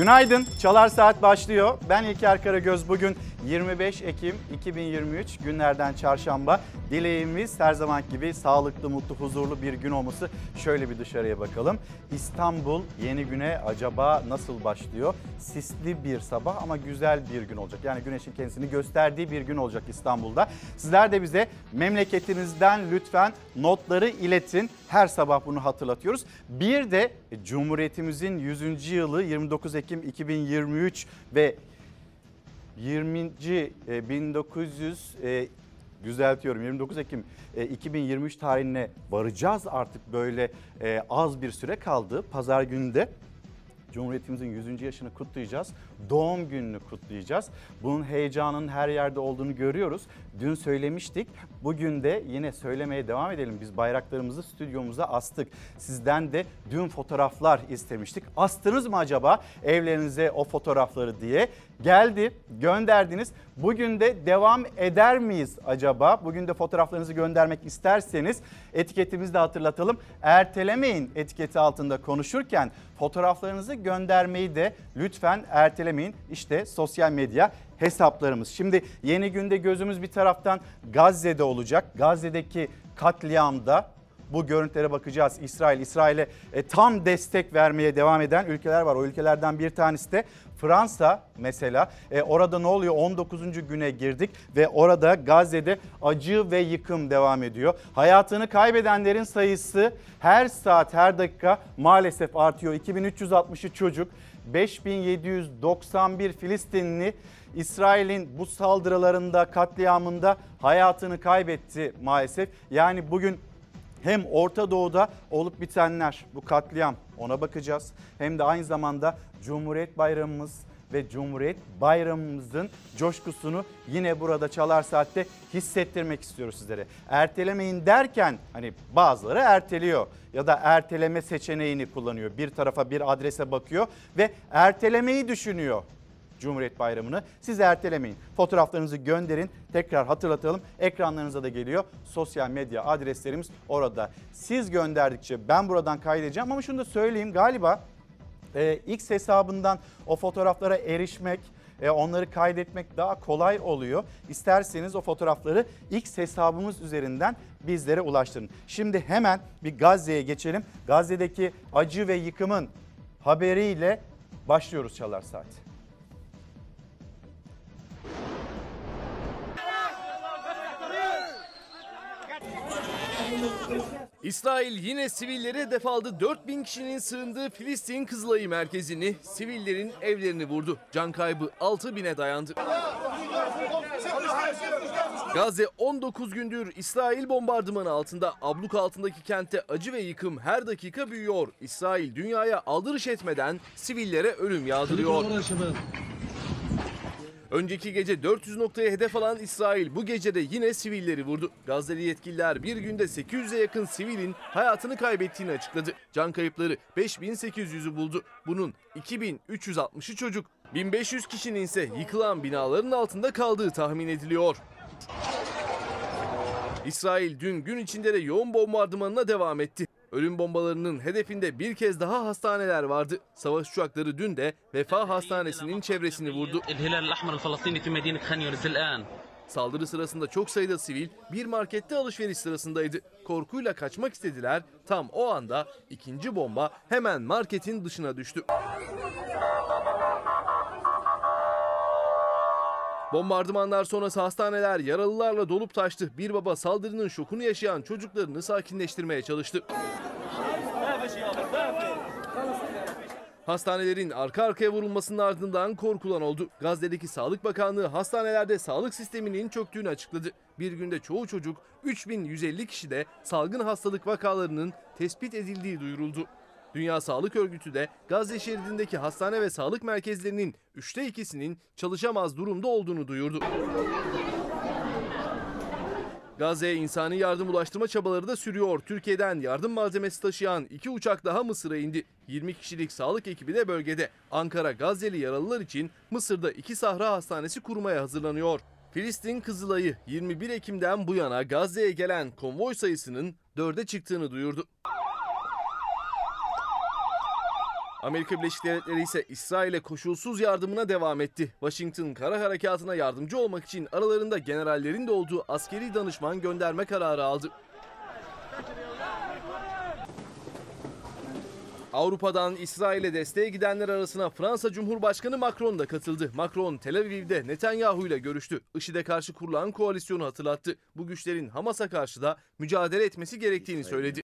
Günaydın, Çalar Saat başlıyor. Ben İlker Karagöz. Bugün 25 Ekim 2023 günlerden çarşamba. Dileğimiz her zaman gibi sağlıklı, mutlu, huzurlu bir gün olması. Şöyle bir dışarıya bakalım. İstanbul yeni güne acaba nasıl başlıyor? Sisli bir sabah ama güzel bir gün olacak. Yani güneşin kendisini gösterdiği bir gün olacak İstanbul'da. Sizler de bize memleketinizden lütfen notları iletin. Her sabah bunu hatırlatıyoruz. Bir de Cumhuriyetimizin 100. yılı 29 Ekim 2023 ve 29 Ekim 2023 tarihine varacağız artık, böyle az bir süre kaldı. Pazar günü de Cumhuriyetimizin 100. yaşını kutlayacağız. Doğum gününü kutlayacağız. Bunun heyecanının her yerde olduğunu görüyoruz. Dün söylemiştik. Bugün de yine söylemeye devam edelim. Biz bayraklarımızı stüdyomuza astık. Sizden de dün fotoğraflar istemiştik. Astınız mı acaba evlerinize o fotoğrafları diye? Geldi, gönderdiniz. Bugün de devam eder miyiz acaba? Bugün de fotoğraflarınızı göndermek isterseniz etiketimizi de hatırlatalım. Ertelemeyin etiketi altında konuşurken fotoğraflarınızı göndermeyi de lütfen ertelemeyin. İşte sosyal medya hesaplarımız. Şimdi yeni günde gözümüz bir taraftan Gazze'de olacak. Gazze'deki katliamda bu görüntülere bakacağız. İsrail'e tam destek vermeye devam eden ülkeler var. O ülkelerden bir tanesi de Fransa mesela. Orada ne oluyor? 19. güne girdik ve orada Gazze'de acı ve yıkım devam ediyor. Hayatını kaybedenlerin sayısı her saat her dakika maalesef artıyor. 2360'ı çocuk, 5791 Filistinli İsrail'in bu saldırılarında, katliamında hayatını kaybetti maalesef. Yani bugün hem Orta Doğu'da olup bitenler, bu katliam, ona bakacağız. Hem de aynı zamanda Cumhuriyet Bayramımız ve Cumhuriyet Bayramımızın coşkusunu yine burada Çalar Saat'te hissettirmek istiyoruz sizlere. Ertelemeyin derken hani bazıları erteliyor ya da erteleme seçeneğini kullanıyor. Bir tarafa, bir adrese bakıyor ve ertelemeyi düşünüyor. Cumhuriyet Bayramı'nı. Siz ertelemeyin. Fotoğraflarınızı gönderin. Tekrar hatırlatalım. Ekranlarınıza da geliyor. Sosyal medya adreslerimiz orada. Siz gönderdikçe ben buradan kaydedeceğim ama şunu da söyleyeyim. Galiba X hesabından o fotoğraflara erişmek, onları kaydetmek daha kolay oluyor. İsterseniz o fotoğrafları X hesabımız üzerinden bizlere ulaştırın. Şimdi hemen bir Gazze'ye geçelim. Gazze'deki acı ve yıkımın haberiyle başlıyoruz Çalar Saat. İsrail yine sivilleri hedef aldı. 4000 kişinin sığındığı Filistin Kızılayı merkezini, sivillerin evlerini vurdu. Can kaybı 6000'e dayandı. Gazze 19 gündür İsrail bombardımanı altında. Abluk altındaki kentte acı ve yıkım her dakika büyüyor. İsrail dünyaya aldırış etmeden sivillere ölüm yağdırıyor. Önceki gece 400 noktaya hedef alan İsrail bu gece de yine sivilleri vurdu. Gazze'li yetkililer bir günde 800'e yakın sivilin hayatını kaybettiğini açıkladı. Can kayıpları 5800'ü buldu. Bunun 2360'ı çocuk. 1500 kişinin ise yıkılan binaların altında kaldığı tahmin ediliyor. İsrail dün gün içinde de yoğun bombardımanına devam etti. Ölüm bombalarının hedefinde bir kez daha hastaneler vardı. Savaş uçakları dün de Vefa Hastanesi'nin çevresini vurdu. Saldırı sırasında çok sayıda sivil bir markette alışveriş sırasındaydı. Korkuyla kaçmak istediler. Tam o anda ikinci bomba hemen marketin dışına düştü. Bombardımanlar sonrası hastaneler yaralılarla dolup taştı. Bir baba saldırının şokunu yaşayan çocuklarını sakinleştirmeye çalıştı. Hastanelerin arka arkaya vurulmasının ardından korkulan oldu. Gazze'deki Sağlık Bakanlığı hastanelerde sağlık sisteminin çöktüğünü açıkladı. Bir günde çoğu çocuk, 3150 kişide salgın hastalık vakalarının tespit edildiği duyuruldu. Dünya Sağlık Örgütü de Gazze şeridindeki hastane ve sağlık merkezlerinin 3'te 2'sinin çalışamaz durumda olduğunu duyurdu. Gazze'ye insani yardım ulaştırma çabaları da sürüyor. Türkiye'den yardım malzemesi taşıyan 2 uçak daha Mısır'a indi. 20 kişilik sağlık ekibi de bölgede. Ankara Gazze'li yaralılar için Mısır'da 2 sahra hastanesi kurmaya hazırlanıyor. Filistin Kızılayı 21 Ekim'den bu yana Gazze'ye gelen konvoy sayısının 4'e çıktığını duyurdu. Amerika Birleşik Devletleri ise İsrail'e koşulsuz yardımına devam etti. Washington kara harekatına yardımcı olmak için aralarında generallerin de olduğu askeri danışman gönderme kararı aldı. Avrupa'dan İsrail'e desteğe gidenler arasına Fransa Cumhurbaşkanı Macron da katıldı. Macron Tel Aviv'de Netanyahu ile görüştü. IŞİD'e karşı kurulan koalisyonu hatırlattı. Bu güçlerin Hamas'a karşı da mücadele etmesi gerektiğini söyledi.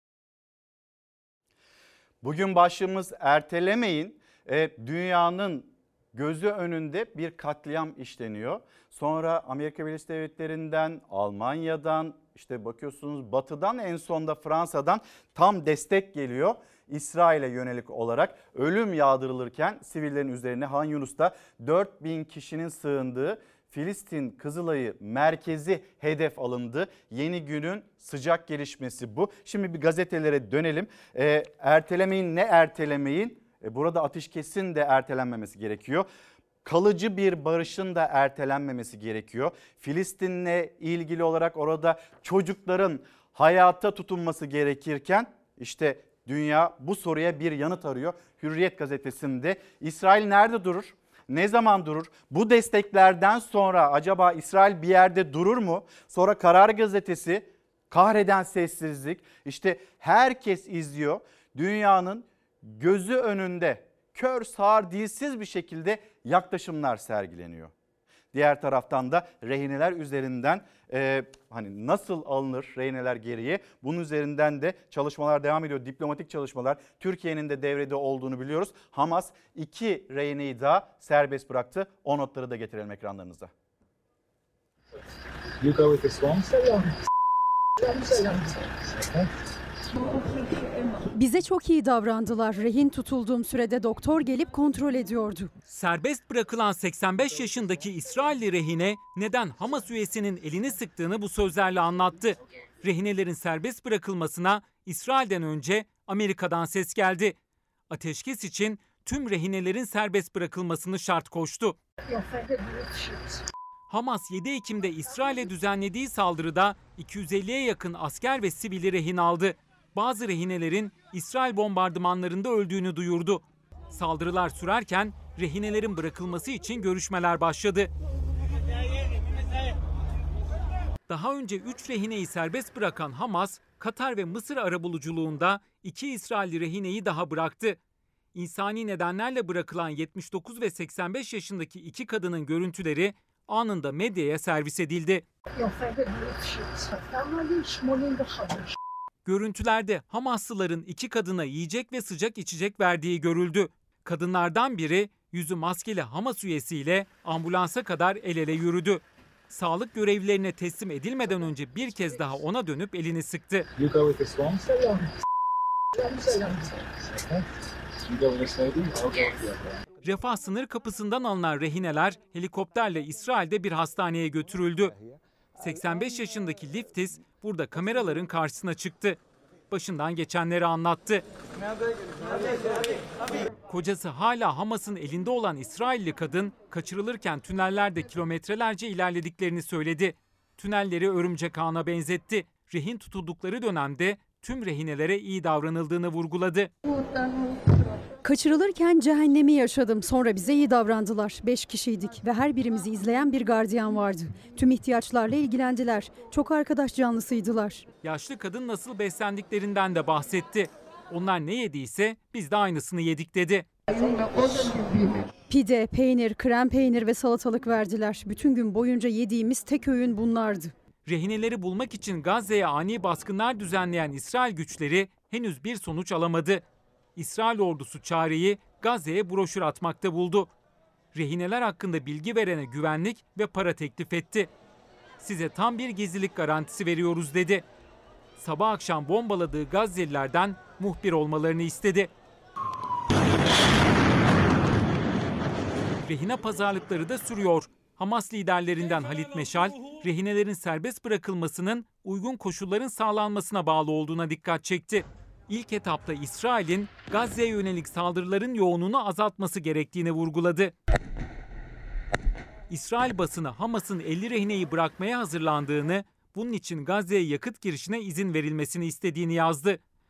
Bugün başlığımız ertelemeyin. Dünyanın gözü önünde bir katliam işleniyor. Sonra Amerika Birleşik Devletleri'nden, Almanya'dan, işte bakıyorsunuz Batı'dan, en sonda Fransa'dan tam destek geliyor. İsrail'e yönelik olarak ölüm yağdırılırken sivillerin üzerine Han Yunus'ta 4000 kişinin sığındığı Filistin Kızılay'ı merkezi hedef alındı. Yeni günün sıcak gelişmesi bu. Şimdi bir gazetelere dönelim. Ertelemeyin, ne ertelemeyin? Burada ateşkesin de ertelenmemesi gerekiyor. Kalıcı bir barışın da ertelenmemesi gerekiyor. Filistin'le ilgili olarak orada çocukların hayata tutunması gerekirken işte dünya bu soruya bir yanıt arıyor. Hürriyet gazetesinde İsrail nerede durur? Ne zaman durur? Bu desteklerden sonra acaba İsrail bir yerde durur mu? Sonra Karar Gazetesi, kahreden sessizlik. İşte herkes izliyor. Dünyanın gözü önünde kör sağır dilsiz bir şekilde yaklaşımlar sergileniyor. Diğer taraftan da rehineler üzerinden hani nasıl alınır rehineler geriye, bunun üzerinden de çalışmalar devam ediyor. Diplomatik çalışmalar, Türkiye'nin de devrede olduğunu biliyoruz. Hamas 2 rehineyi daha serbest bıraktı. O notları da getirelim ekranlarınıza. Bize çok iyi davrandılar. Rehin tutulduğum sürede doktor gelip kontrol ediyordu. Serbest bırakılan 85 yaşındaki İsrailli rehine neden Hamas üyesinin elini sıktığını bu sözlerle anlattı. Rehinelerin serbest bırakılmasına İsrail'den önce Amerika'dan ses geldi. Ateşkes için tüm rehinelerin serbest bırakılmasını şart koştu. Hamas 7 Ekim'de İsrail'e düzenlediği saldırıda 250'ye yakın asker ve sivili rehin aldı. Bazı rehinelerin İsrail bombardımanlarında öldüğünü duyurdu. Saldırılar sürerken rehinelerin bırakılması için görüşmeler başladı. Daha önce 3 rehineyi serbest bırakan Hamas, Katar ve Mısır arabuluculuğunda 2 İsrailli rehineyi daha bıraktı. İnsani nedenlerle bırakılan 79 ve 85 yaşındaki 2 kadının görüntüleri anında medyaya servis edildi. Görüntülerde Hamaslıların 2 kadına yiyecek ve sıcak içecek verdiği görüldü. Kadınlardan biri yüzü maskeli Hamas üyesiyle ambulansa kadar el ele yürüdü. Sağlık görevlilerine teslim edilmeden önce bir kez daha ona dönüp elini sıktı. Refah sınır kapısından alınan rehineler helikopterle İsrail'de bir hastaneye götürüldü. 85 yaşındaki Liftis burada kameraların karşısına çıktı. Başından geçenleri anlattı. Kocası hala Hamas'ın elinde olan İsrailli kadın kaçırılırken tünellerde kilometrelerce ilerlediklerini söyledi. Tünelleri örümcek ağına benzetti. Rehin tutuldukları dönemde tüm rehinelere iyi davranıldığını vurguladı. Kaçırılırken cehennemi yaşadım. Sonra bize iyi davrandılar. 5 kişiydik ve her birimizi izleyen bir gardiyan vardı. Tüm ihtiyaçlarla ilgilendiler. Çok arkadaş canlısıydılar. Yaşlı kadın nasıl beslendiklerinden de bahsetti. Onlar ne yediyse biz de aynısını yedik dedi. Pide, peynir, krem peynir ve salatalık verdiler. Bütün gün boyunca yediğimiz tek öğün bunlardı. Rehineleri bulmak için Gazze'ye ani baskınlar düzenleyen İsrail güçleri henüz bir sonuç alamadı. İsrail ordusu çareyi Gazze'ye broşür atmakta buldu. Rehineler hakkında bilgi verene güvenlik ve para teklif etti. Size tam bir gizlilik garantisi veriyoruz dedi. Sabah akşam bombaladığı Gazze'lilerden muhbir olmalarını istedi. Rehine pazarlıkları da sürüyor. Hamas liderlerinden Halit Meşal, rehinelerin serbest bırakılmasının uygun koşulların sağlanmasına bağlı olduğuna dikkat çekti. İlk etapta İsrail'in Gazze'ye yönelik saldırıların yoğunluğunu azaltması gerektiğini vurguladı. İsrail basını Hamas'ın 50 rehineyi bırakmaya hazırlandığını, bunun için Gazze'ye yakıt girişine izin verilmesini istediğini yazdı.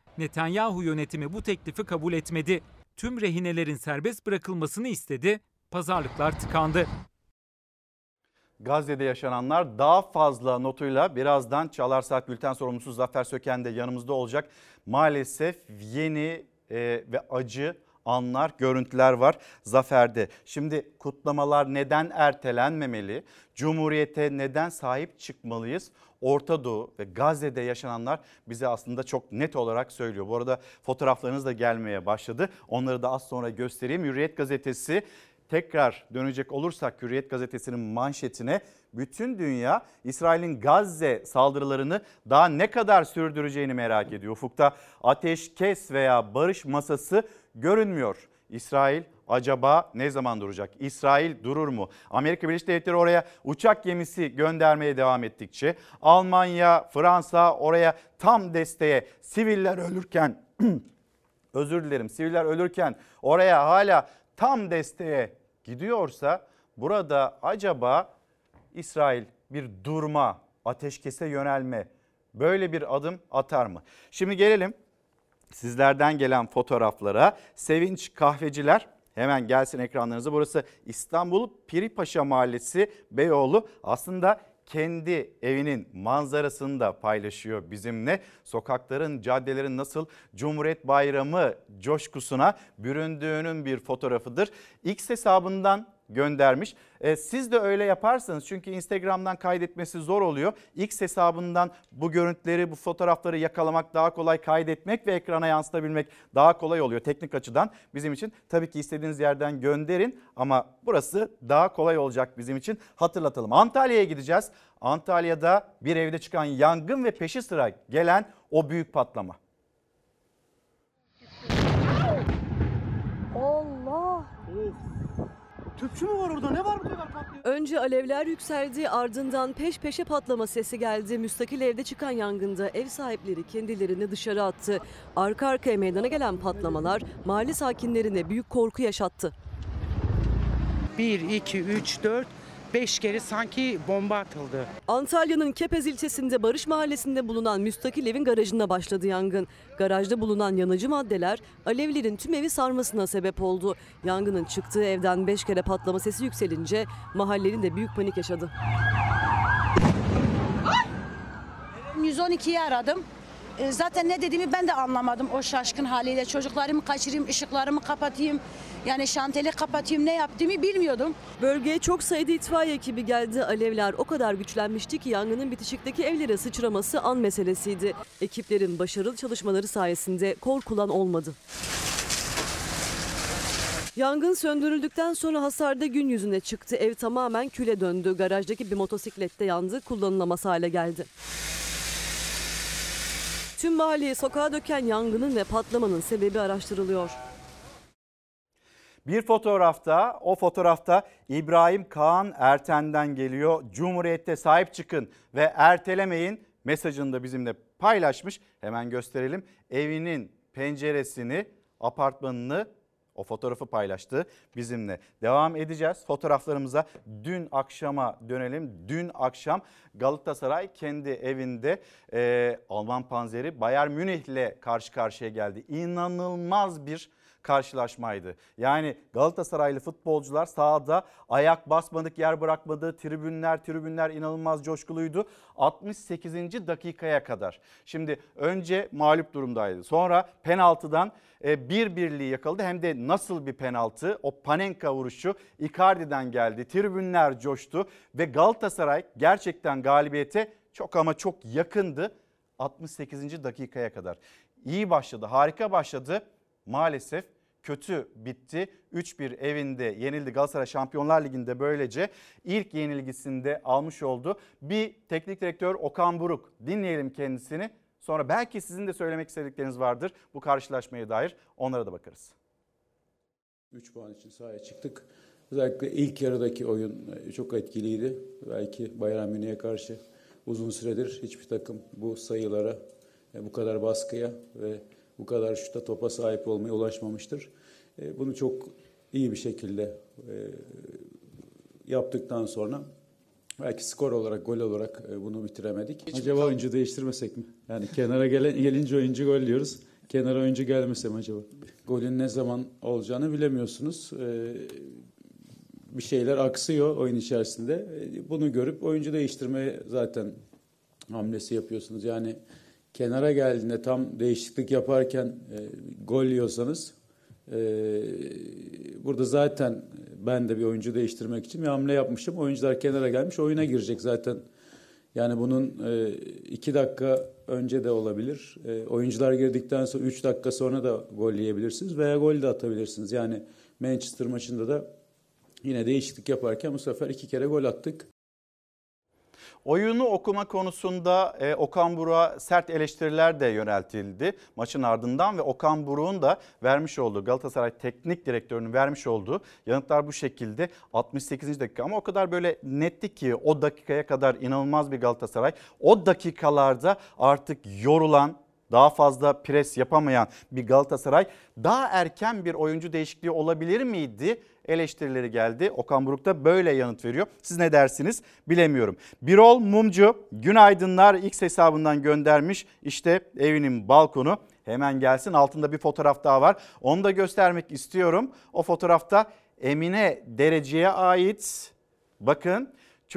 Netanyahu yönetimi bu teklifi kabul etmedi. Tüm rehinelerin serbest bırakılmasını istedi. Pazarlıklar tıkandı. Gazze'de yaşananlar daha fazla notuyla birazdan Çalar Saat Bülten sorumlusu Zafer Söken de yanımızda olacak. Maalesef yeni ve acı anlar, görüntüler var Zafer'de. Şimdi kutlamalar neden ertelenmemeli? Cumhuriyete neden sahip çıkmalıyız? Orta Doğu ve Gazze'de yaşananlar bize aslında çok net olarak söylüyor. Bu arada fotoğraflarınız da gelmeye başladı. Onları da az sonra göstereyim. Hürriyet gazetesi, tekrar dönecek olursak Hürriyet gazetesinin manşetine, bütün dünya İsrail'in Gazze saldırılarını daha ne kadar sürdüreceğini merak ediyor. Ufukta ateşkes veya barış masası görünmüyor. İsrail acaba ne zaman duracak? İsrail durur mu? Amerika Birleşik Devletleri oraya uçak gemisi göndermeye devam ettikçe, Almanya, Fransa oraya tam desteğe, siviller ölürken siviller ölürken oraya hala tam desteğe gidiyorsa, burada acaba İsrail bir durma, ateşkese yönelme, böyle bir adım atar mı? Şimdi gelelim sizlerden gelen fotoğraflara. Sevinç Kahveciler, hemen gelsin ekranlarınıza. Burası İstanbul Piripaşa Mahallesi, Beyoğlu. Aslında kendi evinin manzarasını da paylaşıyor bizimle. Sokakların, caddelerin nasıl Cumhuriyet Bayramı coşkusuna büründüğünün bir fotoğrafıdır. X hesabından göndermiş. Siz de öyle yaparsanız, çünkü Instagram'dan kaydetmesi zor oluyor. X hesabından bu görüntüleri, bu fotoğrafları yakalamak daha kolay, kaydetmek ve ekrana yansıtabilmek daha kolay oluyor teknik açıdan bizim için. Tabii ki istediğiniz yerden gönderin ama burası daha kolay olacak bizim için. Hatırlatalım. Antalya'ya gideceğiz. Antalya'da bir evde çıkan yangın ve peşi sıra gelen o büyük patlama. Allah! Tüpçü mü var orada? Ne var bu kadar patlıyor? Önce alevler yükseldi, ardından peş peşe patlama sesi geldi. Müstakil evde çıkan yangında ev sahipleri kendilerini dışarı attı. Arka arkaya meydana gelen patlamalar mahalle sakinlerine büyük korku yaşattı. 1, 2, 3, 4, 5 kere sanki bomba atıldı. Antalya'nın Kepez ilçesinde Barış Mahallesi'nde bulunan müstakil evin garajında başladı yangın. Garajda bulunan yanıcı maddeler alevlerin tüm evi sarmasına sebep oldu. Yangının çıktığı evden 5 kere patlama sesi yükselince mahallenin de büyük panik yaşadı. 112'yi aradım. Zaten ne dediğimi ben de anlamadım o şaşkın haliyle. Çocuklarımı kaçırayım, ışıklarımı kapatayım, yani şanteli kapatayım, ne yaptığımı bilmiyordum. Bölgeye çok sayıda itfaiye ekibi geldi. Alevler o kadar güçlenmişti ki yangının bitişikteki evlere sıçraması an meselesiydi. Ekiplerin başarılı çalışmaları sayesinde korkulan olmadı. Yangın söndürüldükten sonra hasar da gün yüzüne çıktı. Ev tamamen küle döndü. Garajdaki bir motosiklet de yandı, kullanılamaz hale geldi. Tüm mahalleyi sokağa döken yangının ve patlamanın sebebi araştırılıyor. Bir fotoğrafta, o fotoğrafta İbrahim Kaan Erten'den geliyor. Cumhuriyette sahip çıkın ve ertelemeyin mesajını da bizimle paylaşmış. Hemen gösterelim. Evinin penceresini, apartmanını, o fotoğrafı paylaştı bizimle. Devam edeceğiz fotoğraflarımıza. Dün akşama dönelim. Dün akşam Galatasaray kendi evinde Alman panzeri Bayern Münih'le karşı karşıya geldi. İnanılmaz bir karşılaşmaydı. Yani Galatasaraylı futbolcular sahada ayak basmadık, yer bırakmadı. Tribünler inanılmaz coşkuluydu. 68. dakikaya kadar. Şimdi önce mağlup durumdaydı. Sonra penaltıdan bir birliği yakaladı. Hem de nasıl bir penaltı? O Panenka vuruşu Icardi'den geldi. Tribünler coştu ve Galatasaray gerçekten galibiyete çok ama çok yakındı. 68. dakikaya kadar. İyi başladı, harika başladı. Maalesef kötü bitti. 3-1 evinde yenildi. Galatasaray Şampiyonlar Ligi'nde böylece ilk yenilgisini de almış oldu. Bir teknik direktör Okan Buruk, dinleyelim kendisini. Sonra belki sizin de söylemek istedikleriniz vardır bu karşılaşmaya dair, onlara da bakarız. 3 puan için sahaya çıktık. Özellikle ilk yarıdaki oyun çok etkiliydi. Belki Bayern Münih'e karşı uzun süredir hiçbir takım bu sayılara, bu kadar baskıya ve bu kadar şuta, topa sahip olmaya ulaşmamıştır. Bunu çok iyi bir şekilde yaptıktan sonra belki skor olarak, gol olarak bunu bitiremedik. Acaba oyuncu değiştirmesek mi? Yani kenara gelince oyuncu gol diyoruz. kenara oyuncu gelmesem acaba? Golün ne zaman olacağını bilemiyorsunuz. Bir şeyler aksıyor oyun içerisinde. Bunu görüp oyuncu değiştirmeye zaten hamlesi yapıyorsunuz. Yani kenara geldiğinde tam değişiklik yaparken gol yiyorsanız burada zaten ben de bir oyuncu değiştirmek için bir hamle yapmışım. Oyuncular kenara gelmiş, oyuna girecek zaten. Yani bunun 2 dakika önce de olabilir. Oyuncular girdikten sonra 3 dakika sonra da gol yiyebilirsiniz veya gol de atabilirsiniz. Yani Manchester maçında da yine değişiklik yaparken bu sefer 2 kere gol attık. Oyunu okuma konusunda Okan Buruk'a sert eleştiriler de yöneltildi maçın ardından ve Okan Buruk'un da vermiş olduğu, Galatasaray Teknik Direktörü'nün vermiş olduğu yanıtlar bu şekilde. 68. dakika ama o kadar böyle netti ki o dakikaya kadar inanılmaz bir Galatasaray. O dakikalarda artık yorulan, daha fazla pres yapamayan bir Galatasaray, daha erken bir oyuncu değişikliği olabilir miydi? Eleştirileri geldi. Okan Buruk da böyle yanıt veriyor. Siz ne dersiniz bilemiyorum. Birol Mumcu günaydınlar X hesabından göndermiş. İşte evinin balkonu. Hemen gelsin, altında bir fotoğraf daha var. Onu da göstermek istiyorum. O fotoğrafta Emine Derece'ye ait. Bakın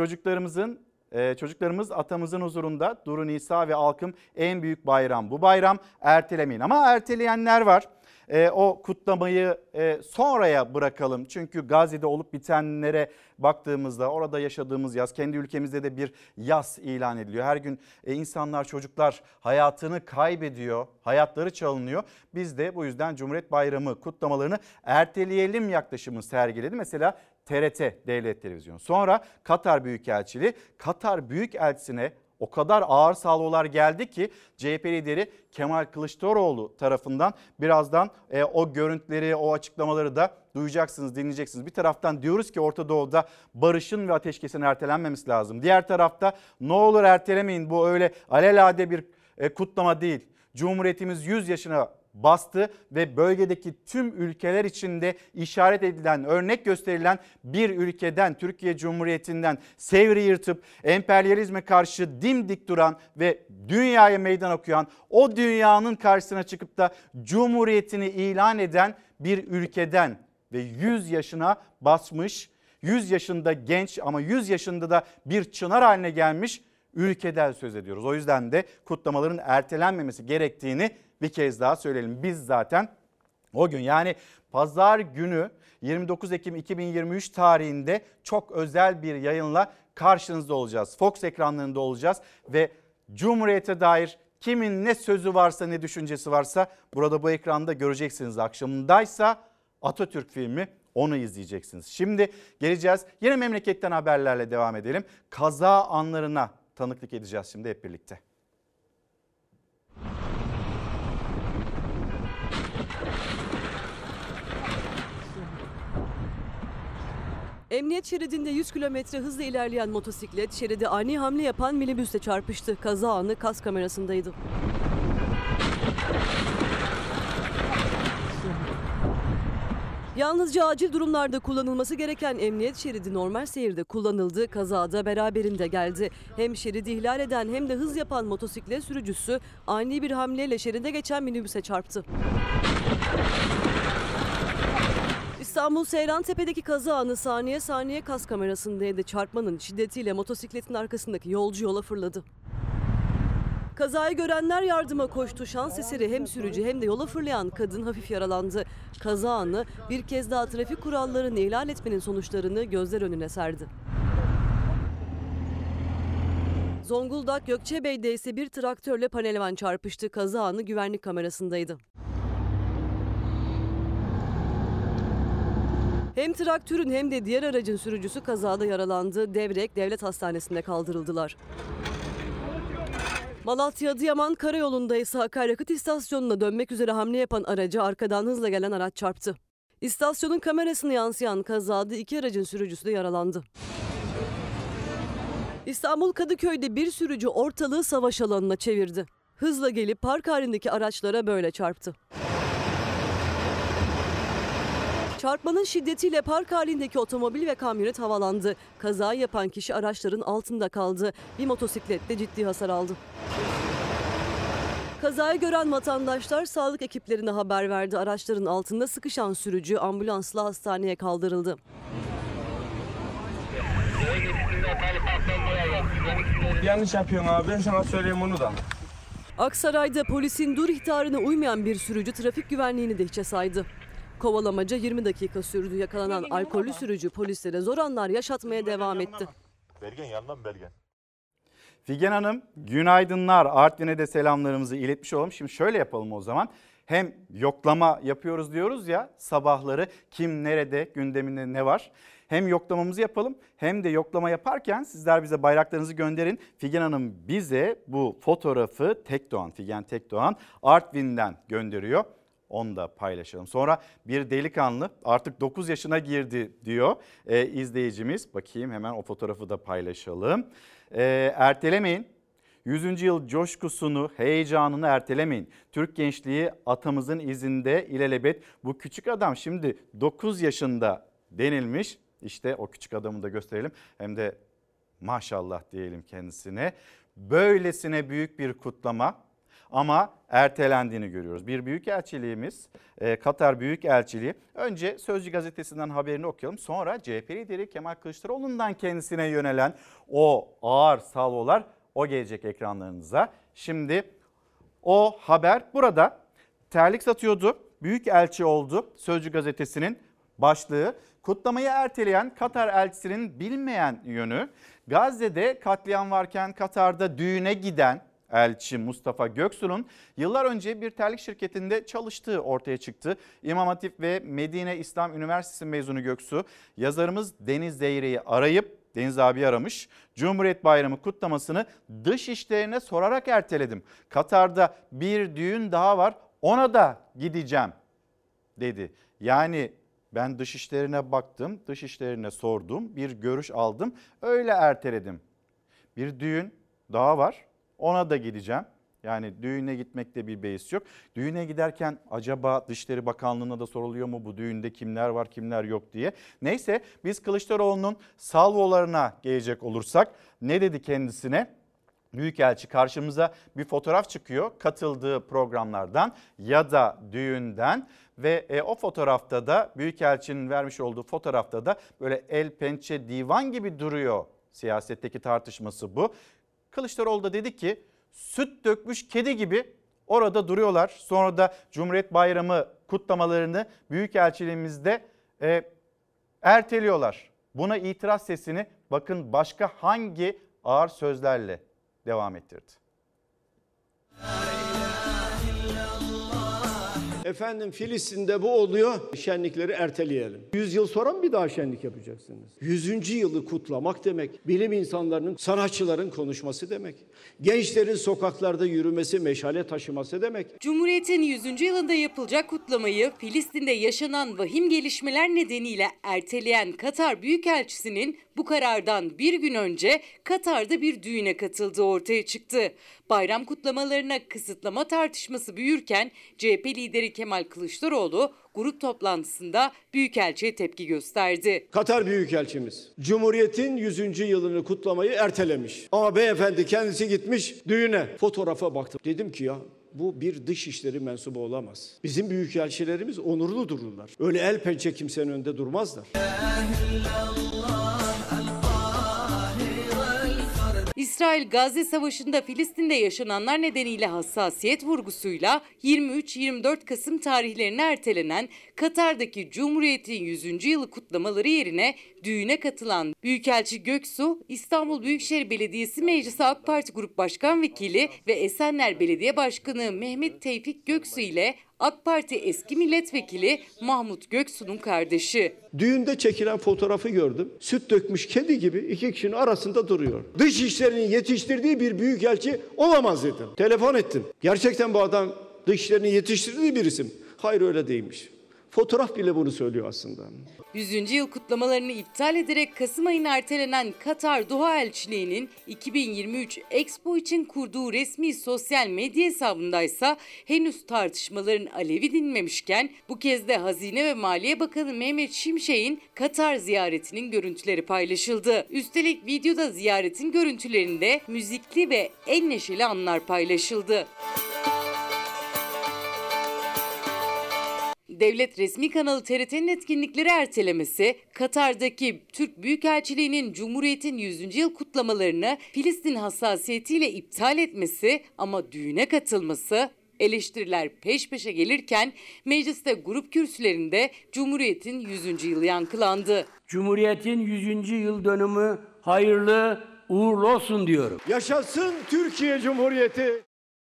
çocuklarımız atamızın huzurunda. Duru Nisa ve Alkım, en büyük bayram bu bayram, ertelemeyin. Ama erteleyenler var. O kutlamayı sonraya bırakalım. Çünkü Gazze'de olup bitenlere baktığımızda orada yaşadığımız yaz, kendi ülkemizde de bir yaz ilan ediliyor. Her gün insanlar, çocuklar hayatını kaybediyor, hayatları çalınıyor. Biz de bu yüzden Cumhuriyet Bayramı kutlamalarını erteleyelim yaklaşımını sergiledi. Mesela TRT Devlet Televizyonu. Sonra Katar Büyükelçiliği, Katar Büyükelçisi'ne o kadar ağır salvolar geldi ki CHP lideri Kemal Kılıçdaroğlu tarafından. Birazdan o görüntüleri, o açıklamaları da duyacaksınız, dinleyeceksiniz. Bir taraftan diyoruz ki Orta Doğu'da barışın ve ateşkesin ertelenmemesi lazım. Diğer tarafta ne olur ertelemeyin, bu öyle alelade bir kutlama değil. Cumhuriyetimiz 100 yaşına bastı ve bölgedeki tüm ülkeler içinde işaret edilen, örnek gösterilen bir ülkeden, Türkiye Cumhuriyeti'nden sevri yırtıp emperyalizme karşı dimdik duran ve dünyaya meydan okuyan, o dünyanın karşısına çıkıp da Cumhuriyetini ilan eden bir ülkeden ve 100 yaşına basmış, 100 yaşında genç ama 100 yaşında da bir çınar haline gelmiş ülkeden söz ediyoruz. O yüzden de kutlamaların ertelenmemesi gerektiğini bir kez daha söyleyelim. Biz zaten o gün, yani pazar günü 29 Ekim 2023 tarihinde çok özel bir yayınla karşınızda olacağız. Fox ekranlarında olacağız ve Cumhuriyete dair kimin ne sözü varsa, ne düşüncesi varsa burada bu ekranda göreceksiniz. Akşamındaysa Atatürk filmi, onu izleyeceksiniz. Şimdi geleceğiz, yine memleketten haberlerle devam edelim. Kaza anlarına tanıklık edeceğiz şimdi hep birlikte. Emniyet şeridinde 100 kilometre hızla ilerleyen motosiklet şeride ani hamle yapan minibüsle çarpıştı. Kaza anı kas kamerasındaydı. Yalnızca acil durumlarda kullanılması gereken emniyet şeridi normal seyirde kullanıldı. Kazada beraberinde geldi. Hem şeridi ihlal eden hem de hız yapan motosiklet sürücüsü ani bir hamleyle şeride geçen minibüse çarptı. İstanbul Seyrantepe'deki kaza anı saniye saniye kas kamerasındaydı. Çarpmanın şiddetiyle motosikletin arkasındaki yolcu yola fırladı. Kazayı görenler yardıma koştu. Şans eseri hem sürücü hem de yola fırlayan kadın hafif yaralandı. Kaza anı bir kez daha trafik kurallarını ihlal etmenin sonuçlarını gözler önüne serdi. Zonguldak Gökçebey'de ise bir traktörle panelvan çarpıştı. Kaza anı güvenlik kamerasındaydı. Hem traktörün hem de diğer aracın sürücüsü kazada yaralandı. Devrek Devlet Hastanesi'nde kaldırıldılar. Malatya-Adıyaman karayolunda ise akaryakıt istasyonuna dönmek üzere hamle yapan aracı arkadan hızla gelen araç çarptı. İstasyonun kamerasına yansıyan kazada 2 aracın sürücüsü de yaralandı. İstanbul Kadıköy'de bir sürücü ortalığı savaş alanına çevirdi. Hızla gelip park halindeki araçlara böyle çarptı. Çarpmanın şiddetiyle park halindeki otomobil ve kamyonet havalandı. Kaza yapan kişi araçların altında kaldı. Bir motosiklet de ciddi hasar aldı. Kazayı gören vatandaşlar sağlık ekiplerine haber verdi. Araçların altında sıkışan sürücü ambulansla hastaneye kaldırıldı. Yanlış yapıyorsun abi, ben sana söyleyeyim onu da. Aksaray'da polisin dur ihtarına uymayan bir sürücü trafik güvenliğini de hiçe saydı. Kovalamaca 20 dakika sürdü. Yakalanan alkollü sürücü polislere zor anlar yaşatmaya devam etti. Bergen yandan Bergen. Figen Hanım günaydınlar. Artvin'e de selamlarımızı iletmiş olalım. Şimdi şöyle yapalım o zaman. Hem yoklama yapıyoruz diyoruz ya sabahları, kim nerede, gündeminde ne var. Hem yoklamamızı yapalım hem de yoklama yaparken sizler bize bayraklarınızı gönderin. Figen Hanım bize bu fotoğrafı Figen Tekdoğan Artvin'den gönderiyor. Onu da paylaşalım. Sonra bir delikanlı artık 9 yaşına girdi diyor izleyicimiz. Bakayım hemen o fotoğrafı da paylaşalım. Ertelemeyin. 100. yıl coşkusunu, heyecanını ertelemeyin. Türk gençliği atamızın izinde ilelebet. Bu küçük adam şimdi 9 yaşında denilmiş. İşte o küçük adamı da gösterelim. Hem de maşallah diyelim kendisine. Böylesine büyük bir kutlama ama ertelendiğini görüyoruz. Bir büyükelçiliğimiz, Katar Büyükelçiliği. Önce Sözcü gazetesinden haberini okuyalım. Sonra CHP lideri Kemal Kılıçdaroğlu'ndan kendisine yönelen o ağır salvolar o gelecek ekranlarınıza. Şimdi o haber burada. Terlik satıyordu, büyükelçi oldu Sözcü gazetesinin başlığı. Kutlamayı erteleyen Katar elçisinin bilinmeyen yönü. Gazze'de katliam varken Katar'da düğüne giden elçi Mustafa Göksu'nun yıllar önce bir terlik şirketinde çalıştığı ortaya çıktı. İmam Hatip ve Medine İslam Üniversitesi mezunu Göksu, yazarımız Deniz Zeyre'yi arayıp, Deniz abi aramış, Cumhuriyet Bayramı kutlamasını dış işlerine sorarak erteledim. Katar'da bir düğün daha var, ona da gideceğim dedi. Yani ben dış işlerine baktım, dış işlerine sordum, bir görüş aldım, öyle erteledim. Bir düğün daha var, ona da gideceğim. Yani düğüne gitmekte bir beis yok. Düğüne giderken acaba Dışişleri Bakanlığı'na da soruluyor mu bu düğünde kimler var kimler yok diye. Neyse biz Kılıçdaroğlu'nun salvolarına gelecek olursak ne dedi kendisine? Büyükelçi karşımıza bir fotoğraf çıkıyor katıldığı programlardan ya da düğünden ve o fotoğrafta da Büyükelçinin vermiş olduğu fotoğrafta da böyle el pençe divan gibi duruyor. Siyasetteki tartışması bu. Kılıçdaroğlu da dedi ki süt dökmüş kedi gibi orada duruyorlar. Sonra da Cumhuriyet Bayramı kutlamalarını Büyükelçiliğimizde erteliyorlar. Buna itiraz sesini bakın başka hangi ağır sözlerle devam ettirdi. Efendim Filistin'de bu oluyor, şenlikleri erteleyelim. 100 yıl sonra mı bir daha şenlik yapacaksınız? 100. yılı kutlamak demek, bilim insanlarının, sanatçıların konuşması demek. Gençlerin sokaklarda yürümesi, meşale taşıması demek. Cumhuriyet'in 100. yılında yapılacak kutlamayı Filistin'de yaşanan vahim gelişmeler nedeniyle erteleyen Katar Büyükelçisi'nin bu karardan bir gün önce Katar'da bir düğüne katıldığı ortaya çıktı. Bayram kutlamalarına kısıtlama tartışması büyürken CHP lideri Kemal Kılıçdaroğlu grup toplantısında Büyükelçi'ye tepki gösterdi. Katar Büyükelçimiz Cumhuriyet'in 100. yılını kutlamayı ertelemiş. Ama beyefendi kendisi gitmiş düğüne. Fotoğrafa baktım. Dedim ki ya bu bir dışişleri mensubu olamaz. Bizim büyükelçilerimiz onurlu dururlar. Öyle el pençe kimsenin önünde durmazlar. İsrail Gazze Savaşı'nda Filistin'de yaşananlar nedeniyle hassasiyet vurgusuyla 23-24 Kasım tarihlerine ertelenen Katar'daki Cumhuriyet'in 100. yılı kutlamaları yerine düğüne katılan Büyükelçi Göksu, İstanbul Büyükşehir Belediyesi Meclisi AK Parti Grup Başkan Vekili ve Esenler Belediye Başkanı Mehmet Tevfik Göksu ile AK Parti eski milletvekili Mahmut Göksu'nun kardeşi. Düğünde çekilen fotoğrafı gördüm. Süt dökmüş kedi gibi iki kişinin arasında duruyor. Dışişlerinin yetiştirdiği bir büyükelçi olamaz dedim. Telefon ettim. Gerçekten bu adam dışişlerinin yetiştirdiği bir isim. Hayır öyle değilmiş. Fotoğraf bile bunu söylüyor aslında. 100. yıl kutlamalarını iptal ederek Kasım ayına ertelenen Katar Doha Elçiliği'nin 2023 Expo için kurduğu resmi sosyal medya hesabındaysa henüz tartışmaların alevi dinmemişken bu kez de Hazine ve Maliye Bakanı Mehmet Şimşek'in Katar ziyaretinin görüntüleri paylaşıldı. Üstelik videoda ziyaretin görüntülerinde müzikli ve en neşeli anlar paylaşıldı. Devlet resmi kanalı TRT'nin etkinlikleri ertelemesi, Katar'daki Türk Büyükelçiliği'nin Cumhuriyet'in 100. yıl kutlamalarını Filistin hassasiyetiyle iptal etmesi ama düğüne katılması, eleştiriler peş peşe gelirken mecliste grup kürsülerinde Cumhuriyet'in 100. yılı yankılandı. Cumhuriyet'in 100. yıl dönümü hayırlı uğurlu olsun diyorum. Yaşasın Türkiye Cumhuriyeti.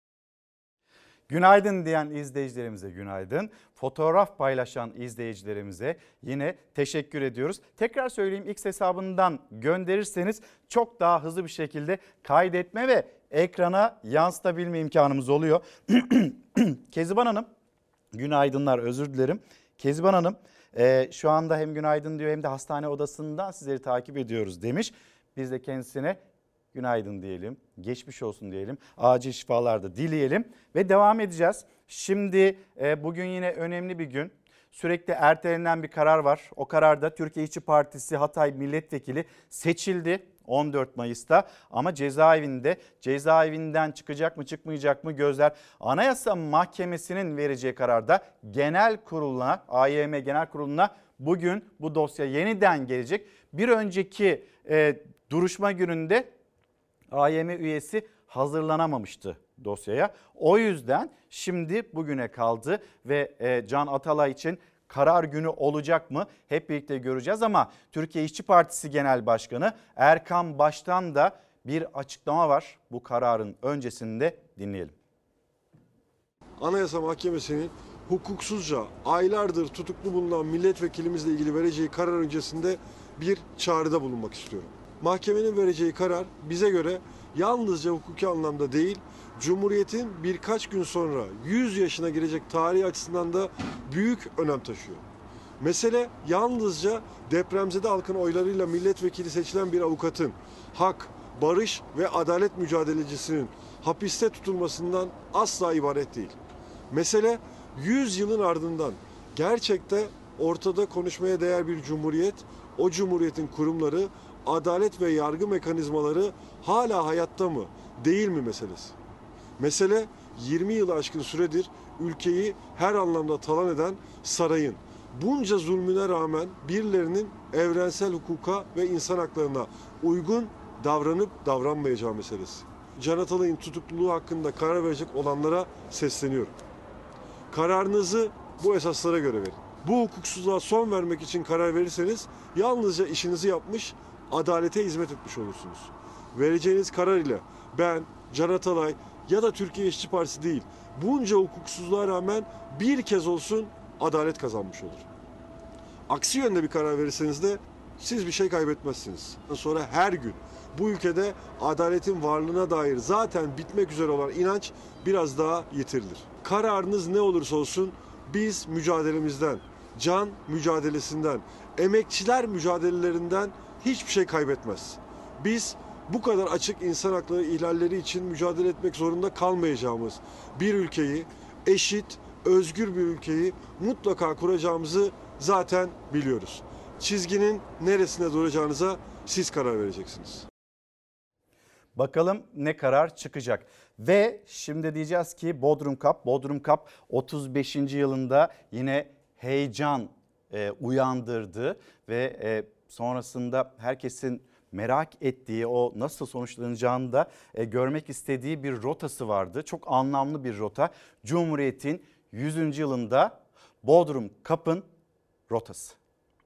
Günaydın diyen izleyicilerimize günaydın. Fotoğraf paylaşan izleyicilerimize yine teşekkür ediyoruz. Tekrar söyleyeyim, X hesabından gönderirseniz çok daha hızlı bir şekilde kaydetme ve ekrana yansıtabilme imkanımız oluyor. Kezban Hanım, günaydınlar, özür dilerim. Kezban Hanım şu anda hem günaydın diyor hem de hastane odasından sizleri takip ediyoruz demiş. Biz de kendisine günaydın diyelim, geçmiş olsun diyelim, acil şifalar da dileyelim ve devam edeceğiz. Şimdi bugün yine önemli bir gün. Sürekli ertelenen bir karar var. O kararda Türkiye İşçi Partisi Hatay Milletvekili seçildi 14 Mayıs'ta ama cezaevinden çıkacak mı çıkmayacak mı gözler Anayasa Mahkemesi'nin vereceği kararda genel kuruluna, AYM Genel Kurulu'na bugün bu dosya yeniden gelecek. Bir önceki duruşma gününde AYM üyesi hazırlanamamıştı dosyaya. O yüzden şimdi bugüne kaldı ve Can Atalay için karar günü olacak mı? Hep birlikte göreceğiz ama Türkiye İşçi Partisi Genel Başkanı Erkan Baş'tan da bir açıklama var. Bu kararın öncesinde dinleyelim. Anayasa Mahkemesi'nin hukuksuzca aylardır tutuklu bulunan milletvekilimizle ilgili vereceği karar öncesinde bir çağrıda bulunmak istiyorum. Mahkemenin vereceği karar bize göre yalnızca hukuki anlamda değil, Cumhuriyet'in birkaç gün sonra 100 yaşına girecek tarihi açısından da büyük önem taşıyor. Mesele yalnızca depremzede halkın oylarıyla milletvekili seçilen bir avukatın hak, barış ve adalet mücadelecisinin hapiste tutulmasından asla ibaret değil. Mesele 100 yılın ardından gerçekte ortada konuşmaya değer bir cumhuriyet, o cumhuriyetin kurumları, adalet ve yargı mekanizmaları hala hayatta mı, değil mi meselesi. Mesele 20 yılı aşkın süredir ülkeyi her anlamda talan eden sarayın bunca zulmüne rağmen birilerinin evrensel hukuka ve insan haklarına uygun davranıp davranmayacağı meselesi. Can Atalay'ın tutukluluğu hakkında karar verecek olanlara sesleniyorum. Kararınızı bu esaslara göre verin. Bu hukuksuzluğa son vermek için karar verirseniz yalnızca işinizi yapmış, adalete hizmet etmiş olursunuz. Vereceğiniz karar ile ben, Can Atalay ya da Türkiye İşçi Partisi değil, bunca hukuksuzluğa rağmen bir kez olsun adalet kazanmış olur. Aksi yönde bir karar verirseniz de siz bir şey kaybetmezsiniz. Sonra her gün bu ülkede adaletin varlığına dair zaten bitmek üzere olan inanç biraz daha yitirilir. Kararınız ne olursa olsun biz mücadelemizden, can mücadelesinden, emekçiler mücadelelerinden hiçbir şey kaybetmez. Biz bu kadar açık insan hakları ihlalleri için mücadele etmek zorunda kalmayacağımız bir ülkeyi, eşit, özgür bir ülkeyi mutlaka kuracağımızı zaten biliyoruz. Çizginin neresine duracağınıza siz karar vereceksiniz. Bakalım ne karar çıkacak. Ve şimdi diyeceğiz ki Bodrum Cup 35. yılında yine heyecan uyandırdı ve sonrasında herkesin merak ettiği, o nasıl sonuçlanacağını da görmek istediği bir rotası vardı. Çok anlamlı bir rota. Cumhuriyet'in 100. yılında Bodrum Cup'ın rotası.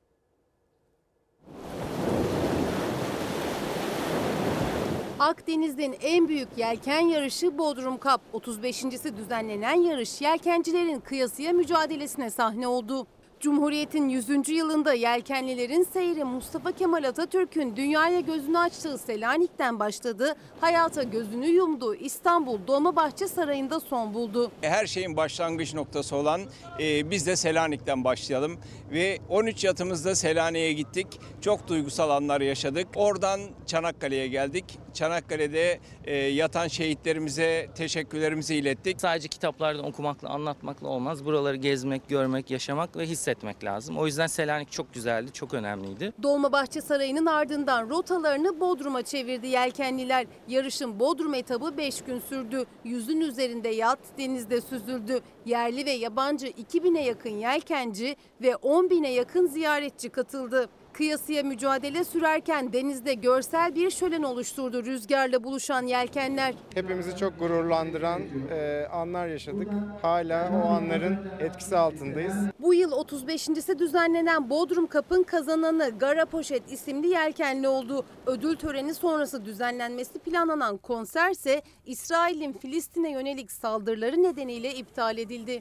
Akdeniz'in en büyük yelken yarışı Bodrum Cup. 35.si düzenlenen yarış yelkencilerin kıyasıya mücadelesine sahne oldu. Cumhuriyet'in 100. yılında yelkenlilerin seyri Mustafa Kemal Atatürk'ün dünyaya gözünü açtığı Selanik'ten başladı. Hayata gözünü yumdu. İstanbul Dolmabahçe Sarayı'nda son buldu. Her şeyin başlangıç noktası olan biz de Selanik'ten başlayalım. Ve 13 yatımızda Selanik'e gittik. Çok duygusal anlar yaşadık. Oradan Çanakkale'ye geldik. Çanakkale'de yatan şehitlerimize teşekkürlerimizi ilettik. Sadece kitaplardan okumakla, anlatmakla olmaz. Buraları gezmek, görmek, yaşamak ve hissetmek hissetmek lazım. O yüzden Selanik çok güzeldi, çok önemliydi. Dolmabahçe Sarayı'nın ardından rotalarını Bodrum'a çevirdi yelkenliler. Yarışın Bodrum etabı 5 gün sürdü. 100'ün üzerinde yat denizde süzüldü. Yerli ve yabancı 2000'e yakın yelkenci ve 10.000'e yakın ziyaretçi katıldı. Kıyasıya mücadele sürerken denizde görsel bir şölen oluşturdu rüzgarla buluşan yelkenler. Hepimizi çok gururlandıran anlar yaşadık. Hala o anların etkisi altındayız. Bu yıl 35.si düzenlenen Bodrum Cup'ın kazananı Gara Poşet isimli yelkenli oldu. Ödül töreni sonrası düzenlenmesi planlanan konser ise İsrail'in Filistin'e yönelik saldırıları nedeniyle iptal edildi.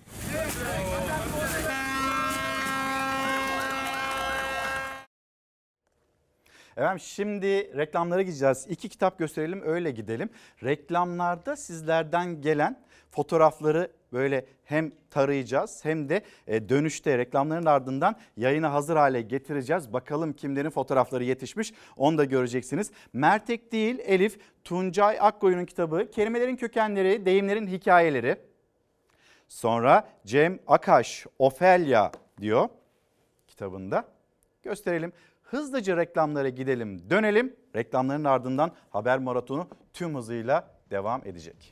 Efendim şimdi reklamlara gideceğiz. 2 kitap gösterelim öyle gidelim. Reklamlarda sizlerden gelen fotoğrafları böyle hem tarayacağız hem de dönüşte reklamların ardından yayına hazır hale getireceğiz. Bakalım kimlerin fotoğrafları yetişmiş onu da göreceksiniz. Mertek değil Elif, Tuncay Akkoyun'un kitabı Kelimelerin Kökenleri, Deyimlerin Hikayeleri. Sonra Cem Akaş, Ofelya diyor kitabında. Gösterelim. Hızlıca reklamlara gidelim, dönelim. Reklamların ardından haber maratonu tüm hızıyla devam edecek.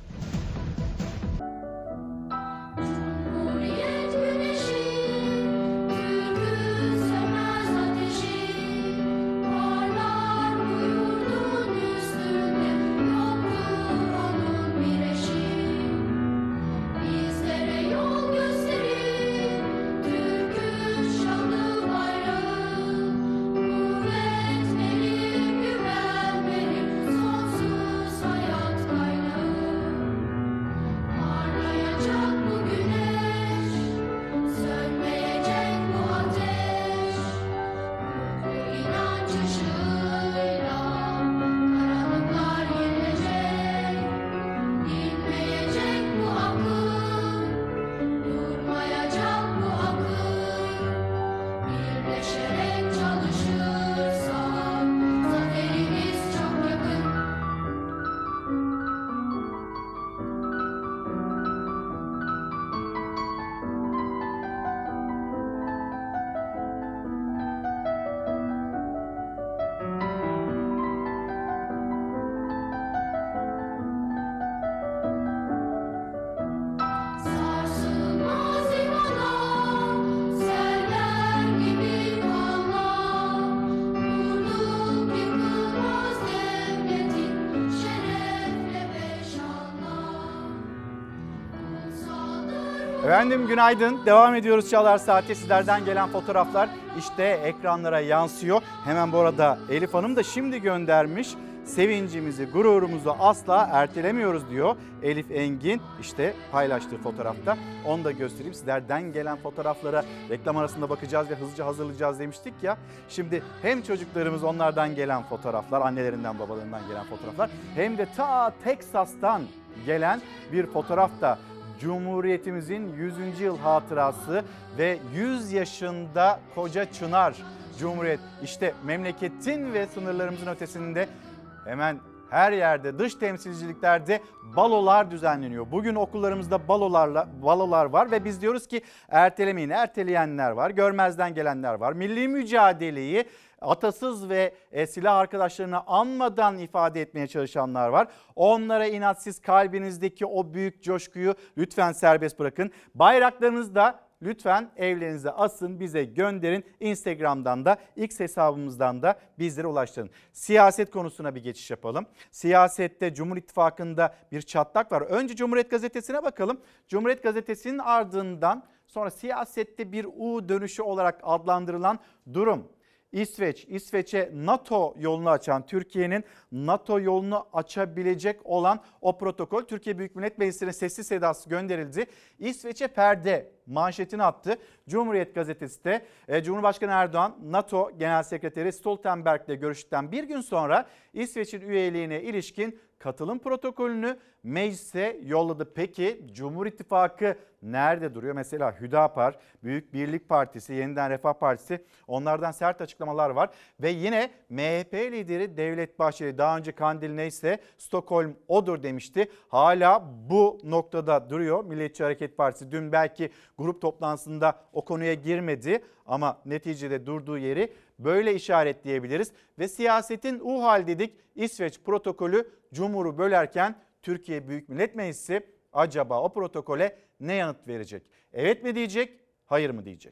Efendim günaydın. Devam ediyoruz Çalar Saat'te. Sizlerden gelen fotoğraflar işte ekranlara yansıyor. Hemen bu arada Elif Hanım da şimdi göndermiş. Sevincimizi, gururumuzu asla ertelemiyoruz diyor Elif Engin. İşte paylaştığı fotoğrafta. Onu da göstereyim. Sizlerden gelen fotoğraflara reklam arasında bakacağız ve hızlıca hazırlayacağız demiştik ya. Şimdi hem çocuklarımız onlardan gelen fotoğraflar, annelerinden babalarından gelen fotoğraflar hem de ta Teksas'tan gelen bir fotoğraf da Cumhuriyetimizin 100. yıl hatırası ve 100 yaşında koca Çınar Cumhuriyet. İşte memleketin ve sınırlarımızın ötesinde hemen her yerde dış temsilciliklerde balolar düzenleniyor. Bugün okullarımızda balolar var ve biz diyoruz ki ertelemeyin. Erteleyenler var, görmezden gelenler var. Milli mücadeleyi atasız ve silah arkadaşlarını anmadan ifade etmeye çalışanlar var. Onlara inat, siz kalbinizdeki o büyük coşkuyu lütfen serbest bırakın. Bayraklarınızı da lütfen evlerinize asın, bize gönderin. Instagram'dan da, X hesabımızdan da bizlere ulaştırın. Siyaset konusuna bir geçiş yapalım. Siyasette Cumhur İttifakı'nda bir çatlak var. Önce Cumhuriyet Gazetesi'ne bakalım. Cumhuriyet Gazetesi'nin ardından sonra siyasette bir U dönüşü olarak adlandırılan durum. İsveç'e NATO yolunu açan, Türkiye'nin NATO yolunu açabilecek olan o protokol Türkiye Büyük Millet Meclisi'ne sessiz sedasız gönderildi. İsveç'e perde manşetini attı. Cumhuriyet Gazetesi de Cumhurbaşkanı Erdoğan NATO Genel Sekreteri Stoltenberg ile görüştükten bir gün sonra İsveç'in üyeliğine ilişkin katılım protokolünü meclise yolladı. Peki Cumhur İttifakı nerede duruyor? Mesela Hüdapar, Büyük Birlik Partisi, Yeniden Refah Partisi, onlardan sert açıklamalar var. Ve yine MHP lideri Devlet Bahçeli daha önce Kandil neyse Stockholm odur demişti. Hala bu noktada duruyor. Milliyetçi Hareket Partisi dün belki grup toplantısında o konuya girmedi ama neticede durduğu yeri böyle işaretleyebiliriz. Ve siyasetin hal dedik. İsveç protokolü Cumhur'u bölerken Türkiye Büyük Millet Meclisi acaba o protokole ne yanıt verecek? Evet mi diyecek, hayır mı diyecek?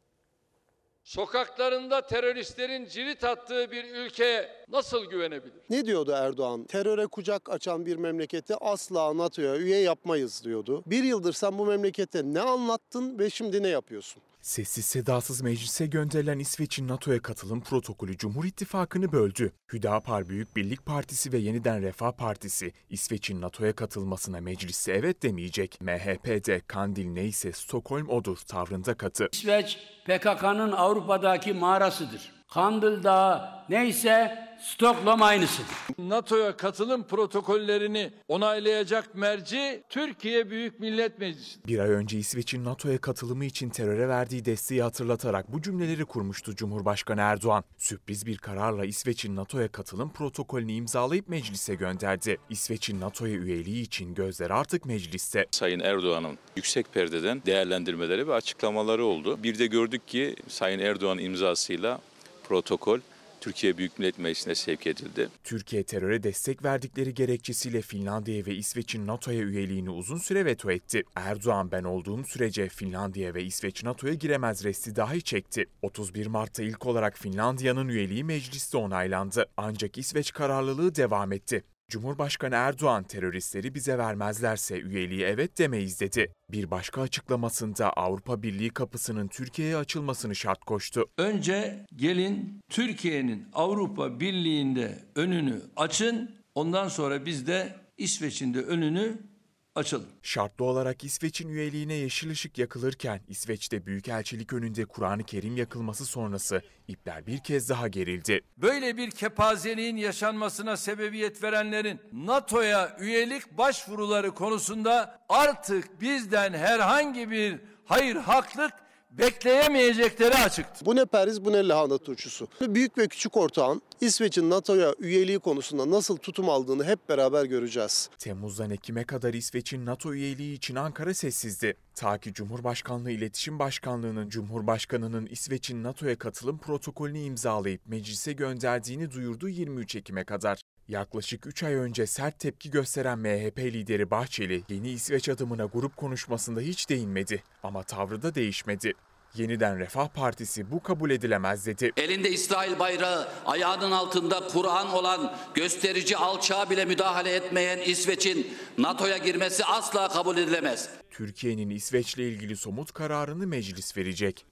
Sokaklarında teröristlerin cirit attığı bir ülkeye nasıl güvenebilir? Ne diyordu Erdoğan? Teröre kucak açan bir memleketi asla NATO'ya üye yapmayız diyordu. Bir yıldır sen bu memlekete ne anlattın ve şimdi ne yapıyorsun? Sessiz sedasız meclise gönderilen İsveç'in NATO'ya katılım protokolü Cumhur İttifakı'nı böldü. Hüdapar Büyük Birlik Partisi ve Yeniden Refah Partisi İsveç'in NATO'ya katılmasına mecliste evet demeyecek. MHP'de Kandil neyse Stockholm odur tavrında katı. İsveç PKK'nın Avrupa'daki mağarasıdır. Kandil Dağı neyse Stockholm aynısıdır. NATO'ya katılım protokollerini onaylayacak merci Türkiye Büyük Millet Meclisi. Bir ay önce İsveç'in NATO'ya katılımı için teröre verdiği desteği hatırlatarak bu cümleleri kurmuştu Cumhurbaşkanı Erdoğan. Sürpriz bir kararla İsveç'in NATO'ya katılım protokolünü imzalayıp meclise gönderdi. İsveç'in NATO'ya üyeliği için gözler artık mecliste. Sayın Erdoğan'ın yüksek perdeden değerlendirmeleri ve açıklamaları oldu. Bir de gördük ki Sayın Erdoğan imzasıyla protokol Türkiye Büyük Millet Meclisi'ne sevk edildi. Türkiye teröre destek verdikleri gerekçesiyle Finlandiya ve İsveç'in NATO'ya üyeliğini uzun süre veto etti. Erdoğan ben olduğum sürece Finlandiya ve İsveç NATO'ya giremez resti dahi çekti. 31 Mart'ta ilk olarak Finlandiya'nın üyeliği mecliste onaylandı. Ancak İsveç kararlılığı devam etti. Cumhurbaşkanı Erdoğan teröristleri bize vermezlerse üyeliğe evet demeyiz dedi. Bir başka açıklamasında Avrupa Birliği kapısının Türkiye'ye açılmasını şart koştu. Önce gelin Türkiye'nin Avrupa Birliği'nde önünü açın, ondan sonra biz de İsveç'in de önünü açalım. Şartlı olarak İsveç'in üyeliğine yeşil ışık yakılırken İsveç'te Büyükelçilik önünde Kur'an-ı Kerim yakılması sonrası ipler bir kez daha gerildi. Böyle bir kepazeliğin yaşanmasına sebebiyet verenlerin NATO'ya üyelik başvuruları konusunda artık bizden herhangi bir hayır haklık bekleyemeyecekleri açıktır. Bu ne periz bu ne lahana turşusu. Büyük ve küçük ortağın İsveç'in NATO'ya üyeliği konusunda nasıl tutum aldığını hep beraber göreceğiz. Temmuz'dan Ekim'e kadar İsveç'in NATO üyeliği için Ankara sessizdi. Ta ki Cumhurbaşkanlığı İletişim Başkanlığı'nın Cumhurbaşkanı'nın İsveç'in NATO'ya katılım protokolünü imzalayıp meclise gönderdiğini duyurduğu 23 Ekim'e kadar. Yaklaşık 3 ay önce sert tepki gösteren MHP lideri Bahçeli, yeni İsveç adımına grup konuşmasında hiç değinmedi ama tavrı da değişmedi. Yeniden Refah Partisi bu kabul edilemez dedi. Elinde İsrail bayrağı, ayağının altında Kur'an olan gösterici alçağa bile müdahale etmeyen İsveç'in NATO'ya girmesi asla kabul edilemez. Türkiye'nin İsveç'le ilgili somut kararını meclis verecek.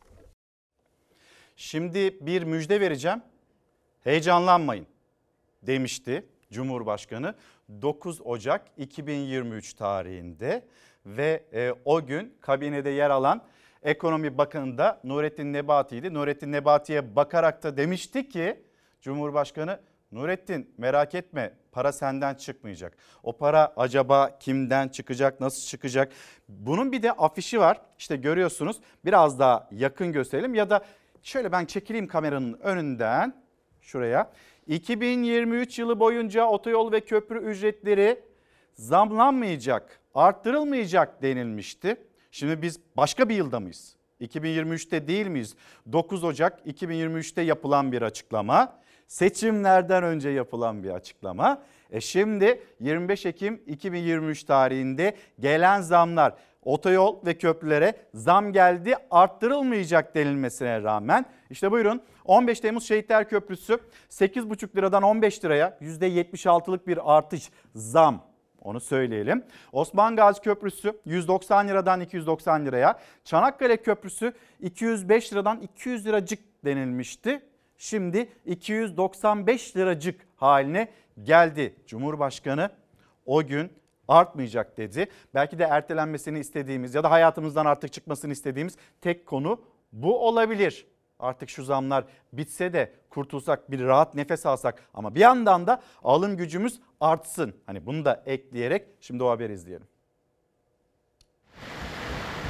Şimdi bir müjde vereceğim. Heyecanlanmayın demişti Cumhurbaşkanı 9 Ocak 2023 tarihinde ve o gün kabinede yer alan Ekonomi Bakanı da Nurettin Nebati'ydi. Nurettin Nebati'ye bakarak da demişti ki Cumhurbaşkanı, Nurettin merak etme, para senden çıkmayacak. O para acaba kimden çıkacak, nasıl çıkacak? Bunun bir de afişi var. İşte görüyorsunuz, biraz daha yakın gösterelim ya da şöyle ben çekileyim kameranın önünden şuraya. 2023 yılı boyunca otoyol ve köprü ücretleri zamlanmayacak, arttırılmayacak denilmişti. Şimdi biz başka bir yılda mıyız? 2023'te değil miyiz? 9 Ocak 2023'te yapılan bir açıklama. Seçimlerden önce yapılan bir açıklama. Şimdi 25 Ekim 2023 tarihinde gelen zamlar, otoyol ve köprülere zam geldi, arttırılmayacak denilmesine rağmen işte buyurun 15 Temmuz Şehitler Köprüsü 8,5 liradan 15 liraya %76'lık bir artış, zam. Onu söyleyelim. Osman Gazi Köprüsü 190 liradan 290 liraya. Çanakkale Köprüsü 205 liradan 200 liracık denilmişti. Şimdi 295 liracık haline geldi. Cumhurbaşkanı o gün artmayacak dedi. Belki de ertelenmesini istediğimiz ya da hayatımızdan artık çıkmasını istediğimiz tek konu bu olabilir. Artık şu zamlar bitse de kurtulsak, bir rahat nefes alsak ama bir yandan da alım gücümüz artsın. Hani bunu da ekleyerek şimdi o haberi izleyelim.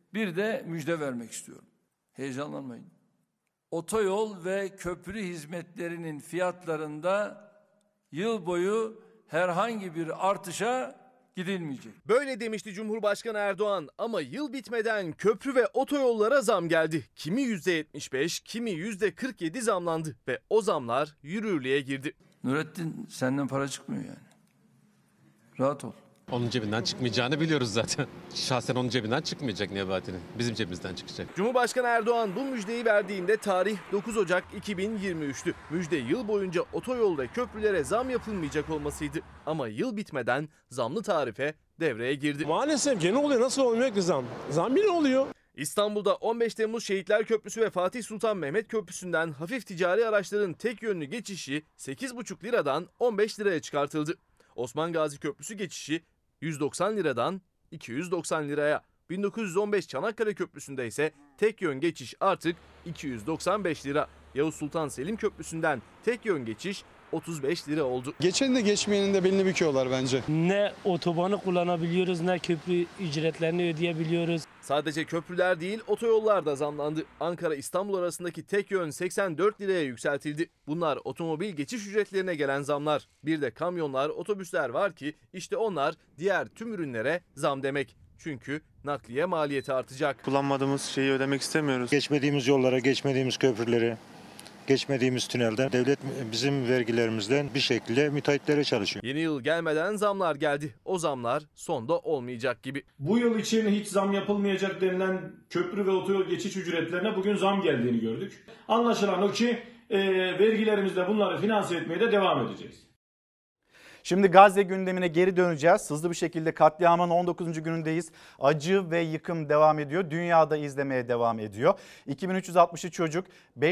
Bir de müjde vermek istiyorum. Heyecanlanmayın. Otoyol ve köprü hizmetlerinin fiyatlarında yıl boyu herhangi bir artışa gidilmeyecek. Böyle demişti Cumhurbaşkanı Erdoğan ama yıl bitmeden köprü ve otoyollara zam geldi. Kimi %75, kimi %47 zamlandı ve o zamlar yürürlüğe girdi. Nurettin, senden para çıkmıyor yani. Rahat ol. Onun cebinden çıkmayacağını biliyoruz zaten. Şahsen onun cebinden çıkmayacak Nebati'nin. Bizim cebimizden çıkacak. Cumhurbaşkanı Erdoğan bu müjdeyi verdiğinde tarih 9 Ocak 2023'tü. Müjde yıl boyunca otoyol ve köprülere zam yapılmayacak olmasıydı. Ama yıl bitmeden zamlı tarife devreye girdi. Maalesef gene oluyor. Nasıl olmuyor ki zam? Zam yine oluyor. İstanbul'da 15 Temmuz Şehitler Köprüsü ve Fatih Sultan Mehmet Köprüsü'nden hafif ticari araçların tek yönlü geçişi 8,5 liradan 15 liraya çıkartıldı. Osman Gazi Köprüsü geçişi 190 liradan 290 liraya. 1915 Çanakkale Köprüsü'nde ise tek yön geçiş artık 295 lira. Yavuz Sultan Selim Köprüsü'nden tek yön geçiş 35 lira oldu. Geçen de geçmeyenin de belini büküyorlar bence. Ne otobanı kullanabiliyoruz ne köprü ücretlerini ödeyebiliyoruz. Sadece köprüler değil otoyollar da zamlandı. Ankara-İstanbul arasındaki tek yön 84 liraya yükseltildi. Bunlar otomobil geçiş ücretlerine gelen zamlar. Bir de kamyonlar, otobüsler var ki işte onlar diğer tüm ürünlere zam demek. Çünkü nakliye maliyeti artacak. Kullanmadığımız şeyi ödemek istemiyoruz. Geçmediğimiz yollara, geçmediğimiz köprüleri, geçmediğimiz tünelden devlet bizim vergilerimizden bir şekilde müteahhitlere çalışıyor. Yeni yıl gelmeden zamlar geldi. O zamlar sonda olmayacak gibi. Bu yıl için hiç zam yapılmayacak denilen köprü ve otoyol geçiş ücretlerine bugün zam geldiğini gördük. Anlaşılan o ki vergilerimizle bunları finanse etmeye de devam edeceğiz. Şimdi Gazze gündemine geri döneceğiz. Hızlı bir şekilde katliamın 19. günündeyiz. Acı ve yıkım devam ediyor. Dünyada izlemeye devam ediyor. 2360 çocuk,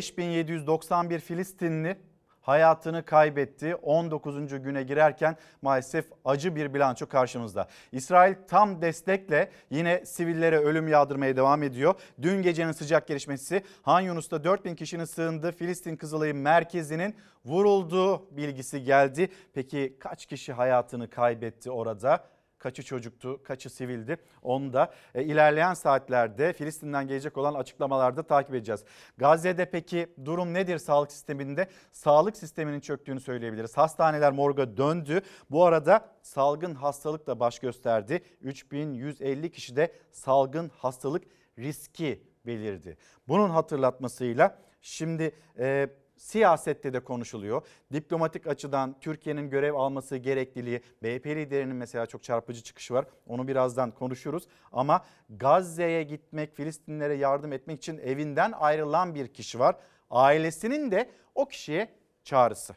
5791 Filistinli hayatını kaybetti. 19. güne girerken maalesef acı bir bilanço karşımızda. İsrail tam destekle yine sivillere ölüm yağdırmaya devam ediyor. Dün gecenin sıcak gelişmesi Han Yunus'ta 4000 kişinin sığındığı Filistin Kızılay'ın merkezinin vurulduğu bilgisi geldi. Peki kaç kişi hayatını kaybetti orada? Kaçı çocuktu, kaçı sivildi? Onu da ilerleyen saatlerde Filistin'den gelecek olan açıklamalarda takip edeceğiz. Gazze'de peki durum nedir sağlık sisteminde? Sağlık sisteminin çöktüğünü söyleyebiliriz. Hastaneler morga döndü. Bu arada salgın hastalık da baş gösterdi. 3150 kişide salgın hastalık riski belirdi. Bunun hatırlatmasıyla şimdi siyasette de konuşuluyor. Diplomatik açıdan Türkiye'nin görev alması gerekliliği, BHP liderinin mesela çok çarpıcı çıkışı var. Onu birazdan konuşuruz. Ama Gazze'ye gitmek, Filistinlilere yardım etmek için evinden ayrılan bir kişi var. Ailesinin de o kişiye çağrısı.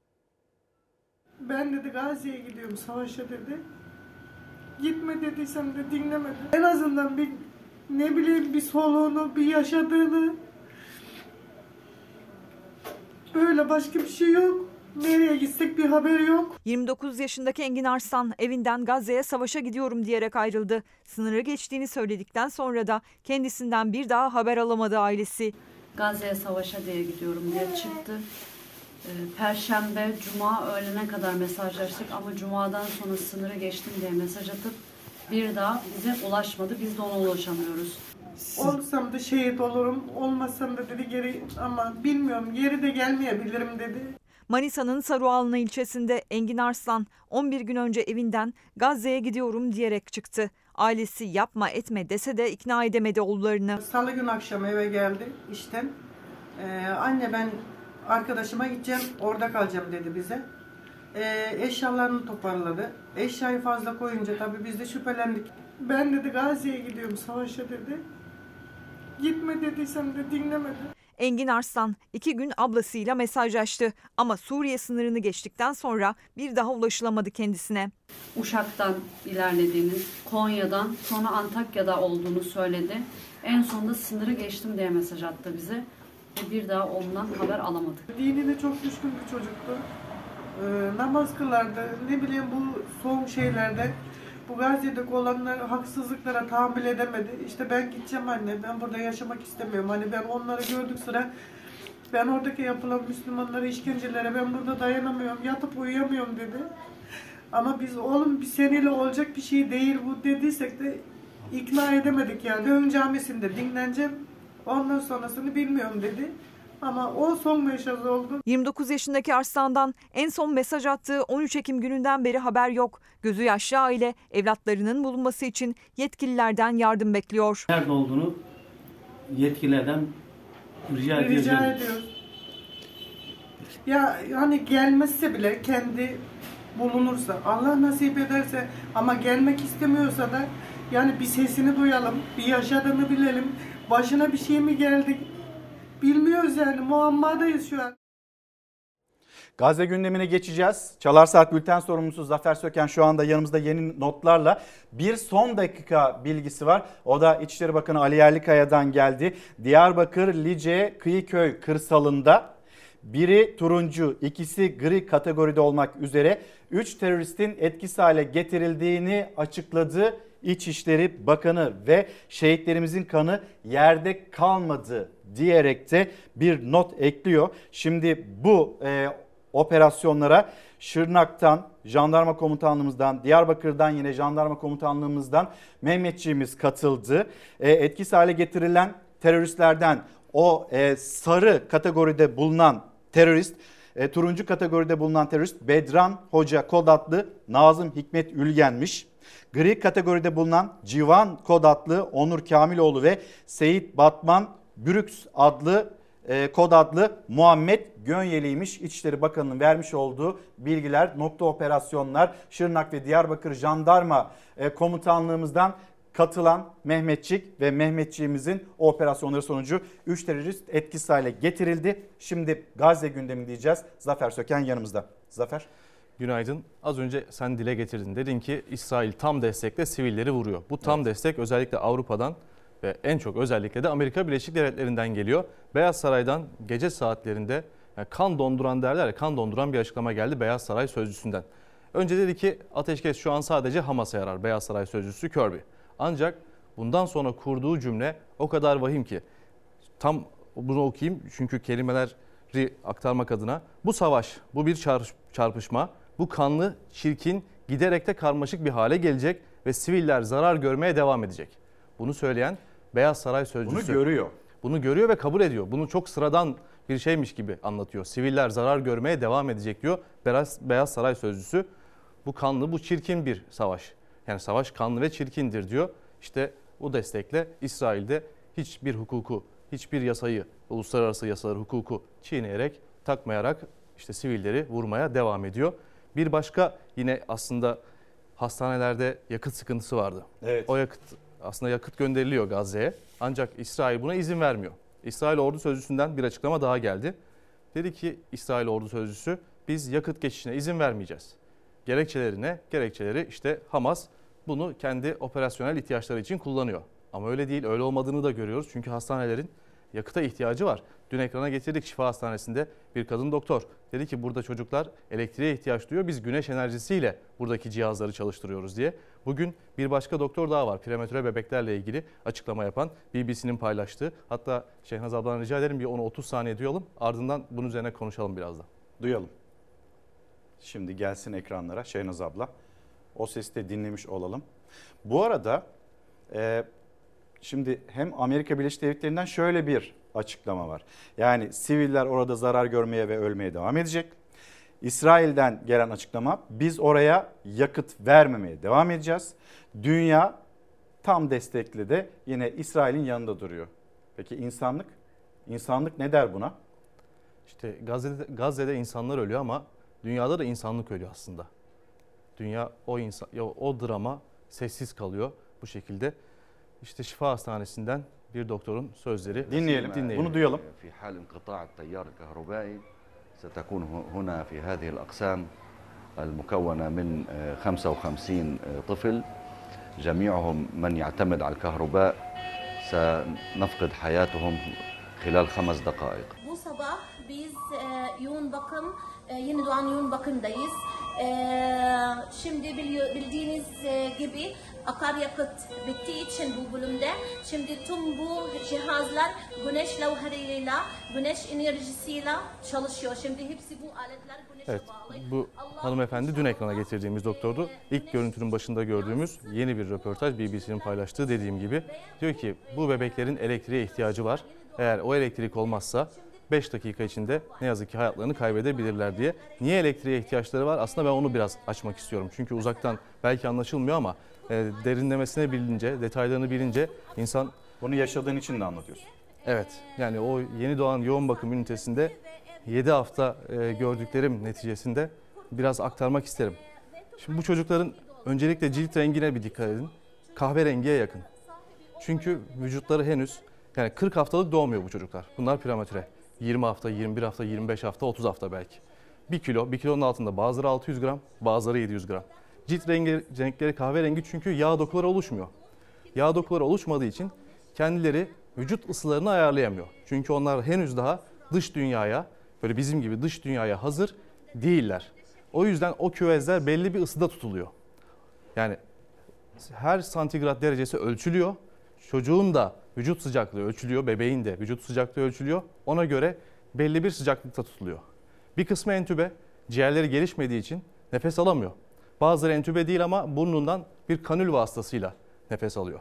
Ben dedi Gazze'ye gidiyorum savaşa dedi. Gitme dediysem de dinlemedi. En azından bir ne bileyim bir soluğunu, bir yaşadığını. Böyle başka bir şey yok. Nereye gitsek bir haberi yok. 29 yaşındaki Engin Arslan evinden Gazze'ye savaşa gidiyorum diyerek ayrıldı. Sınırı geçtiğini söyledikten sonra da kendisinden bir daha haber alamadı ailesi. Gazze'ye savaşa diye gidiyorum diye çıktı. Perşembe, Cuma öğlene kadar mesajlaştık ama Cuma'dan sonra sınırı geçtim diye mesaj atıp bir daha bize ulaşmadı. Biz de ona ulaşamıyoruz. Olsam da şehit olurum, olmasam da dedi geri ama bilmiyorum geri de gelmeyebilirim dedi. Manisa'nın Saruhanlı ilçesinde Engin Arslan 11 gün önce evinden Gazze'ye gidiyorum diyerek çıktı. Ailesi yapma etme dese de ikna edemedi oğullarını. Salı gün akşam eve geldi işten. Anne ben arkadaşıma gideceğim orada kalacağım dedi bize. Eşyalarını toparladı. Eşyayı fazla koyunca tabii biz de şüphelendik. Ben dedi Gazze'ye gidiyorum savaşa dedi. Gitme dediysem de dinlemedi. Engin Arslan 2 gün ablasıyla mesajlaştı ama Suriye sınırını geçtikten sonra bir daha ulaşılamadı kendisine. Uşak'tan ilerlediğini, Konya'dan sonra Antakya'da olduğunu söyledi. En sonunda sınırı geçtim diye mesaj attı bize. Bir daha ondan haber alamadık. Dinine çok düşkün bir çocuktu. Namaz kılardı. Ne bileyim bu son şeylerde bu Gazze'deki olanlar haksızlıklara tahammül edemedi. İşte ben gideceğim anne, ben burada yaşamak istemiyorum. Hani ben onları gördük sıra, ben oradaki yapılan Müslümanlara, işkencelere ben burada dayanamıyorum, yatıp uyuyamıyorum dedi. Ama biz oğlum bir seneyle olacak bir şey değil bu dediysek de ikna edemedik yani. Ön camisinde dinleneceğim. Ondan sonrasını bilmiyorum dedi. Ama o son mesaj oldu. 29 yaşındaki Arslan'dan en son mesaj attığı 13 Ekim gününden beri haber yok. Gözü yaşlı aile evlatlarının bulunması için yetkililerden yardım bekliyor. Nerede olduğunu yetkililerden rica ediyoruz. Ya hani gelmezse bile kendi bulunursa, Allah nasip ederse, ama gelmek istemiyorsa da yani bir sesini duyalım, bir yaşadığını bilelim. Başına bir şey mi geldi bilmiyoruz yani, muammadayız şu an. Gazze gündemine geçeceğiz. Çalar Saat Bülten sorumlusu Zafer Söken şu anda yanımızda yeni notlarla. Bir son dakika bilgisi var. O da İçişleri Bakanı Ali Yerlikaya'dan geldi. Diyarbakır Lice Kıyıköy kırsalında biri turuncu, ikisi gri kategoride olmak üzere 3 teröristin etkisiz hale getirildiğini açıkladı İçişleri Bakanı ve şehitlerimizin kanı yerde kalmadı diyerek de bir not ekliyor. Şimdi bu operasyonlara Şırnak'tan, Jandarma Komutanlığımızdan, Diyarbakır'dan yine Jandarma Komutanlığımızdan Mehmetçiğimiz katıldı. Etkisiz hale getirilen teröristlerden o sarı kategoride bulunan terörist, turuncu kategoride bulunan terörist Bedran Hoca kod adlı Nazım Hikmet Ülgen'miş. Gri kategoride bulunan Civan kod adlı Onur Kamiloğlu ve Seyit Batman Bürüks adlı kod adlı Muhammed Gönyeli'ymiş. İçişleri Bakanı'nın vermiş olduğu bilgiler, nokta operasyonlar, Şırnak ve Diyarbakır Jandarma Komutanlığımızdan katılan Mehmetçik ve Mehmetçiğimizin o operasyonları sonucu 3 terörist etkisiz hale getirildi. Şimdi Gazze gündemi diyeceğiz. Zafer Söken yanımızda. Zafer. Günaydın. Az önce sen dile getirdin. Dedin ki İsrail tam destekle sivilleri vuruyor. Bu tam destek özellikle Avrupa'dan ve en çok özellikle de Amerika Birleşik Devletleri'nden geliyor. Beyaz Saray'dan gece saatlerinde kan donduran derler ya, kan donduran bir açıklama geldi Beyaz Saray sözcüsünden. Önce dedi ki ateşkes şu an sadece Hamas'a yarar, Beyaz Saray sözcüsü Kirby. Ancak bundan sonra kurduğu cümle o kadar vahim ki tam bunu okuyayım çünkü kelimeleri aktarmak adına. Bu savaş, bu bir çarpışma, bu kanlı, çirkin, giderek de karmaşık bir hale gelecek ve siviller zarar görmeye devam edecek. Bunu söyleyen Beyaz Saray sözcüsü. Bunu görüyor. Bunu görüyor ve kabul ediyor. Bunu çok sıradan bir şeymiş gibi anlatıyor. Siviller zarar görmeye devam edecek diyor Beyaz Saray sözcüsü. Bu kanlı, bu çirkin bir savaş. Yani savaş kanlı ve çirkindir diyor. İşte o destekle İsrail'de hiçbir hukuku, hiçbir yasayı, uluslararası yasaları, hukuku çiğneyerek, takmayarak işte sivilleri vurmaya devam ediyor. Bir başka yine aslında hastanelerde yakıt sıkıntısı vardı. Evet. O yakıt gönderiliyor Gazze'ye. Ancak İsrail buna izin vermiyor. İsrail Ordu Sözcüsü'nden bir açıklama daha geldi. Dedi ki İsrail Ordu Sözcüsü biz yakıt geçişine izin vermeyeceğiz. Gerekçeleri işte Hamas bunu kendi operasyonel ihtiyaçları için kullanıyor. Ama öyle değil, öyle olmadığını da görüyoruz. Çünkü hastanelerin yakıta ihtiyacı var. Dün ekrana getirdik Şifa Hastanesi'nde bir kadın doktor. Dedi ki burada çocuklar elektriğe ihtiyaç duyuyor. Biz güneş enerjisiyle buradaki cihazları çalıştırıyoruz diye. Bugün bir başka doktor daha var. Prematüre bebeklerle ilgili açıklama yapan BBC'nin paylaştığı. Hatta Şehnaz abladan rica ederim bir onu 30 saniye duyalım. Ardından bunun üzerine konuşalım biraz da. Duyalım. Şimdi gelsin ekranlara Şehnaz abla. O sesi de dinlemiş olalım. Bu arada şimdi hem Amerika Birleşik Devletleri'nden şöyle bir açıklama var. Yani siviller orada zarar görmeye ve ölmeye devam edecek. İsrail'den gelen açıklama biz oraya yakıt vermemeye devam edeceğiz. Dünya tam destekli de yine İsrail'in yanında duruyor. Peki insanlık ne der buna? İşte Gazze'de insanlar ölüyor ama dünyada da insanlık ölüyor aslında. Dünya o drama sessiz kalıyor bu şekilde. İşte Şifa Hastanesi'nden bir doktorun sözleri. Dinleyelim. Bunu duyalım. في حال انقطاع التيار الكهربائي ستكون هنا في هذه الأقسام المكونة من 55 طفل جميعهم من يعتمد على الكهرباء سنفقد حياتهم خلال 5 دقائق. Bu sabah biz yoğun bakım, yeni doğan yoğun bakımdayız. Şimdi bildiğiniz gibi akaryakıt bittiği için bu bölümde şimdi tüm bu cihazlar güneş levhariyle, güneş enerjisiyle çalışıyor. Şimdi hepsi bu aletler güneşe Evet, bağlı. bu hanımefendi dün ekrana getirdiğimiz doktordu. İlk görüntünün başında gördüğümüz yeni bir röportaj BBC'nin paylaştığı, dediğim gibi. Diyor ki bu bebeklerin elektriğe ihtiyacı var. Eğer o elektrik olmazsa 5 dakika içinde ne yazık ki hayatlarını kaybedebilirler diye. Niye elektriğe ihtiyaçları var? Aslında ben onu biraz açmak istiyorum. Çünkü uzaktan belki anlaşılmıyor ama derinlemesine bilince, detaylarını bilince insan... Bunu yaşadığın için de anlatıyorsun. Evet, yani o yeni doğan yoğun bakım ünitesinde 7 hafta gördüklerim neticesinde biraz aktarmak isterim. Şimdi bu çocukların öncelikle cilt rengine bir dikkat edin. Kahverengiye yakın. Çünkü vücutları henüz, yani 40 haftalık doğmuyor bu çocuklar. Bunlar prematüre. 20 hafta, 21 hafta, 25 hafta, 30 hafta belki. 1 kilo, 1 kilonun altında bazıları 600 gram, bazıları 700 gram. Cilt renkleri kahverengi çünkü yağ dokuları oluşmuyor. Yağ dokuları oluşmadığı için kendileri vücut ısılarını ayarlayamıyor. Çünkü onlar henüz daha dış dünyaya, böyle bizim gibi dış dünyaya hazır değiller. O yüzden o küvezler belli bir ısıda tutuluyor. Yani her santigrat derecesi ölçülüyor. Çocuğun da vücut sıcaklığı ölçülüyor, bebeğin de vücut sıcaklığı ölçülüyor. Ona göre belli bir sıcaklıkta tutuluyor. Bir kısmı entübe, ciğerleri gelişmediği için nefes alamıyor. Bazıları entübe değil ama burnundan bir kanül vasıtasıyla nefes alıyor.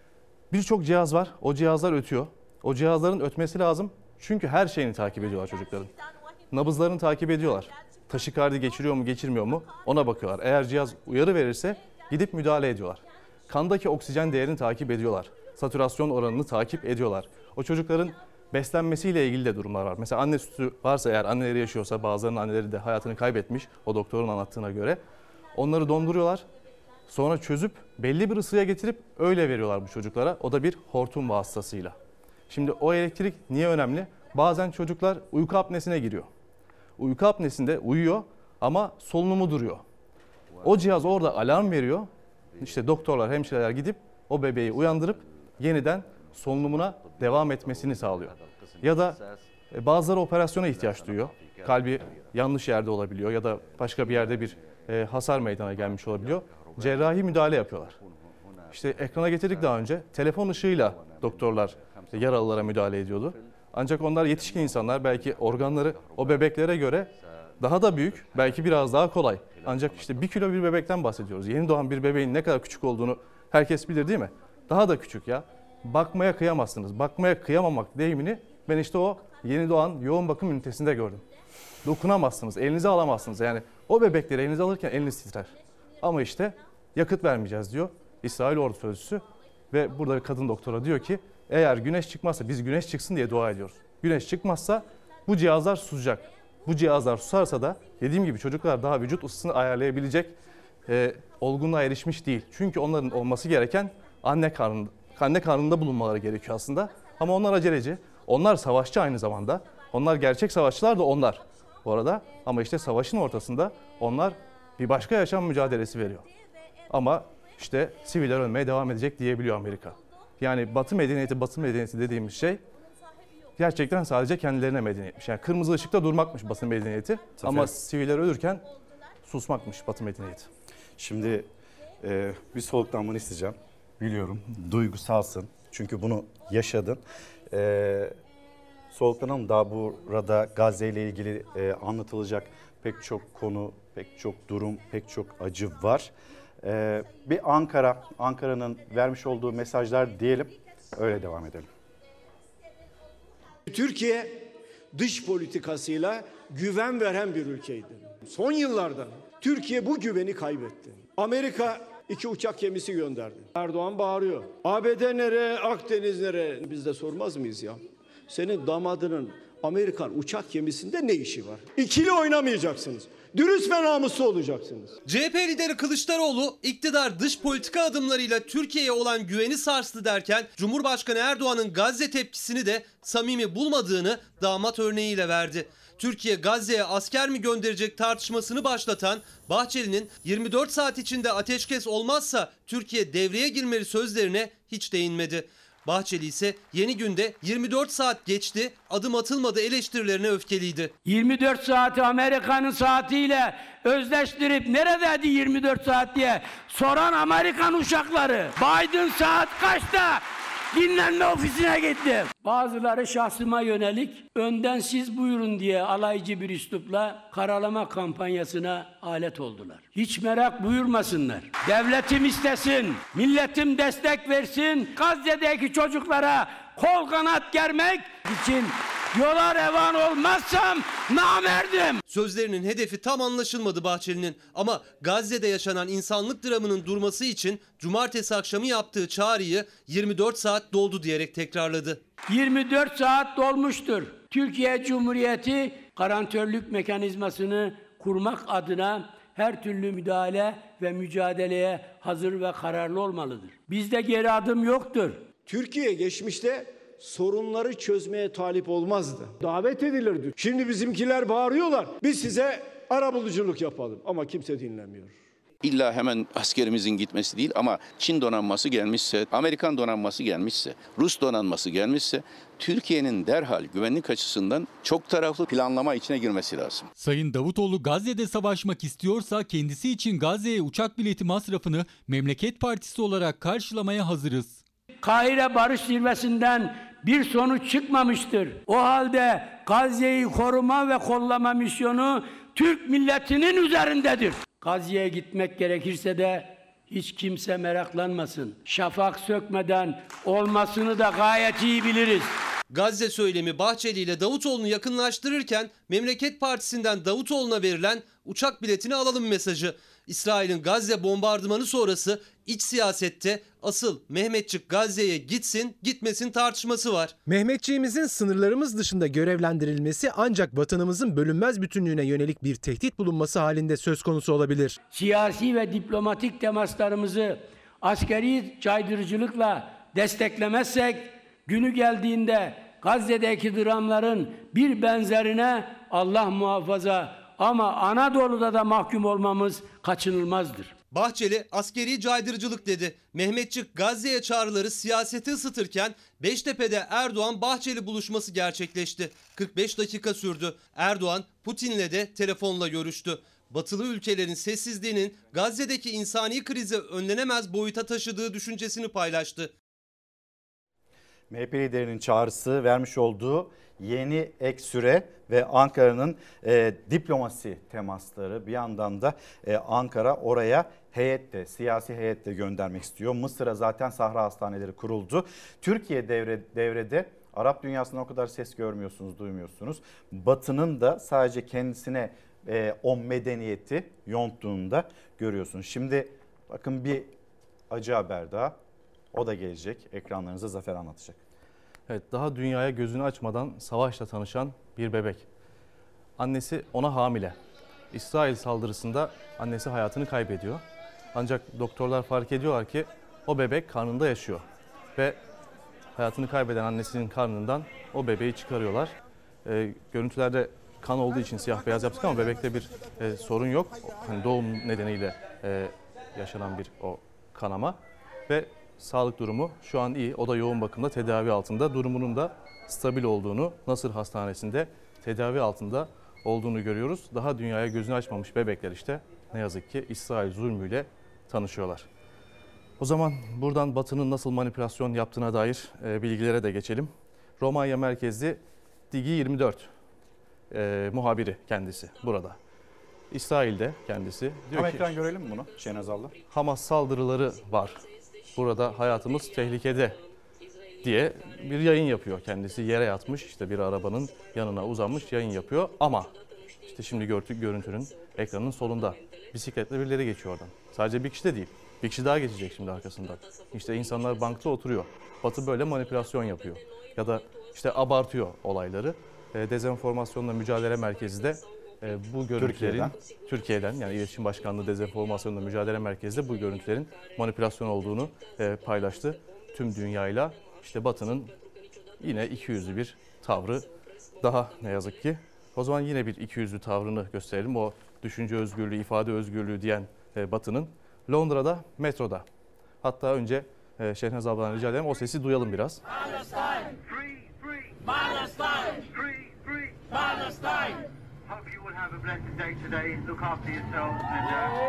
Birçok cihaz var, o cihazlar ötüyor. O cihazların ötmesi lazım çünkü her şeyini takip ediyorlar çocukların. Nabızlarını takip ediyorlar. Taşikardi geçiriyor mu, geçirmiyor mu ona bakıyorlar. Eğer cihaz uyarı verirse gidip müdahale ediyorlar. Kandaki oksijen değerini takip ediyorlar. Satürasyon oranını takip ediyorlar. O çocukların beslenmesiyle ilgili de durumlar var. Mesela anne sütü varsa, eğer anneleri yaşıyorsa, bazılarının anneleri de hayatını kaybetmiş o doktorun anlattığına göre. Onları donduruyorlar. Sonra çözüp belli bir ısıya getirip öyle veriyorlar bu çocuklara. O da bir hortum vasıtasıyla. Şimdi o elektrik niye önemli? Bazen çocuklar uyku apnesine giriyor. Uyku apnesinde uyuyor ama solunumu duruyor. O cihaz orada alarm veriyor. İşte doktorlar, hemşireler gidip o bebeği uyandırıp yeniden solunumuna devam etmesini sağlıyor. Ya da bazıları operasyona ihtiyaç duyuyor. Kalbi yanlış yerde olabiliyor ya da başka bir yerde bir hasar meydana gelmiş olabiliyor. Cerrahi müdahale yapıyorlar. İşte ekrana getirdik daha önce. Telefon ışığıyla doktorlar yaralılara müdahale ediyordu. Ancak onlar yetişkin insanlar, belki organları o bebeklere göre daha da büyük, belki biraz daha kolay. Ancak işte 1 kilo bir bebekten bahsediyoruz. Yeni doğan bir bebeğin ne kadar küçük olduğunu herkes bilir değil mi? Daha da küçük ya. Bakmaya kıyamazsınız. Bakmaya kıyamamak deyimini ben işte o yeni doğan yoğun bakım ünitesinde gördüm. Dokunamazsınız, elinize alamazsınız. Yani o bebekleri elinize alırken eliniz titrer. Ama işte yakıt vermeyeceğiz diyor İsrail Ordu Sözcüsü. Ve burada bir kadın doktora diyor ki eğer güneş çıkmazsa, biz güneş çıksın diye dua ediyoruz. Güneş çıkmazsa bu cihazlar susacak. Bu cihazlar susarsa da dediğim gibi çocuklar daha vücut ısısını ayarlayabilecek olgunluğa erişmiş değil. Çünkü onların olması gereken anne karnında bulunmaları gerekiyor aslında. Ama onlar aceleci. Onlar savaşçı aynı zamanda. Onlar gerçek savaşçılar da onlar bu arada. Ama işte savaşın ortasında onlar bir başka yaşam mücadelesi veriyor. Ama işte siviller ölmeye devam edecek diyebiliyor Amerika. Yani Batı medeniyeti dediğimiz şey gerçekten sadece kendilerine medeniyetmiş. Yani kırmızı ışıkta durmakmış Batı medeniyeti. Ama siviller ölürken susmakmış Batı medeniyeti. Şimdi bir soluklanmanı isteyeceğim. Biliyorum, duygusalsın. Çünkü bunu yaşadın. Soluklanalım. Daha burada Gazze ile ilgili anlatılacak pek çok konu, pek çok durum, pek çok acı var. Bir Ankara'nın vermiş olduğu mesajlar diyelim, öyle devam edelim. Türkiye dış politikasıyla güven veren bir ülkeydi. Son yıllarda Türkiye bu güveni kaybetti. Amerika 2 uçak gemisi gönderdi. Erdoğan bağırıyor. ABD nereye, Akdeniz nereye? Biz de sormaz mıyız ya? Senin damadının Amerikan uçak gemisinde ne işi var? İkili oynamayacaksınız. Dürüst ve namuslu olacaksınız. CHP lideri Kılıçdaroğlu iktidar dış politika adımlarıyla Türkiye'ye olan güveni sarstı derken Cumhurbaşkanı Erdoğan'ın Gazze tepkisini de samimi bulmadığını damat örneğiyle verdi. Türkiye Gazze'ye asker mi gönderecek tartışmasını başlatan Bahçeli'nin 24 saat içinde ateşkes olmazsa Türkiye devreye girmeli sözlerine hiç değinmedi. Bahçeli ise Yeni Gün'de 24 saat geçti, adım atılmadı eleştirilerine öfkeliydi. 24 saati Amerika'nın saatiyle özdeştirip neredeydi 24 saat diye soran Amerikan uşakları. Biden saat kaçta? Dinlenme ofisine gitti. Bazıları şahsıma yönelik önden siz buyurun diye alaycı bir üslupla karalama kampanyasına alet oldular. Hiç merak buyurmasınlar. Devletim istesin, milletim destek versin. Gazze'deki çocuklara kol kanat germek için yola revan olmazsam namerdim. Sözlerinin hedefi tam anlaşılmadı Bahçeli'nin ama Gazze'de yaşanan insanlık dramının durması için cumartesi akşamı yaptığı çağrıyı 24 saat doldu diyerek tekrarladı. 24 saat dolmuştur. Türkiye Cumhuriyeti garantörlük mekanizmasını kurmak adına her türlü müdahale ve mücadeleye hazır ve kararlı olmalıdır. Bizde geri adım yoktur. Türkiye geçmişte sorunları çözmeye talip olmazdı. Davet edilirdi. Şimdi bizimkiler bağırıyorlar. Biz size arabuluculuk yapalım ama kimse dinlemiyor. İlla hemen askerimizin gitmesi değil ama Çin donanması gelmişse, Amerikan donanması gelmişse, Rus donanması gelmişse Türkiye'nin derhal güvenlik açısından çok taraflı planlama içine girmesi lazım. Sayın Davutoğlu Gazze'de savaşmak istiyorsa kendisi için Gazze'ye uçak bileti masrafını Memleket Partisi olarak karşılamaya hazırız. Kahire Barış Zirvesi'nden bir sonuç çıkmamıştır. O halde Gazze'yi koruma ve kollama misyonu Türk milletinin üzerindedir. Gazze'ye gitmek gerekirse de hiç kimse meraklanmasın. Şafak sökmeden olmasını da gayet iyi biliriz. Gazze söylemi Bahçeli ile Davutoğlu'nu yakınlaştırırken Memleket Partisi'nden Davutoğlu'na verilen uçak biletini alalım mesajı. İsrail'in Gazze bombardımanı sonrası iç siyasette asıl Mehmetçik Gazze'ye gitsin gitmesin tartışması var. Mehmetçiğimizin sınırlarımız dışında görevlendirilmesi ancak vatanımızın bölünmez bütünlüğüne yönelik bir tehdit bulunması halinde söz konusu olabilir. Siyasi ve diplomatik temaslarımızı askeri caydırıcılıkla desteklemezsek günü geldiğinde Gazze'deki dramların bir benzerine Allah muhafaza ama Anadolu'da da mahkum olmamız kaçınılmazdır. Bahçeli askeri caydırıcılık dedi. Mehmetçik Gazze'ye çağrıları siyaseti ısıtırken Beştepe'de Erdoğan-Bahçeli buluşması gerçekleşti. 45 dakika sürdü. Erdoğan Putin'le de telefonla görüştü. Batılı ülkelerin sessizliğinin Gazze'deki insani krizi önlenemez boyuta taşıdığı düşüncesini paylaştı. MHP liderinin çağrısı vermiş olduğu yeni ek süre ve Ankara'nın diplomasi temasları bir yandan da Ankara oraya siyasi heyet de göndermek istiyor. Mısır'a zaten Sahra Hastaneleri kuruldu. Türkiye devrede Arap dünyasından o kadar ses görmüyorsunuz, duymuyorsunuz. Batı'nın da sadece kendisine o medeniyeti yonttuğunda görüyorsunuz. Şimdi bakın bir acı haber daha. O da gelecek. Ekranlarınıza Zafer anlatacak. Evet, daha dünyaya gözünü açmadan savaşla tanışan bir bebek. Annesi ona hamile. İsrail saldırısında annesi hayatını kaybediyor. Ancak doktorlar fark ediyorlar ki o bebek karnında yaşıyor. Ve hayatını kaybeden annesinin karnından o bebeği çıkarıyorlar. Görüntülerde kan olduğu için siyah beyaz yaptık ama bebekte bir sorun yok. Hani doğum nedeniyle yaşanan bir o kanama ve sağlık durumu şu an iyi. O da yoğun bakımda tedavi altında. Durumunun da stabil olduğunu, Nasır Hastanesi'nde tedavi altında olduğunu görüyoruz. Daha dünyaya gözünü açmamış bebekler işte ne yazık ki İsrail zulmüyle tanışıyorlar. O zaman buradan Batı'nın nasıl manipülasyon yaptığına dair bilgilere de geçelim. Romanya merkezli Digi24 muhabiri kendisi burada. İsrail'de kendisi. Diyor ki, ekran görelim mi bunu Şehnaz abla? Hamas saldırıları var. Burada hayatımız tehlikede diye bir yayın yapıyor kendisi. Yere yatmış işte bir arabanın yanına uzanmış yayın yapıyor ama işte şimdi gördük görüntünün ekranın solunda bisikletle birileri geçiyor oradan. Sadece bir kişi de değil. Bir kişi daha geçecek şimdi arkasından. İşte insanlar bankta oturuyor. Batı böyle manipülasyon yapıyor. Ya da işte abartıyor olayları. Dezenformasyonla Mücadele Merkezi de bu görüntülerin Türkiye'den yani İletişim Başkanlığı Dezenformasyonla Mücadele Merkezi de bu görüntülerin manipülasyon olduğunu paylaştı. Tüm dünyayla işte Batı'nın yine ikiyüzlü bir tavrı daha ne yazık ki. O zaman yine bir ikiyüzlü tavrını gösterelim. O düşünce özgürlüğü, ifade özgürlüğü diyen Batı'nın Londra'da metroda. Hatta önce Şehnaz abladan rica ederim. O sesi duyalım biraz. Palestine! Free, free! Palestine! Free, free! Palestine! Hope you will have a blessed day today. Look after yourselves and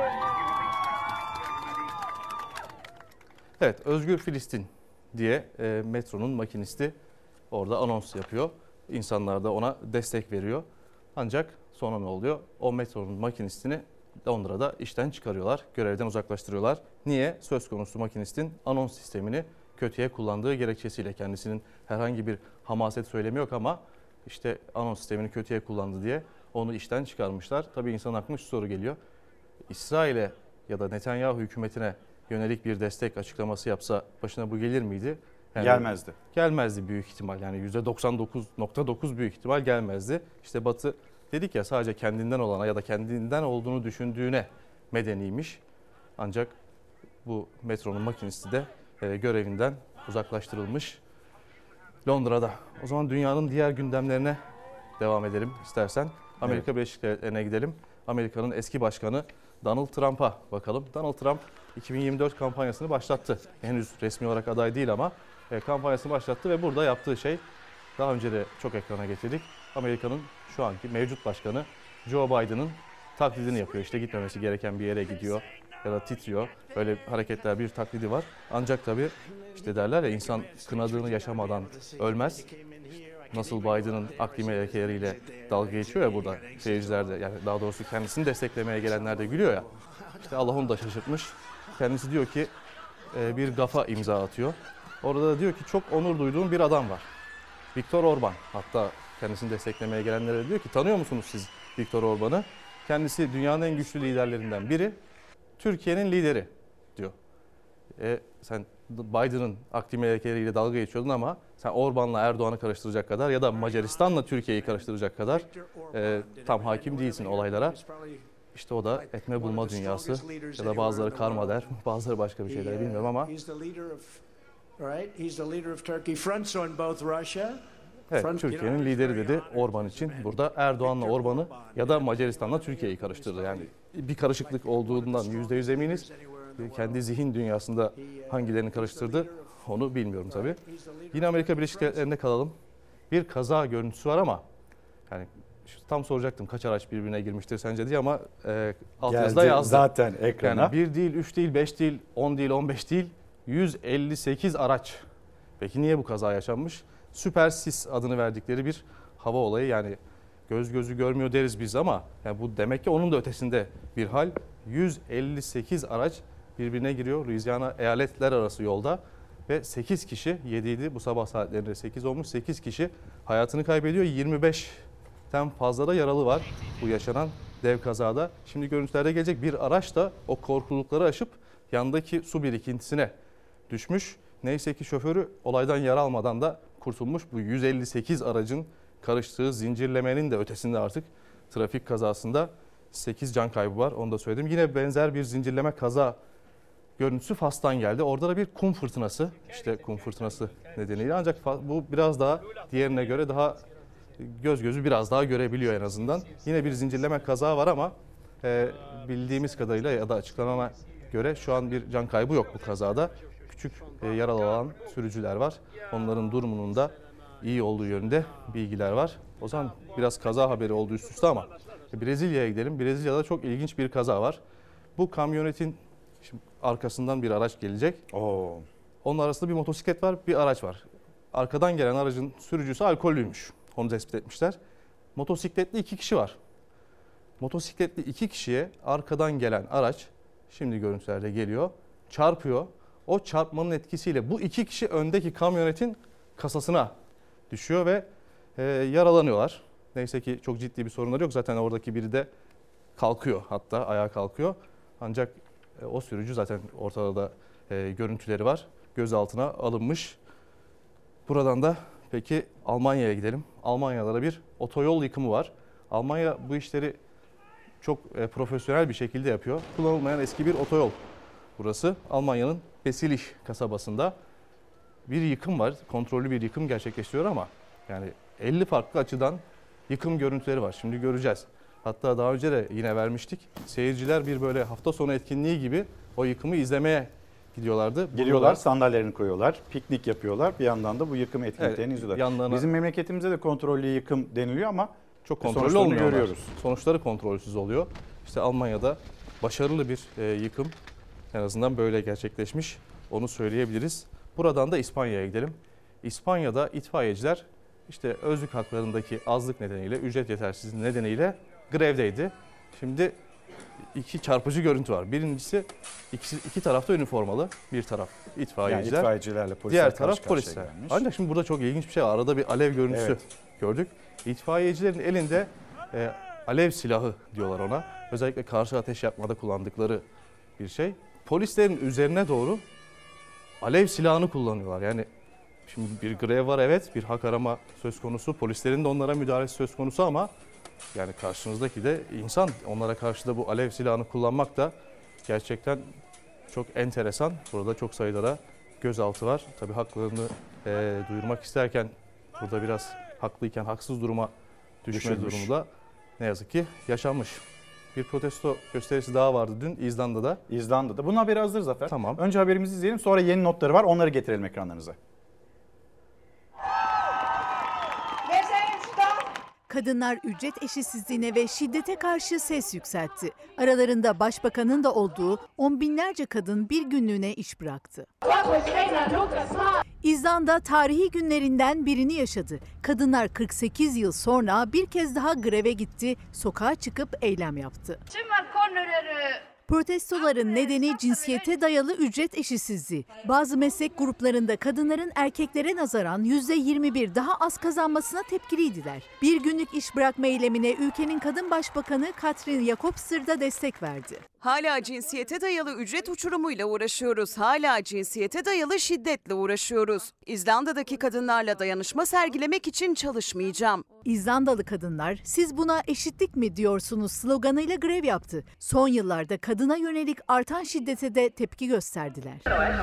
Evet, Özgür Filistin diye metronun makinisti orada anons yapıyor. İnsanlar da ona destek veriyor. Ancak sonra ne oluyor? O metronun makinistini Londra'da işten çıkarıyorlar, görevden uzaklaştırıyorlar. Niye? Söz konusu makinistin anons sistemini kötüye kullandığı gerekçesiyle. Kendisinin herhangi bir hamaset söylemi yok ama işte anons sistemini kötüye kullandı diye onu işten çıkarmışlar. Tabii insanın aklına şu soru geliyor. İsrail'e ya da Netanyahu hükümetine yönelik bir destek açıklaması yapsa başına bu gelir miydi? Yani gelmezdi. Gelmezdi büyük ihtimal. Yani %99.9 büyük ihtimal gelmezdi. İşte Batı dedik ya sadece kendinden olana ya da kendinden olduğunu düşündüğüne medeniymiş. Ancak bu metronun makinisti de görevinden uzaklaştırılmış Londra'da. O zaman dünyanın diğer gündemlerine devam edelim istersen. Amerika Birleşik Devletleri'ne gidelim. Amerika'nın eski başkanı Donald Trump'a bakalım. Donald Trump 2024 kampanyasını başlattı. Henüz resmi olarak aday değil ama kampanyasını başlattı ve burada yaptığı şey daha önce de çok ekrana getirdik. Amerika'nın şu anki mevcut başkanı Joe Biden'ın taklidini yapıyor. İşte gitmemesi gereken bir yere gidiyor ya da titriyor. Böyle hareketler, bir taklidi var. Ancak tabii işte derler ya insan kınadığını yaşamadan ölmez. Nasıl Biden'ın akli melekeleriyle dalga geçiyor ya burada seyirciler de, yani daha doğrusu kendisini desteklemeye gelenler de gülüyor ya. İşte Allah onu da şaşırtmış. Kendisi diyor ki bir gafa imza atıyor. Orada da diyor ki çok onur duyduğum bir adam var. Viktor Orban. Hatta kendisini desteklemeye gelenlere de diyor ki tanıyor musunuz siz Viktor Orban'ı? Kendisi dünyanın en güçlü liderlerinden biri. Türkiye'nin lideri diyor. Sen Biden'ın akli melekeleriyle dalga geçiyordun ama sen Orban'la Erdoğan'ı karıştıracak kadar ya da Macaristan'la Türkiye'yi karıştıracak kadar tam hakim değilsin olaylara. İşte o da etme bulma dünyası ya da bazıları karma der, bazıları başka bir şeyler bilmiyorum ama. Evet, Türkiye'nin lideri dedi Orban için. Burada Erdoğan'la Orban'ı ya da Macaristan'la Türkiye'yi karıştırdı. Yani bir karışıklık olduğundan %100 eminiz. Kendi zihin dünyasında hangilerini karıştırdı onu bilmiyorum tabii. Yine Amerika Birleşik Devletleri'nde kalalım. Bir kaza görüntüsü var ama yani tam soracaktım kaç araç birbirine girmiştir sence diye ama altyazıda yazdı. Zaten ekrana. Yani 1 değil, 3 değil, 5 değil, 10 değil, 15 değil, 158 araç. Peki niye bu kaza yaşanmış? Süper sis adını verdikleri bir hava olayı, yani göz gözü görmüyor deriz biz ama yani bu demek ki onun da ötesinde bir hal. 158 araç birbirine giriyor Louisiana eyaletler arası yolda ve 8 kişi 7'ydi bu sabah saatlerinde 8 olmuş, 8 kişi hayatını kaybediyor. 25'ten fazla da yaralı var bu yaşanan dev kazada. Şimdi görüntülerde gelecek bir araç da o korkulukları aşıp yandaki su birikintisine düşmüş. Neyse ki şoförü olaydan yara almadan da kurtulmuş. Bu 158 aracın karıştığı zincirlemenin de ötesinde artık trafik kazasında 8 can kaybı var. Onu da söyledim. Yine benzer bir zincirleme kaza görüntüsü Fas'tan geldi. Orada da bir kum fırtınası. İşte kum fırtınası nedeniyle. Ancak bu biraz daha diğerine göre daha göz gözü biraz daha görebiliyor en azından. Yine bir zincirleme kaza var ama bildiğimiz kadarıyla ya da açıklanana göre şu an bir can kaybı yok bu kazada. Küçük yaralı olan sürücüler var. Onların durumunun da iyi olduğu yönünde bilgiler var. O zaman biraz kaza haberi oldu üst üste ama Brezilya'ya gidelim. Brezilya'da çok ilginç bir kaza var. Bu kamyonetin şimdi arkasından bir araç gelecek. Onun arasında bir motosiklet var, bir araç var. Arkadan gelen aracın sürücüsü alkollüymüş. Onu tespit etmişler. Motosikletli 2 kişi var. Motosikletli 2 kişiye arkadan gelen araç, şimdi görüntülerde geliyor, çarpıyor. O çarpmanın etkisiyle bu 2 kişi öndeki kamyonetin kasasına düşüyor ve yaralanıyorlar. Neyse ki çok ciddi bir sorunları yok. Zaten oradaki biri de kalkıyor, hatta ayağa kalkıyor. Ancak o sürücü zaten ortada da görüntüleri var. Gözaltına alınmış. Buradan da peki Almanya'ya gidelim. Almanya'da da bir otoyol yıkımı var. Almanya bu işleri çok profesyonel bir şekilde yapıyor. Kullanılmayan eski bir otoyol. Burası Almanya'nın Peslich kasabasında bir yıkım var. Kontrollü bir yıkım gerçekleştiriyor ama yani 50 farklı açıdan yıkım görüntüleri var. Şimdi göreceğiz. Hatta daha önce de yine vermiştik. Seyirciler bir böyle hafta sonu etkinliği gibi o yıkımı izlemeye gidiyorlardı. Geliyorlar, sandalyelerini koyuyorlar, piknik yapıyorlar. Bir yandan da bu yıkım etkinliklerini izliyorlar. Yanlarına... Bizim memleketimizde de kontrollü yıkım deniliyor ama çok kontrollü olmuyor. Görüyoruz. Sonuçları kontrolsüz oluyor. İşte Almanya'da başarılı bir yıkım en azından böyle gerçekleşmiş. Onu söyleyebiliriz. Buradan da İspanya'ya gidelim. İspanya'da itfaiyeciler işte özlük haklarındaki azlık nedeniyle, ücret yetersizliği nedeniyle grevdeydi. Şimdi iki çarpıcı görüntü var. Birincisi iki tarafta üniformalı. Bir taraf itfaiyeciler, yani itfaiyecilerle polisler, diğer taraf polisler. Ancak şimdi burada çok ilginç bir şey var. Arada bir alev görüntüsü gördük. İtfaiyecilerin elinde alev silahı diyorlar ona. Özellikle karşı ateş yapmada kullandıkları bir şey. Polislerin üzerine doğru alev silahını kullanıyorlar. Yani şimdi bir grev var, evet, bir hak arama söz konusu. Polislerin de onlara müdahalesi söz konusu ama yani karşınızdaki de insan. Onlara karşı da bu alev silahını kullanmak da gerçekten çok enteresan. Burada çok sayıda da gözaltı var. Tabii haklarını duyurmak isterken burada biraz haklıyken haksız duruma düşme durumu da ne yazık ki yaşanmış. Bir protesto gösterisi daha vardı dün İzlanda'da. İzlanda'da. Bunun haberi hazır Zafer. Tamam. Önce haberimizi izleyelim, sonra yeni notları var. Onları getirelim ekranlarınıza. Kadınlar ücret eşitsizliğine ve şiddete karşı ses yükseltti. Aralarında başbakanın da olduğu on binlerce kadın bir günlüğüne iş bıraktı. İzlanda tarihi günlerinden birini yaşadı. Kadınlar 48 yıl sonra bir kez daha greve gitti, sokağa çıkıp eylem yaptı. Protestoların nedeni cinsiyete dayalı ücret eşitsizliği. Bazı meslek gruplarında kadınların erkeklere nazaran %21 daha az kazanmasına tepkiliydiler. Bir günlük iş bırakma eylemine ülkenin kadın başbakanı Katrin Jakobsdal da destek verdi. Hala cinsiyete dayalı ücret uçurumuyla uğraşıyoruz. Hala cinsiyete dayalı şiddetle uğraşıyoruz. İzlanda'daki kadınlarla dayanışma sergilemek için çalışmayacağım. İzlandalı kadınlar "Siz buna eşitlik mi diyorsunuz?" sloganıyla grev yaptı. Son yıllarda kadına yönelik artan şiddete de tepki gösterdiler.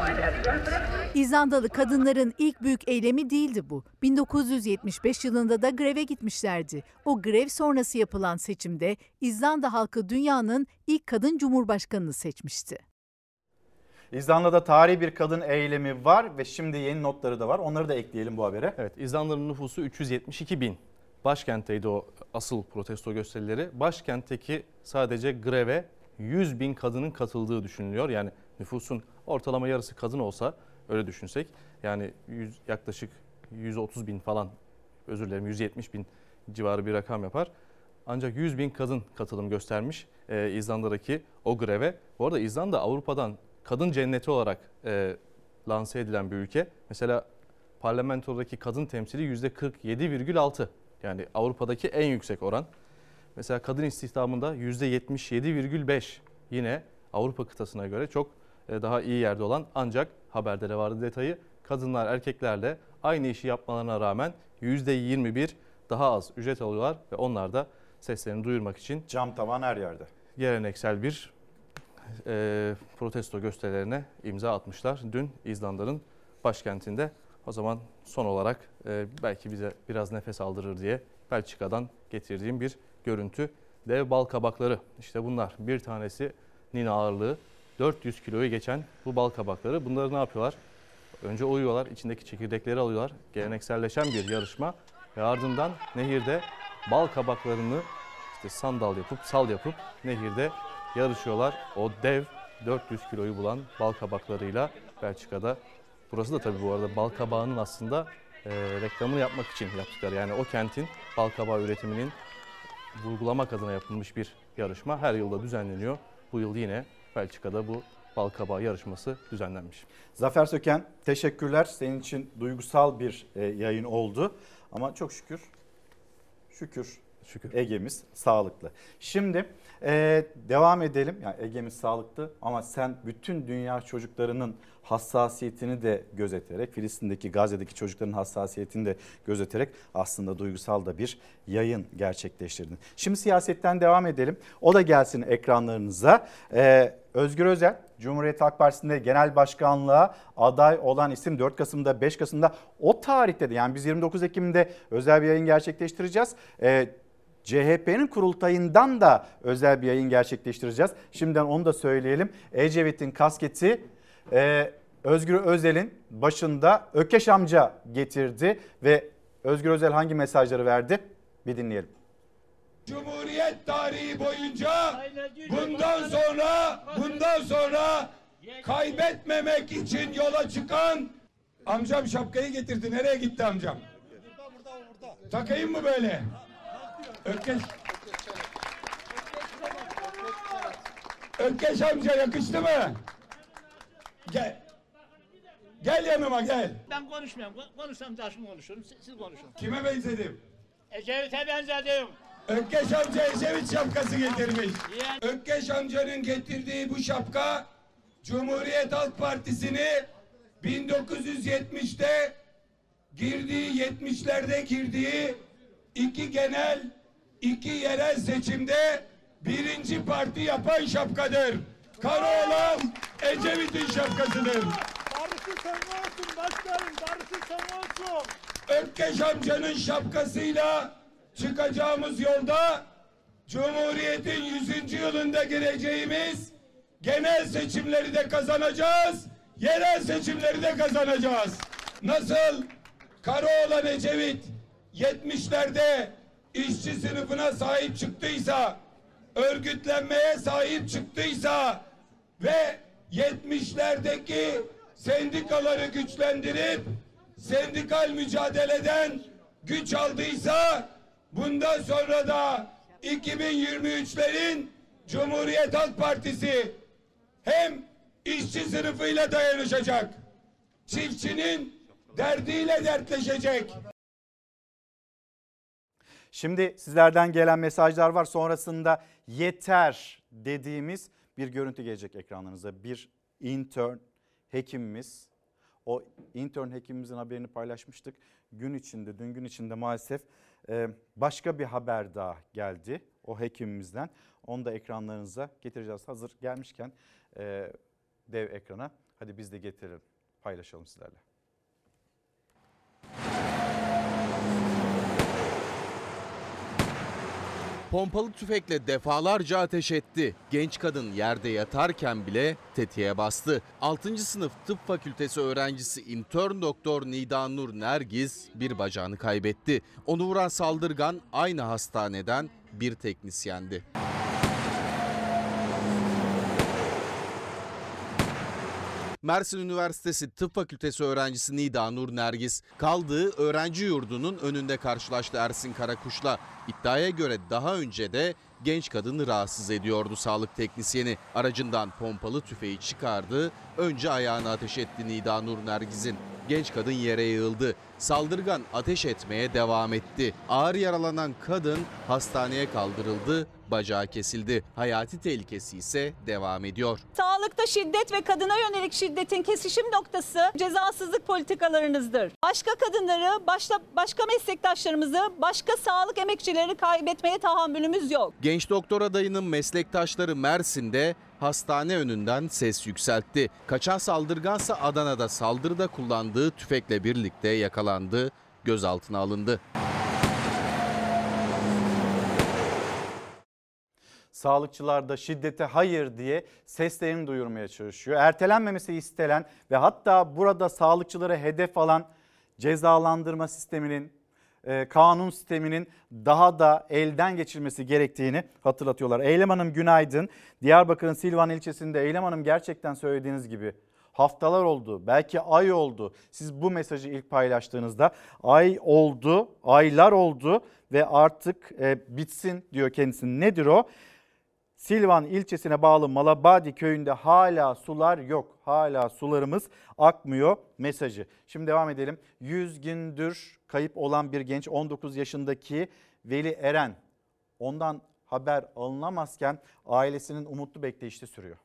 İzlandalı kadınların ilk büyük eylemi değildi bu. 1975 yılında da greve gitmişlerdi. O grev sonrası yapılan seçimde İzlanda halkı dünyanın ilk kadın cumhurbaşkanını seçmişti. İzlanda'da tarihi bir kadın eylemi var ve şimdi yeni notları da var. Onları da ekleyelim bu habere. Evet, İzlanda'nın nüfusu 372 bin. Başkentteydi o asıl protesto gösterileri. Başkentteki sadece greve 100 bin kadının katıldığı düşünülüyor. Yani nüfusun ortalama yarısı kadın olsa öyle düşünsek yani yaklaşık 130 bin falan, özür dilerim, 170 bin civarı bir rakam yapar. Ancak 100 bin kadın katılım göstermiş İzlanda'daki o greve. Bu arada İzlanda Avrupa'dan kadın cenneti olarak lanse edilen bir ülke. Mesela parlamentodaki kadın temsili %47,6. Yani Avrupa'daki en yüksek oran. Mesela kadın istihdamında %77,5. Yine Avrupa kıtasına göre çok daha iyi yerde olan, ancak haberde de vardı detayı. Kadınlar erkeklerle aynı işi yapmalarına rağmen %21 daha az ücret alıyorlar ve onlar da seslerini duyurmak için cam tavan her yerde geleneksel bir protesto gösterilerine imza atmışlar dün İzlanda'nın başkentinde. O zaman son olarak belki bize biraz nefes aldırır diye Belçika'dan getirdiğim bir görüntü. Dev bal kabakları, işte bunlar. Bir tanesinin ağırlığı 400 kiloyu geçen bu bal kabakları. Bunları ne yapıyorlar? Önce oyuyorlar, içindeki çekirdekleri alıyorlar. Gelenekselleşen bir yarışma ve ardından nehirde bal kabaklarını işte sal yapıp nehirde yarışıyorlar. O dev 400 kiloyu bulan bal kabaklarıyla Belçika'da. Burası da tabii bu arada bal kabağının aslında reklamını yapmak için yaptıkları. Yani o kentin bal kabağı üretiminin vurgulamak adına yapılmış bir yarışma. Her yılda düzenleniyor. Bu yıl yine Belçika'da bu bal kabağı yarışması düzenlenmiş. Zafer Söken, teşekkürler. Senin için duygusal bir yayın oldu. Ama çok şükür Ege'miz sağlıklı. Şimdi devam edelim. Yani Ege'miz sağlıklı ama sen bütün dünya çocuklarının hassasiyetini de gözeterek, Filistin'deki, Gazze'deki çocukların hassasiyetini de gözeterek aslında duygusal da bir yayın gerçekleştirdin. Şimdi siyasetten devam edelim. O da gelsin ekranlarınıza. Özgür Özel, Cumhuriyet Halk Partisi'nde genel başkanlığa aday olan isim. 4 Kasım'da, 5 Kasım'da o tarihte de, yani biz 29 Ekim'de özel bir yayın gerçekleştireceğiz. CHP'nin kurultayından da özel bir yayın gerçekleştireceğiz. Şimdiden onu da söyleyelim. Ecevit'in kasketi Özgür Özel'in başında Ökkeş amca getirdi ve Özgür Özel hangi mesajları verdi? Bir dinleyelim. Cumhuriyet tarihi boyunca bundan sonra kaybetmemek için yola çıkan amcam şapkayı getirdi. Nereye gitti amcam? Takayım mı böyle? Ökkeş amca yakıştı mı? Gel. Gel yanıma gel. Ben konuşmuyorum. Konuşsam taşım konuşurum. Siz konuşun. Kime benzedim? Ecevit'e benzedim. Ökkeş amca Ecevit şapkası getirmiş. Ökkeş amcanın getirdiği bu şapka Cumhuriyet Halk Partisi'ni 1970'te girdiği iki genel, iki yerel seçimde birinci parti yapan şapkadır. Karaoğlan Ecevit'in şapkasıdır. Barışı sen olsun başkanım. Barışı sen olsun. Ökkeş amcanın şapkasıyla çıkacağımız yolda Cumhuriyet'in 100. yılında gireceğimiz genel seçimleri de kazanacağız, yerel seçimleri de kazanacağız. Nasıl Karaoğlan Ecevit 70'lerde işçi sınıfına sahip çıktıysa, örgütlenmeye sahip çıktıysa ve 70'lerdeki sendikaları güçlendirip sendikal mücadeleden güç aldıysa, bundan sonra da 2023'lerin Cumhuriyet Halk Partisi hem işçi sınıfıyla dayanışacak, çiftçinin derdiyle dertleşecek. Şimdi sizlerden gelen mesajlar var. Sonrasında yeter dediğimiz bir görüntü gelecek ekranlarınıza. Bir intern hekimimiz, o intern hekimimizin haberini paylaşmıştık. Dün gün içinde maalesef başka bir haber daha geldi o hekimimizden. Onu da ekranlarınıza getireceğiz. Hazır gelmişken dev ekrana hadi biz de getirelim, paylaşalım sizlerle. Pompalı tüfekle defalarca ateş etti. Genç kadın yerde yatarken bile tetiğe bastı. 6. sınıf tıp fakültesi öğrencisi intern doktor Nida Nur Nergiz bir bacağını kaybetti. Onu vuran saldırgan aynı hastaneden bir teknisyendi. Mersin Üniversitesi Tıp Fakültesi öğrencisi Nida Nur Nergiz kaldığı öğrenci yurdunun önünde karşılaştı Ersin Karakuş'la. İddiaya göre daha önce de genç kadını rahatsız ediyordu sağlık teknisyeni. Aracından pompalı tüfeği çıkardı. Önce ayağına ateş etti Nida Nur Nergiz'in. Genç kadın yere yığıldı. Saldırgan ateş etmeye devam etti. Ağır yaralanan kadın hastaneye kaldırıldı, bacağı kesildi. Hayati tehlikesi ise devam ediyor. Sağlıkta şiddet ve kadına yönelik şiddetin kesişim noktası cezasızlık politikalarınızdır. Başka kadınları, başka meslektaşlarımızı, başka sağlık emekçileri kaybetmeye tahammülümüz yok. Genç doktor adayının meslektaşları Mersin'de hastane önünden ses yükseltti. Kaçan saldırgansa Adana'da saldırıda kullandığı tüfekle birlikte yakalandı, gözaltına alındı. Sağlıkçılar da şiddete hayır diye seslerini duyurmaya çalışıyor. Ertelenmemesi istenen ve hatta burada sağlıkçıları hedef alan cezalandırma sisteminin, kanun sisteminin daha da elden geçirilmesi gerektiğini hatırlatıyorlar. Eylem Hanım günaydın. Diyarbakır'ın Silvan ilçesinde Eylem Hanım gerçekten söylediğiniz gibi haftalar oldu, belki ay oldu. Siz bu mesajı ilk paylaştığınızda ay oldu, aylar oldu ve artık bitsin diyor kendisi. Nedir o? Silvan ilçesine bağlı Malabadi köyünde hala sular yok. Hala sularımız akmıyor mesajı. Şimdi devam edelim. 100 gündür kayıp olan bir genç 19 yaşındaki Veli Eren. Ondan haber alınamazken ailesinin umutlu bekleyişi sürüyor.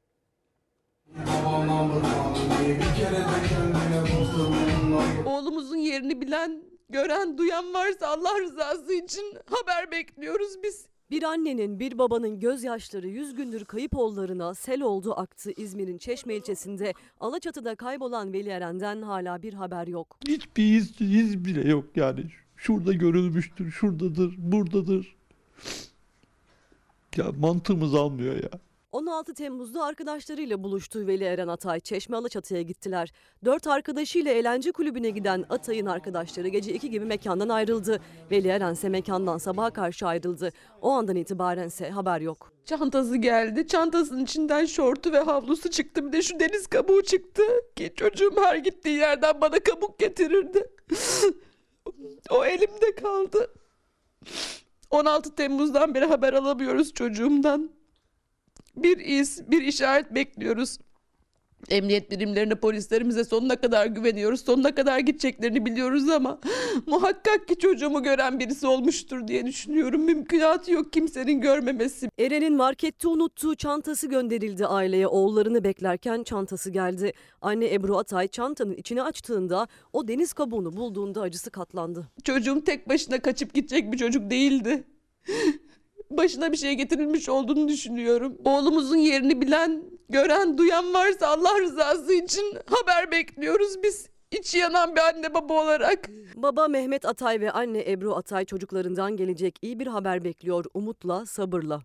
Oğlumuzun yerini bilen, gören, duyan varsa Allah rızası için haber bekliyoruz biz. Bir annenin, bir babanın gözyaşları 100 gündür kayıp oğullarına sel oldu aktı. İzmir'in Çeşme ilçesinde Alaçatı'da kaybolan Veli Eren'den hala bir haber yok. Hiçbir iz bile yok yani. Şurada görülmüştür, şuradadır, buradadır. Ya mantığımız almıyor ya. 16 Temmuz'da arkadaşlarıyla buluştuğu Veli Eren Atay Çeşme Alaçatı'ya gittiler. 4 arkadaşıyla eğlence kulübüne giden Atay'ın arkadaşları gece 2 gibi mekandan ayrıldı. Veli Eren ise mekandan sabaha karşı ayrıldı. O andan itibarense haber yok. Çantası geldi. Çantasının içinden şortu ve havlusu çıktı. Bir de şu deniz kabuğu çıktı. Ki çocuğum her gittiği yerden bana kabuk getirirdi. O elimde kaldı. 16 Temmuz'dan beri haber alamıyoruz çocuğumdan. Bir iz, bir işaret bekliyoruz. Emniyet birimlerine, polislerimize sonuna kadar güveniyoruz. Sonuna kadar gideceklerini biliyoruz ama muhakkak ki çocuğumu gören birisi olmuştur diye düşünüyorum. Mümkünatı yok kimsenin görmemesi. Eren'in markette unuttuğu çantası gönderildi aileye. Oğullarını beklerken çantası geldi. Anne Ebru Atay çantanın içini açtığında o deniz kabuğunu bulduğunda acısı katlandı. Çocuğum tek başına kaçıp gidecek bir çocuk değildi. Başına bir şey getirilmiş olduğunu düşünüyorum. Oğlumuzun yerini bilen, gören, duyan varsa Allah rızası için haber bekliyoruz biz. İçi yanan bir anne baba olarak. Baba Mehmet Atay ve anne Ebru Atay çocuklarından gelecek iyi bir haber bekliyor. Umutla, sabırla.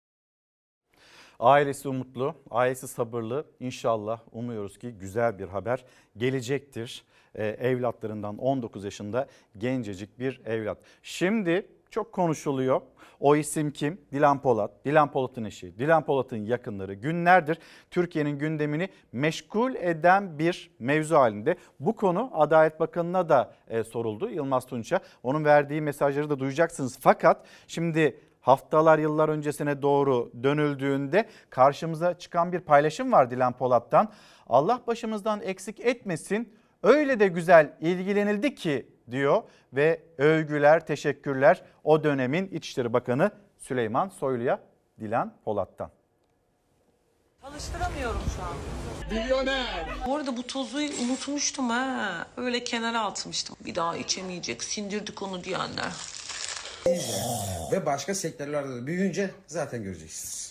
Ailesi umutlu, ailesi sabırlı. İnşallah umuyoruz ki güzel bir haber gelecektir. Evlatlarından 19 yaşında gencecik bir evlat. Şimdi çok konuşuluyor. O isim kim? Dilan Polat. Dilan Polat'ın eşi, Dilan Polat'ın yakınları günlerdir Türkiye'nin gündemini meşgul eden bir mevzu halinde. Bu konu Adalet Bakanı'na da soruldu, Yılmaz Tunç'a. Onun verdiği mesajları da duyacaksınız. Fakat şimdi haftalar, yıllar öncesine doğru dönüldüğünde karşımıza çıkan bir paylaşım var Dilan Polat'tan. Allah başımızdan eksik etmesin, öyle de güzel ilgilenildi ki diyor ve övgüler, teşekkürler o dönemin İçişleri Bakanı Süleyman Soylu'ya Dilan Polat'tan. Çalıştıramıyorum şu an. Milyoner. Bu arada bu tozu unutmuştum ha. Öyle kenara atmıştım. Bir daha içemeyecek, sindirdik onu diyenler. Ve başka sektörlerde de büyüyünce zaten göreceksiniz.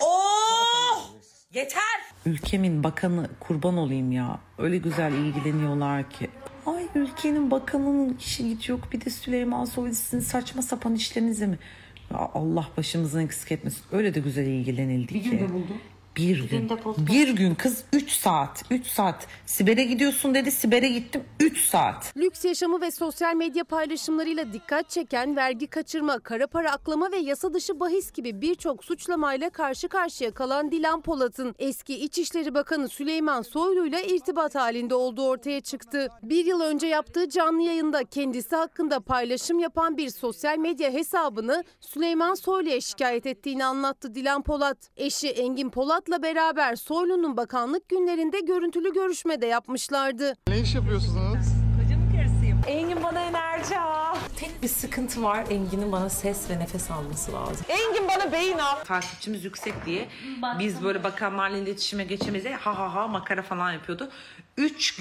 Yeter! Ülkemin bakanı kurban olayım ya. Öyle güzel ilgileniyorlar ki. Ay ülkenin bakanının işi gücü yok. Bir de Süleyman Soylu sizin saçma sapan işlerinize mi? Ya Allah başımızdan eksik etmesin. Öyle de güzel ilgilenildi ki. Bir günde buldum. Bir gün kız 3 saat. Siber'e gidiyorsun dedi. Siber'e gittim 3 saat. Lüks yaşamı ve sosyal medya paylaşımlarıyla dikkat çeken vergi kaçırma, kara para aklama ve yasa dışı bahis gibi birçok suçlamayla karşı karşıya kalan Dilan Polat'ın eski İçişleri Bakanı Süleyman Soylu ile irtibat halinde olduğu ortaya çıktı. Bir yıl önce yaptığı canlı yayında kendisi hakkında paylaşım yapan bir sosyal medya hesabını Süleyman Soylu'ya şikayet ettiğini anlattı Dilan Polat. Eşi Engin Polat'la beraber Soylu'nun bakanlık günlerinde görüntülü görüşmede yapmışlardı. Ne iş yapıyorsunuz? Kocamın karısıyım. Engin bana enerji al. Tek bir sıkıntı var. Engin'in bana ses ve nefes alması lazım. Engin bana beyin al. Takipçimiz yüksek diye biz böyle bakanlarla iletişime geçemeyiz. Ha makara falan yapıyordu. 3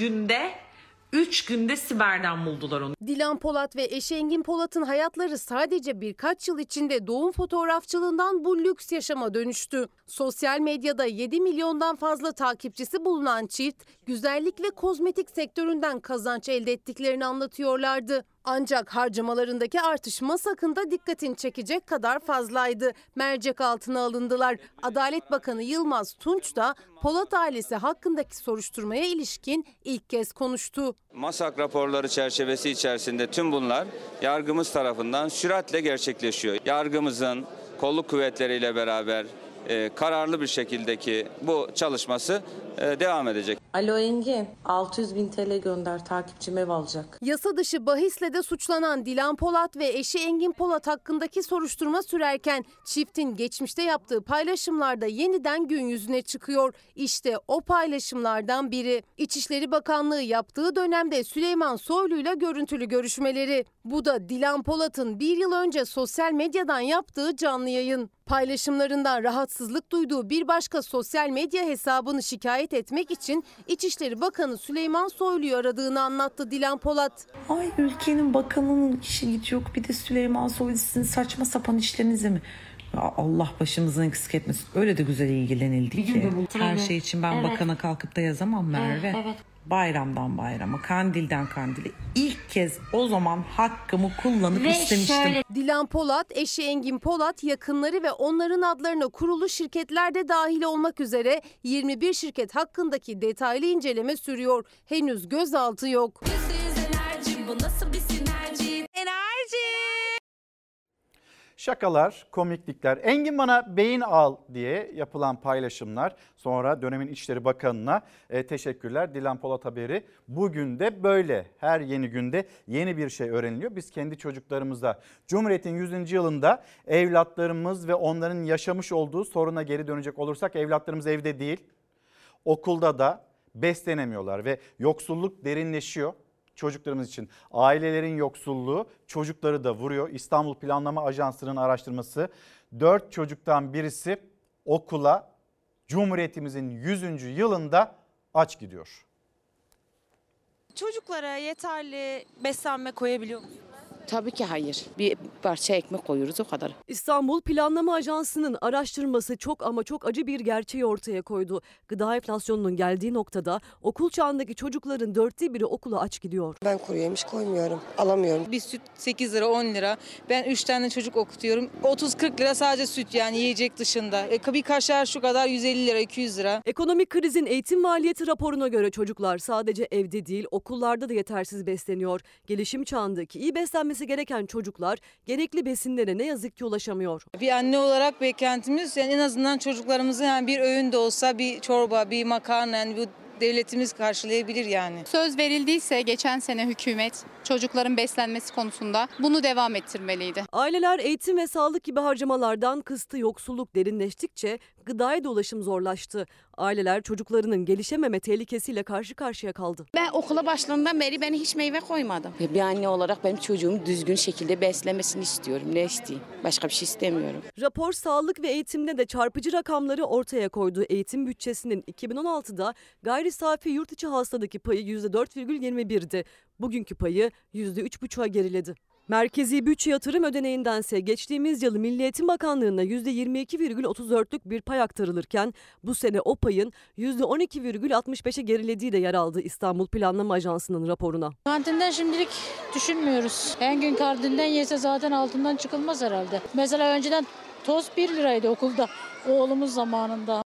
günde Siber'den buldular onu. Dilan Polat ve eşi Engin Polat'ın hayatları sadece birkaç yıl içinde doğum fotoğrafçılığından bu lüks yaşama dönüştü. Sosyal medyada 7 milyondan fazla takipçisi bulunan çift, güzellik ve kozmetik sektöründen kazanç elde ettiklerini anlatıyorlardı. Ancak harcamalarındaki artış Masak'ında dikkatini çekecek kadar fazlaydı. Mercek altına alındılar. Adalet Bakanı Yılmaz Tunç da Polat ailesi hakkındaki soruşturmaya ilişkin ilk kez konuştu. Masak raporları çerçevesi içerisinde tüm bunlar yargımız tarafından süratle gerçekleşiyor. Yargımızın kolluk kuvvetleriyle beraber kararlı bir şekildeki bu çalışması devam edecek. Alo Engin, 600.000 TL gönder, takipçim ev alacak. Yasa dışı bahisle de suçlanan Dilan Polat ve eşi Engin Polat hakkındaki soruşturma sürerken çiftin geçmişte yaptığı paylaşımlarda yeniden gün yüzüne çıkıyor. İşte o paylaşımlardan biri. İçişleri Bakanlığı yaptığı dönemde Süleyman Soylu'yla görüntülü görüşmeleri. Bu da Dilan Polat'ın bir yıl önce sosyal medyadan yaptığı canlı yayın. Paylaşımlarından rahatsızlık duyduğu bir başka sosyal medya hesabını şikayet etmek için İçişleri Bakanı Süleyman Soylu'yu aradığını anlattı Dilan Polat. Ay ülkenin bakanının işi gücü yok. Bir de Süleyman Soylu sizin saçma sapan işlerinize mi? Ya Allah başımızdan eksik etmesin. Öyle de güzel ilgilenildi ki. Her şey için ben bakana kalkıp da yazamam Merve. Bayramdan bayrama, kandilden kandile ilk kez o zaman hakkımı kullanıp istemiştim. Dilan Polat, eşi Engin Polat, yakınları ve onların adlarına kurulu şirketlerde dahil olmak üzere 21 şirket hakkındaki detaylı inceleme sürüyor. Henüz gözaltı yok. Şakalar, komiklikler, Engin bana beyin al diye yapılan paylaşımlar, sonra dönemin İçişleri Bakanı'na teşekkürler. Dilan Polat haberi bugün de böyle, her yeni günde yeni bir şey öğreniliyor. Biz kendi çocuklarımıza Cumhuriyet'in 100. yılında evlatlarımız ve onların yaşamış olduğu soruna geri dönecek olursak evlatlarımız evde değil, okulda da beslenemiyorlar ve yoksulluk derinleşiyor. Çocuklarımız için ailelerin yoksulluğu çocukları da vuruyor. İstanbul Planlama Ajansı'nın araştırması 4 çocuktan birisi okula Cumhuriyetimizin 100. yılında aç gidiyor. Çocuklara yeterli beslenme koyabiliyor musunuz? Tabii ki hayır. Bir parça ekmek koyuyoruz o kadar. İstanbul Planlama Ajansı'nın araştırması çok ama çok acı bir gerçeği ortaya koydu. Gıda enflasyonunun geldiği noktada okul çağındaki çocukların 1/4 okula aç gidiyor. Ben kuru yemiş koymuyorum, alamıyorum. Bir süt 8 lira 10 lira. Ben 3 tane çocuk okutuyorum. 30-40 lira sadece süt, yani yiyecek dışında. Bir kaşar şu kadar 150 lira 200 lira. Ekonomik krizin eğitim maliyeti raporuna göre çocuklar sadece evde değil okullarda da yetersiz besleniyor. Gelişim çağındaki iyi beslenmesi gereken çocuklar gerekli besinlere ne yazık ki ulaşamıyor. Bir anne olarak beklentimiz yani en azından çocuklarımızın yani bir öğün de olsa bir çorba, bir makarna, yani bu devletimiz karşılayabilir yani. Söz verildiyse geçen sene hükümet çocukların beslenmesi konusunda bunu devam ettirmeliydi. Aileler eğitim ve sağlık gibi harcamalardan kıstı, yoksulluk derinleştikçe gıdaya ulaşım zorlaştı. Aileler çocuklarının gelişememe tehlikesiyle karşı karşıya kaldı. Ben okula başladığımdan beri beni hiç meyve koymadım. Bir anne olarak benim çocuğumu düzgün şekilde beslemesini istiyorum. Ne isteyeyim? Başka bir şey istemiyorum. Rapor sağlık ve eğitimde de çarpıcı rakamları ortaya koydu. Eğitim bütçesinin 2016'da gayri safi yurt içi hasıladaki payı %4,21'di. Bugünkü payı %3,5'a geriledi. Merkezi bütçe yatırım ödeneğindense geçtiğimiz yıl Milli Eğitim Bakanlığı'na %22,34'lük bir pay aktarılırken bu sene o payın %12,65'e gerilediği de yer aldı İstanbul Planlama Ajansı'nın raporuna. Kantinden şimdilik düşünmüyoruz. Her gün kantinden yese zaten altından çıkılmaz herhalde. Mesela önceden tost 1 liraydı okulda oğlumuz zamanında.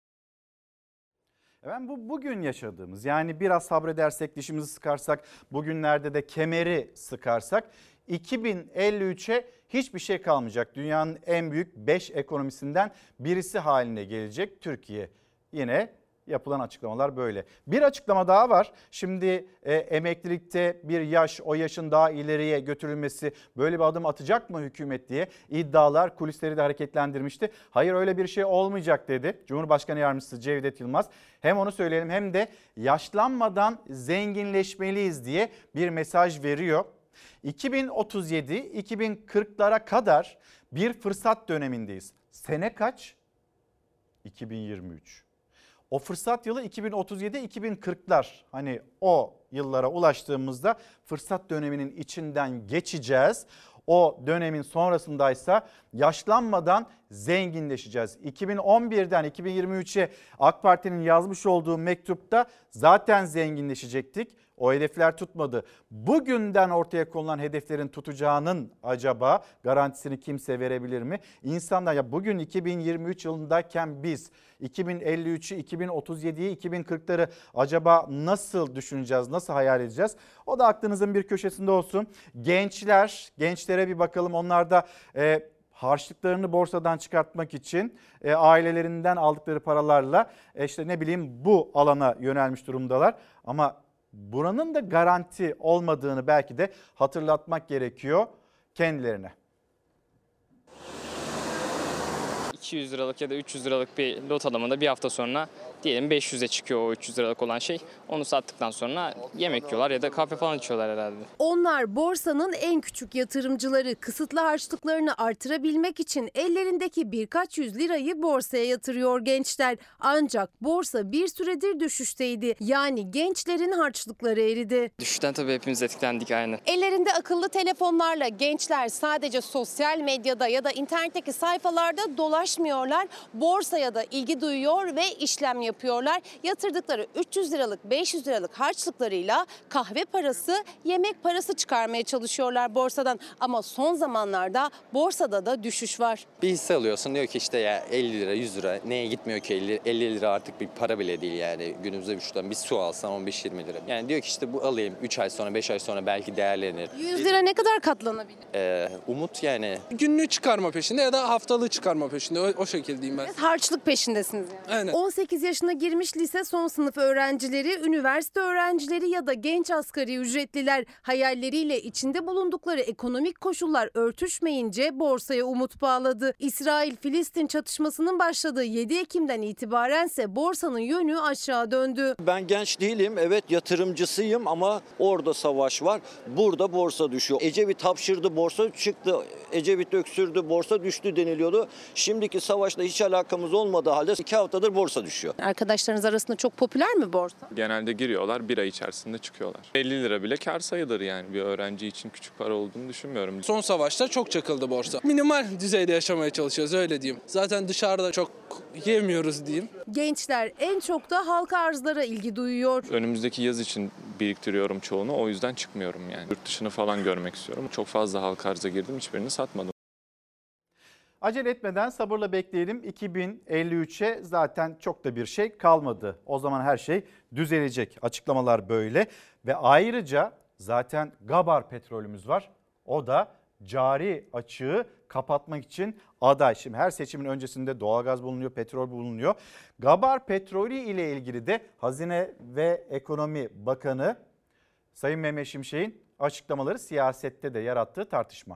Ben bugün yaşadığımız, yani biraz sabredersek, dişimizi sıkarsak, bugünlerde de kemeri sıkarsak 2053'e hiçbir şey kalmayacak. Dünyanın en büyük 5 ekonomisinden birisi haline gelecek Türkiye. Yine yapılan açıklamalar böyle. Bir açıklama daha var. Şimdi emeklilikte bir yaş, o yaşın daha ileriye götürülmesi, böyle bir adım atacak mı hükümet diye iddialar kulisleri de hareketlendirmişti. Hayır, öyle bir şey olmayacak dedi Cumhurbaşkanı Yardımcısı Cevdet Yılmaz. Hem onu söyleyelim hem de yaşlanmadan zenginleşmeliyiz diye bir mesaj veriyor. 2037-2040'lara kadar bir fırsat dönemindeyiz. Sene kaç? 2023. O fırsat yılı 2037-2040'lar. Hani o yıllara ulaştığımızda fırsat döneminin içinden geçeceğiz. O dönemin sonrasındaysa yaşlanmadan zenginleşeceğiz. 2011'den 2023'e AK Parti'nin yazmış olduğu mektupta zaten zenginleşecektik. O hedefler tutmadı. Bugünden ortaya konulan hedeflerin tutacağının acaba garantisini kimse verebilir mi? İnsanlar ya bugün 2023 yılındayken biz 2053'ü, 2037'yi, 2040'ları acaba nasıl düşüneceğiz, nasıl hayal edeceğiz? O da aklınızın bir köşesinde olsun. Gençlere bir bakalım. Onlar da harçlıklarını borsadan çıkartmak için ailelerinden aldıkları paralarla bu alana yönelmiş durumdalar. Ama buranın da garanti olmadığını belki de hatırlatmak gerekiyor kendilerine. 200 liralık ya da 300 liralık bir lot alımında bir hafta sonra diyelim 500'e çıkıyor o 300 liralık olan şey. Onu sattıktan sonra yemek yiyorlar ya da kahve falan içiyorlar herhalde. Onlar borsanın en küçük yatırımcıları. Kısıtlı harçlıklarını artırabilmek için ellerindeki birkaç yüz lirayı borsaya yatırıyor gençler. Ancak borsa bir süredir düşüşteydi. Yani gençlerin harçlıkları eridi. Düşüşten tabii hepimiz etkilendik aynı. Ellerinde akıllı telefonlarla gençler sadece sosyal medyada ya da internetteki sayfalarda dolaşmıyorlar. Borsaya da ilgi duyuyor ve işlem yapıyorlar. yapıyorlar. Yatırdıkları 300 liralık 500 liralık harçlıklarıyla kahve parası, yemek parası çıkarmaya çalışıyorlar borsadan. Ama son zamanlarda borsada da düşüş var. Bir hisse alıyorsun, diyor ki işte ya 50 lira 100 lira neye gitmiyor ki 50 lira artık bir para bile değil yani günümüzde şuradan bir su alsan 15-20 lira. Yani diyor ki işte bu alayım 3 ay sonra 5 ay sonra belki değerlenir. 100 lira ne kadar katlanabilir? Umut yani. Günlüğü çıkarma peşinde ya da haftalığı çıkarma peşinde o şekilde diyeyim ben. Harçlık peşindesiniz yani. Aynen. 18 yaşına girmiş lise son sınıf öğrencileri, üniversite öğrencileri ya da genç asgari ücretliler hayalleriyle içinde bulundukları ekonomik koşullar örtüşmeyince borsaya umut bağladı. İsrail-Filistin çatışmasının başladığı 7 Ekim'den itibarense borsanın yönü aşağı döndü. Ben genç değilim, evet yatırımcısıyım ama orada savaş var. Burada borsa düşüyor. Ecevit hapşırdı, borsa çıktı. Ecevit öksürdü, borsa düştü deniliyordu. Şimdiki savaşla hiç alakamız olmadığı halde 2 haftadır borsa düşüyor. Arkadaşlarınız arasında çok popüler mi borsa? Genelde giriyorlar, bir ay içerisinde çıkıyorlar. 50 lira bile kar sayılır yani. Bir öğrenci için küçük para olduğunu düşünmüyorum. Son savaşta çok çakıldı borsa. Minimal düzeyde yaşamaya çalışıyoruz öyle diyeyim. Zaten dışarıda çok yemiyoruz diyeyim. Gençler en çok da halka arzlara ilgi duyuyor. Önümüzdeki yaz için biriktiriyorum çoğunu, o yüzden çıkmıyorum yani. Yurt dışını falan görmek istiyorum. Çok fazla halka arza girdim, hiçbirini satmadım. Acele etmeden sabırla bekleyelim. 2053'e zaten çok da bir şey kalmadı. O zaman her şey düzelecek. Açıklamalar böyle ve ayrıca zaten Gabar petrolümüz var. O da cari açığı kapatmak için aday. Şimdi her seçimin öncesinde doğalgaz bulunuyor, petrol bulunuyor. Gabar petrolü ile ilgili de Hazine ve Ekonomi Bakanı Sayın Mehmet Şimşek'in açıklamaları siyasette de yarattığı tartışma.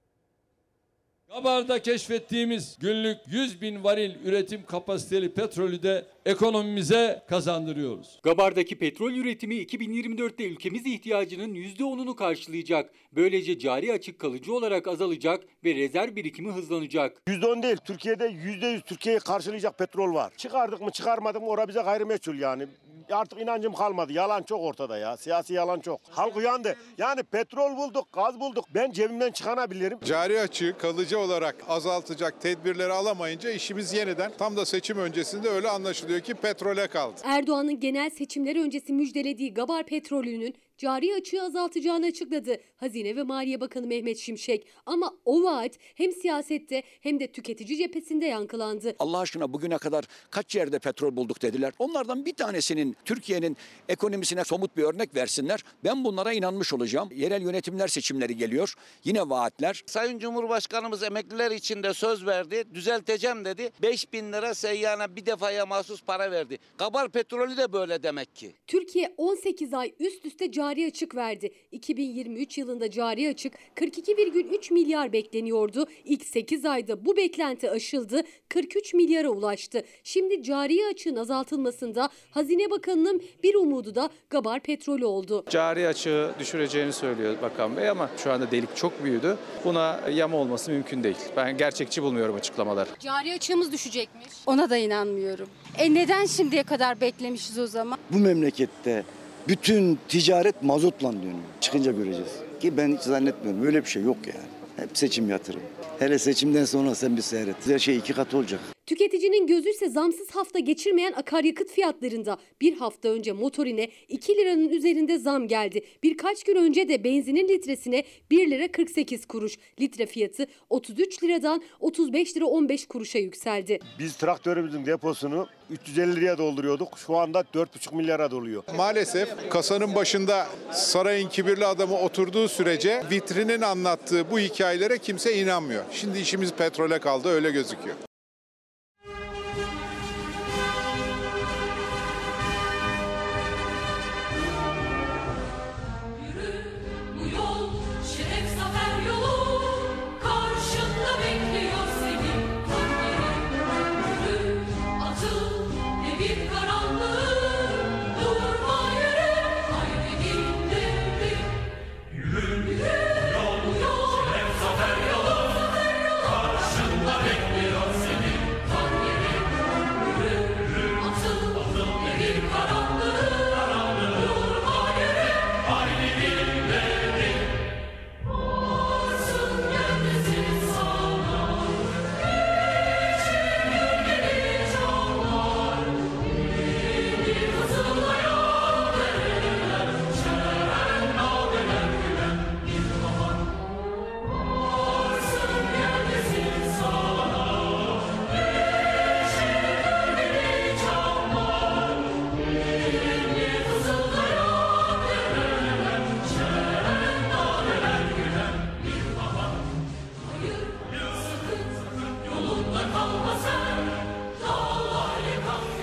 Gabar'da keşfettiğimiz günlük 100.000 varil üretim kapasiteli petrolü de ekonomimize kazandırıyoruz. Gabar'daki petrol üretimi 2024'te ülkemiz ihtiyacının %10'unu karşılayacak. Böylece cari açık kalıcı olarak azalacak ve rezerv birikimi hızlanacak. %10 değil, Türkiye'de %100 Türkiye'yi karşılayacak petrol var. Çıkardık mı çıkarmadık mı orada bize gayrimeçhul yani. Artık inancım kalmadı. Yalan çok ortada ya. Siyasi yalan çok. Halk uyandı. Yani petrol bulduk, gaz bulduk. Ben cebimden çıkanabilirim. Cari açığı kalıcı olarak azaltacak tedbirleri alamayınca işimiz yeniden tam da seçim öncesinde öyle anlaşılıyor ki petrole kaldı. Erdoğan'ın genel seçimler öncesi müjdelediği Gabar petrolünün cari açığı azaltacağını açıkladı Hazine ve Maliye Bakanı Mehmet Şimşek. Ama o vaat hem siyasette hem de tüketici cephesinde yankılandı. Allah aşkına bugüne kadar kaç yerde petrol bulduk dediler. Onlardan bir tanesinin Türkiye'nin ekonomisine somut bir örnek versinler. Ben bunlara inanmış olacağım. Yerel yönetimler seçimleri geliyor. Yine vaatler. Sayın Cumhurbaşkanımız emekliler için de söz verdi. Düzelteceğim dedi. 5.000 lira seyyana bir defaya mahsus para verdi. Gabar petrolü de böyle demek ki. Türkiye 18 ay üst üste cari açık verdi. 2023 yılında cari açık 42,3 milyar bekleniyordu. İlk 8 ayda bu beklenti aşıldı, 43 milyara ulaştı. Şimdi cari açığın azaltılmasında Hazine Bakanı'nın bir umudu da Gabar petrolü oldu. Cari açığı düşüreceğini söylüyor Bakan Bey ama şu anda delik çok büyüdü. Buna yama olması mümkün değil. Ben gerçekçi bulmuyorum açıklamalar. Cari açığımız düşecekmiş. Ona da inanmıyorum. Neden şimdiye kadar beklemişiz o zaman? Bu memlekette bütün ticaret mazotla dönüyor. Çıkınca göreceğiz. Ki ben hiç zannetmiyorum. Öyle bir şey yok yani. Hep seçim yatırım. Hele seçimden sonra sen bir seyret. Her şey 2 kat olacak. Tüketicinin gözü ise zamsız hafta geçirmeyen akaryakıt fiyatlarında. Bir hafta önce motorine 2 liranın üzerinde zam geldi. Birkaç gün önce de benzinin litresine 1 lira 48 kuruş. Litre fiyatı 33 liradan 35 lira 15 kuruşa yükseldi. Biz traktörümüzün deposunu 350 liraya dolduruyorduk. Şu anda 4,5 milyara doluyor. Maalesef kasanın başında sarayın kibirli adamı oturduğu sürece vitrinin anlattığı bu hikayelere kimse inanmıyor. Şimdi işimiz petrole kaldı, öyle gözüküyor. Karşında bekliyor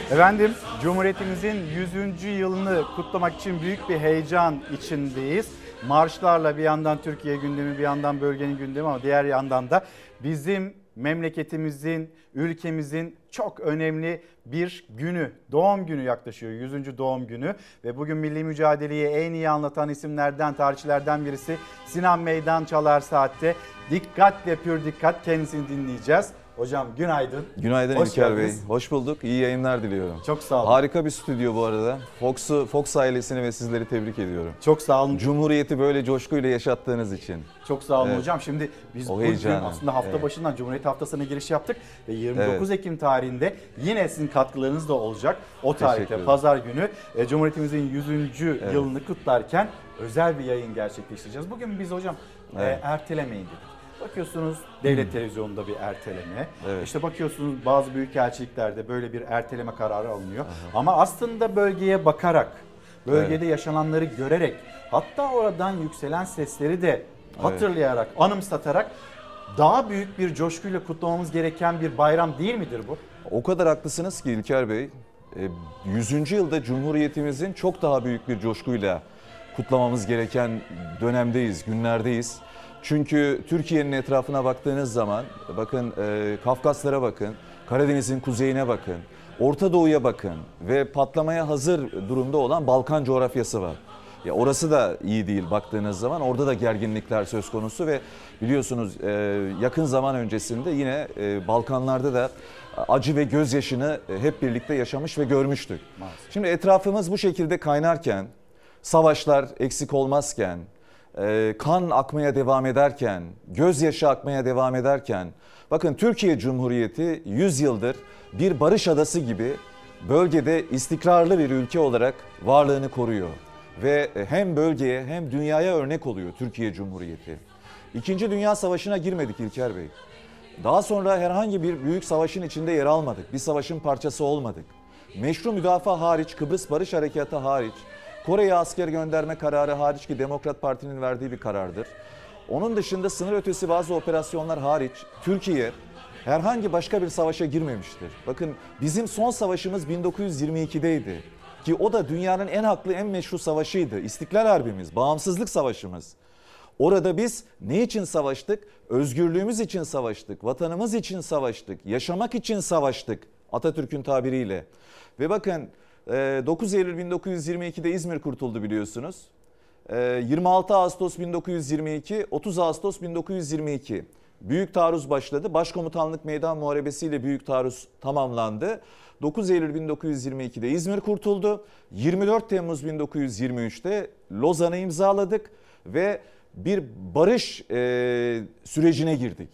Efendim, Cumhuriyetimizin 100. yılını kutlamak için büyük bir heyecan içindeyiz. Marşlarla bir yandan Türkiye gündemi, bir yandan bölgenin gündemi ama diğer yandan da bizim memleketimizin, ülkemizin çok önemli bir günü, doğum günü yaklaşıyor. 100. doğum günü ve bugün milli mücadeleyi en iyi anlatan isimlerden, tarihçilerden birisi Sinan Meydan çalar saatte. Dikkatle pür dikkat kendisini dinleyeceğiz. Hocam günaydın. Günaydın İlker Bey. Hoş bulduk. İyi yayınlar diliyorum. Çok sağ olun. Harika bir stüdyo bu arada. Fox ailesini ve sizleri tebrik ediyorum. Çok sağ olun. Cumhuriyeti böyle coşkuyla yaşattığınız için. Çok sağ olun Evet. hocam. Şimdi biz O bugün heyecanı. aslında hafta başından Cumhuriyet Haftası'na giriş yaptık ve 29 Ekim tarihinde yine sizin katkılarınız da olacak. O Teşekkür tarihte ederim. pazar günü Cumhuriyetimizin 100. yılını kutlarken özel bir yayın gerçekleştireceğiz. Bugün biz hocam ertelemeyin dedik. Bakıyorsunuz devlet televizyonunda bir erteleme. Evet. İşte bakıyorsunuz bazı büyükelçiliklerde böyle bir erteleme kararı alınıyor. Ama aslında bölgeye bakarak, bölgede yaşananları görerek, hatta oradan yükselen sesleri de hatırlayarak, anımsatarak daha büyük bir coşkuyla kutlamamız gereken bir bayram değil midir bu? O kadar haklısınız ki İlker Bey. 100. yılda Cumhuriyetimizin çok daha büyük bir coşkuyla kutlamamız gereken dönemdeyiz, günlerdeyiz. Çünkü Türkiye'nin etrafına baktığınız zaman bakın Kafkaslara bakın, Karadeniz'in kuzeyine bakın, Orta Doğu'ya bakın ve patlamaya hazır durumda olan Balkan coğrafyası var. Ya orası da iyi değil baktığınız zaman, orada da gerginlikler söz konusu ve biliyorsunuz yakın zaman öncesinde yine Balkanlarda da acı ve gözyaşını hep birlikte yaşamış ve görmüştük. Maalesef. Şimdi etrafımız bu şekilde kaynarken, savaşlar eksik olmazken, kan akmaya devam ederken, gözyaşı akmaya devam ederken, bakın Türkiye Cumhuriyeti 100 yıldır bir barış adası gibi bölgede istikrarlı bir ülke olarak varlığını koruyor. Ve hem bölgeye hem dünyaya örnek oluyor Türkiye Cumhuriyeti. İkinci Dünya Savaşı'na girmedik İlker Bey. Daha sonra herhangi bir büyük savaşın içinde yer almadık. Bir savaşın parçası olmadık. Meşru müdafaa hariç, Kıbrıs Barış Harekatı hariç, Kore'ye asker gönderme kararı hariç ki Demokrat Parti'nin verdiği bir karardır. Onun dışında sınır ötesi bazı operasyonlar hariç Türkiye herhangi başka bir savaşa girmemiştir. Bakın bizim son savaşımız 1922'deydi ki o da dünyanın en haklı en meşru savaşıydı. İstiklal Harbimiz, bağımsızlık savaşımız. Orada biz ne için savaştık? Özgürlüğümüz için savaştık, vatanımız için savaştık, yaşamak için savaştık Atatürk'ün tabiriyle. Ve bakın 9 Eylül 1922'de İzmir kurtuldu biliyorsunuz. 26 Ağustos 1922, 30 Ağustos 1922 büyük taarruz başladı. Başkomutanlık meydan muharebesiyle büyük taarruz tamamlandı. 9 Eylül 1922'de İzmir kurtuldu. 24 Temmuz 1923'te Lozan'ı imzaladık ve bir barış sürecine girdik.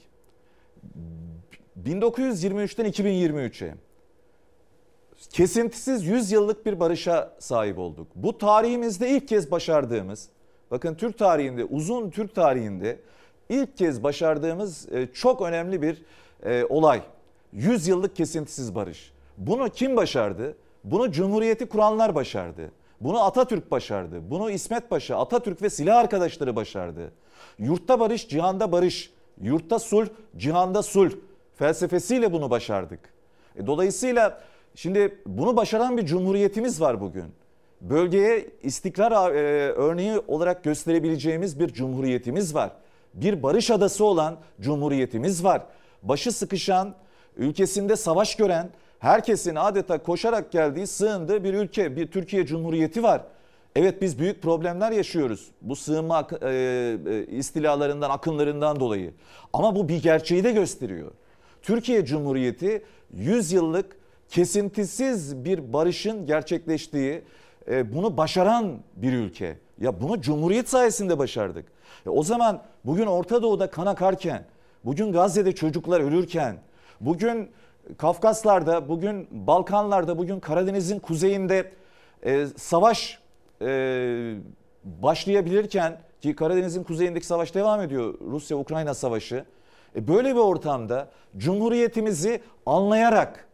1923'ten 2023'e kesintisiz 100 yıllık bir barışa sahip olduk. Bu tarihimizde ilk kez başardığımız, bakın Türk tarihinde, uzun Türk tarihinde ilk kez başardığımız çok önemli bir olay. 100 yıllık kesintisiz barış. Bunu kim başardı? Bunu Cumhuriyeti kuranlar başardı. Bunu Atatürk başardı. Bunu İsmet Paşa, Atatürk ve silah arkadaşları başardı. Yurtta barış, cihanda barış. Yurtta sulh, cihanda sulh felsefesiyle bunu başardık. Dolayısıyla şimdi bunu başaran bir cumhuriyetimiz var bugün. Bölgeye istikrar örneği olarak gösterebileceğimiz bir cumhuriyetimiz var. Bir barış adası olan cumhuriyetimiz var. Başı sıkışan, ülkesinde savaş gören, herkesin adeta koşarak geldiği, sığındığı bir ülke, bir Türkiye Cumhuriyeti var. Evet biz büyük problemler yaşıyoruz bu sığınma istilalarından, akınlarından dolayı. Ama bu bir gerçeği de gösteriyor. Türkiye Cumhuriyeti 100 yıllık kesintisiz bir barışın gerçekleştiği, bunu başaran bir ülke. Ya bunu Cumhuriyet sayesinde başardık. O zaman bugün Orta Doğu'da kan akarken, bugün Gazze'de çocuklar ölürken, bugün Kafkaslar'da, bugün Balkanlar'da, bugün Karadeniz'in kuzeyinde savaş başlayabilirken ki Karadeniz'in kuzeyindeki savaş devam ediyor, Rusya-Ukrayna savaşı. Böyle bir ortamda Cumhuriyetimizi anlayarak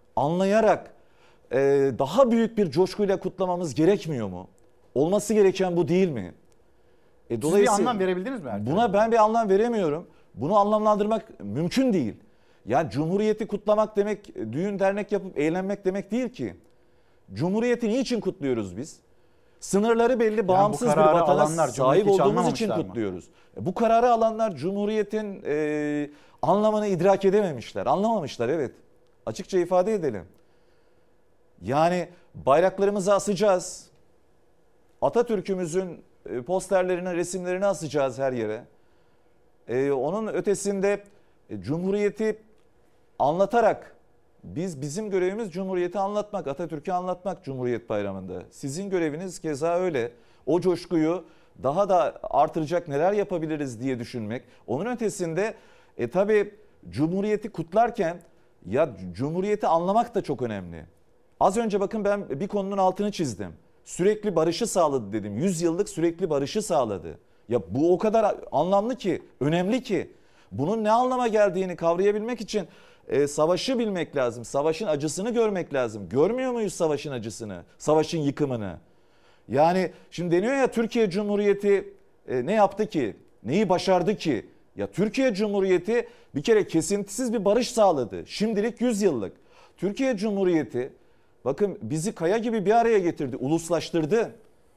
daha büyük bir coşkuyla kutlamamız gerekmiyor mu? Olması gereken bu değil mi? Siz bir anlam verebildiniz mi? Buna ben bir anlam veremiyorum. Bunu anlamlandırmak mümkün değil. Yani Cumhuriyeti kutlamak demek düğün dernek yapıp eğlenmek demek değil ki. Cumhuriyeti niçin kutluyoruz biz? Sınırları belli, bağımsız bir vatana sahip olduğumuz için kutluyoruz. Bu kararı alanlar Cumhuriyet'in anlamını idrak edememişler, anlamamışlar, evet. Açıkça ifade edelim. Yani bayraklarımızı asacağız. Atatürk'ümüzün posterlerini, resimlerini asacağız her yere. Onun ötesinde Cumhuriyeti anlatarak, bizim görevimiz Cumhuriyeti anlatmak, Atatürk'ü anlatmak Cumhuriyet Bayramı'nda. Sizin göreviniz keza öyle. O coşkuyu daha da artıracak neler yapabiliriz diye düşünmek. Onun ötesinde tabii Cumhuriyeti kutlarken ya Cumhuriyeti anlamak da çok önemli. Az önce bakın ben bir konunun altını çizdim. Sürekli barışı sağladı dedim. 100 yıllık sürekli barışı sağladı. Ya bu o kadar anlamlı ki, önemli ki. Bunun ne anlama geldiğini kavrayabilmek için savaşı bilmek lazım. Savaşın acısını görmek lazım. Görmüyor muyuz savaşın acısını, savaşın yıkımını? Yani şimdi deniyor ya Türkiye Cumhuriyeti ne yaptı ki? Neyi başardı ki? Ya Türkiye Cumhuriyeti bir kere kesintisiz bir barış sağladı. Şimdilik 100 yıllık. Türkiye Cumhuriyeti bakın bizi kaya gibi bir araya getirdi, uluslaştırdı.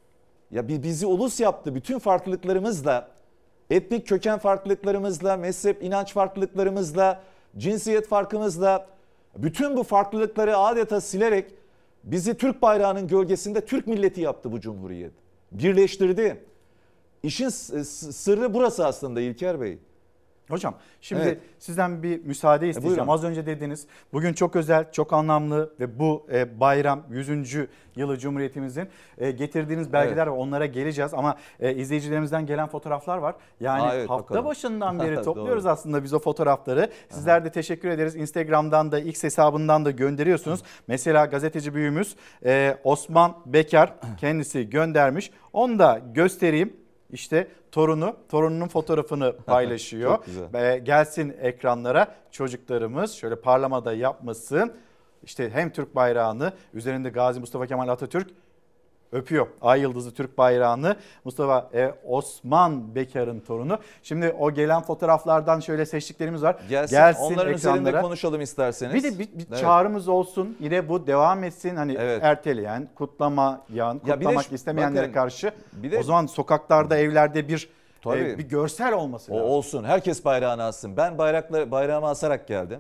Ya bizi ulus yaptı bütün farklılıklarımızla, etnik köken farklılıklarımızla, mezhep, inanç farklılıklarımızla, cinsiyet farkımızla, bütün bu farklılıkları adeta silerek bizi Türk bayrağının gölgesinde Türk milleti yaptı bu Cumhuriyet. Birleştirdi. İşin sırrı burası aslında İlker Bey. Hocam şimdi sizden bir müsaade isteyeceğim. Az önce dediniz bugün çok özel, çok anlamlı ve bu bayram 100. yılı Cumhuriyetimizin getirdiğiniz belgeler var. Onlara geleceğiz ama izleyicilerimizden gelen fotoğraflar var. Yani hafta başından beri topluyoruz aslında biz o fotoğrafları. Sizler de teşekkür ederiz. Instagram'dan da X hesabından da gönderiyorsunuz. Mesela gazeteci büyüğümüz Osman Bekar kendisi göndermiş. Onu da göstereyim. İşte torununun fotoğrafını paylaşıyor. Gelsin ekranlara çocuklarımız şöyle parlamada yapmasın. İşte hem Türk bayrağını üzerinde Gazi Mustafa Kemal Atatürk öpüyor. Ay yıldızı Türk bayrağını Mustafa Osman Bekar'ın torunu. Şimdi o gelen fotoğraflardan şöyle seçtiklerimiz var. Gelsin onların ekranlara. Üzerinde konuşalım isterseniz. Bir de bir çağrımız olsun. Yine bu devam etsin. Hani erteleyen, kutlamak istemeyenlere karşı. O zaman sokaklarda, evlerde bir görsel olması lazım. Olsun. Herkes bayrağını assın. Ben bayrağımı asarak geldim.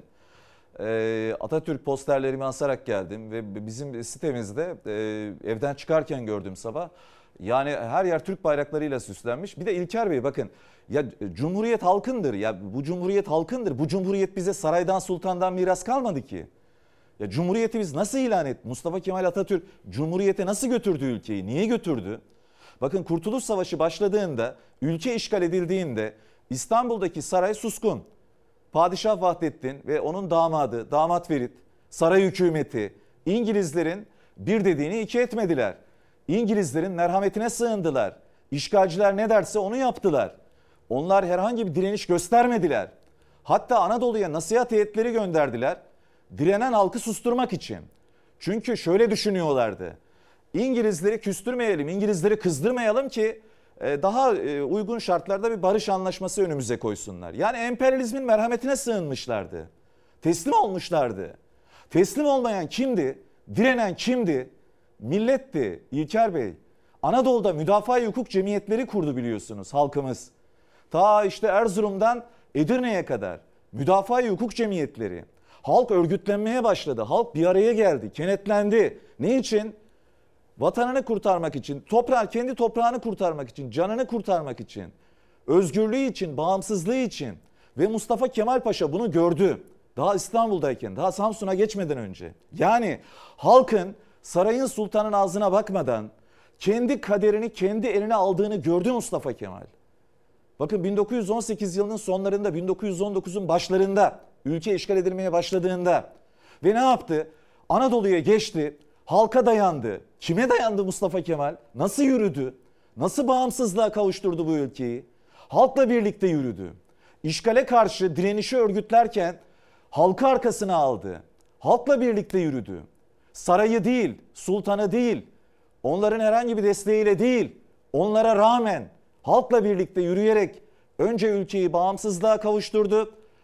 Atatürk posterlerimi asarak geldim ve bizim sitemizde evden çıkarken gördüm sabah. Yani her yer Türk bayraklarıyla süslenmiş. Bir de İlker Bey bakın ya Cumhuriyet halkındır. Ya bu Cumhuriyet halkındır. Bu Cumhuriyet bize saraydan sultandan miras kalmadı ki. Ya Cumhuriyeti biz nasıl ilan etti? Mustafa Kemal Atatürk Cumhuriyete nasıl götürdü ülkeyi? Niye götürdü? Bakın Kurtuluş Savaşı başladığında, ülke işgal edildiğinde İstanbul'daki saray suskun. Padişah Vahdettin ve onun damadı Damat Ferit, saray hükümeti İngilizlerin bir dediğini iki etmediler. İngilizlerin merhametine sığındılar. İşgalciler ne derse onu yaptılar. Onlar herhangi bir direniş göstermediler. Hatta Anadolu'ya nasihat heyetleri gönderdiler. Direnen halkı susturmak için. Çünkü şöyle düşünüyorlardı. İngilizleri küstürmeyelim, İngilizleri kızdırmayalım ki daha uygun şartlarda bir barış anlaşması önümüze koysunlar. Yani emperyalizmin merhametine sığınmışlardı. Teslim olmuşlardı. Teslim olmayan kimdi? Direnen kimdi? Milletti İlker Bey. Anadolu'da müdafaa-i hukuk cemiyetleri kurdu biliyorsunuz halkımız. Ta işte Erzurum'dan Edirne'ye kadar müdafaa-i hukuk cemiyetleri. Halk örgütlenmeye başladı. Halk bir araya geldi, kenetlendi. Ne için? Vatanını kurtarmak için, kendi toprağını kurtarmak için, canını kurtarmak için, özgürlüğü için, bağımsızlığı için. Ve Mustafa Kemal Paşa bunu gördü. Daha İstanbul'dayken, daha Samsun'a geçmeden önce. Yani halkın sarayın sultanın ağzına bakmadan kendi kaderini kendi eline aldığını gördü Mustafa Kemal. Bakın 1918 yılının sonlarında, 1919'un başlarında ülke işgal edilmeye başladığında ve ne yaptı? Anadolu'ya geçti. Halka dayandı. Kime dayandı Mustafa Kemal? Nasıl yürüdü? Nasıl bağımsızlığa kavuşturdu bu ülkeyi? Halkla birlikte yürüdü. İşgale karşı direnişi örgütlerken halkı arkasına aldı. Halkla birlikte yürüdü. Sarayı değil, sultanı değil, onların herhangi bir desteğiyle değil, onlara rağmen halkla birlikte yürüyerek önce ülkeyi bağımsızlığa kavuşturdu.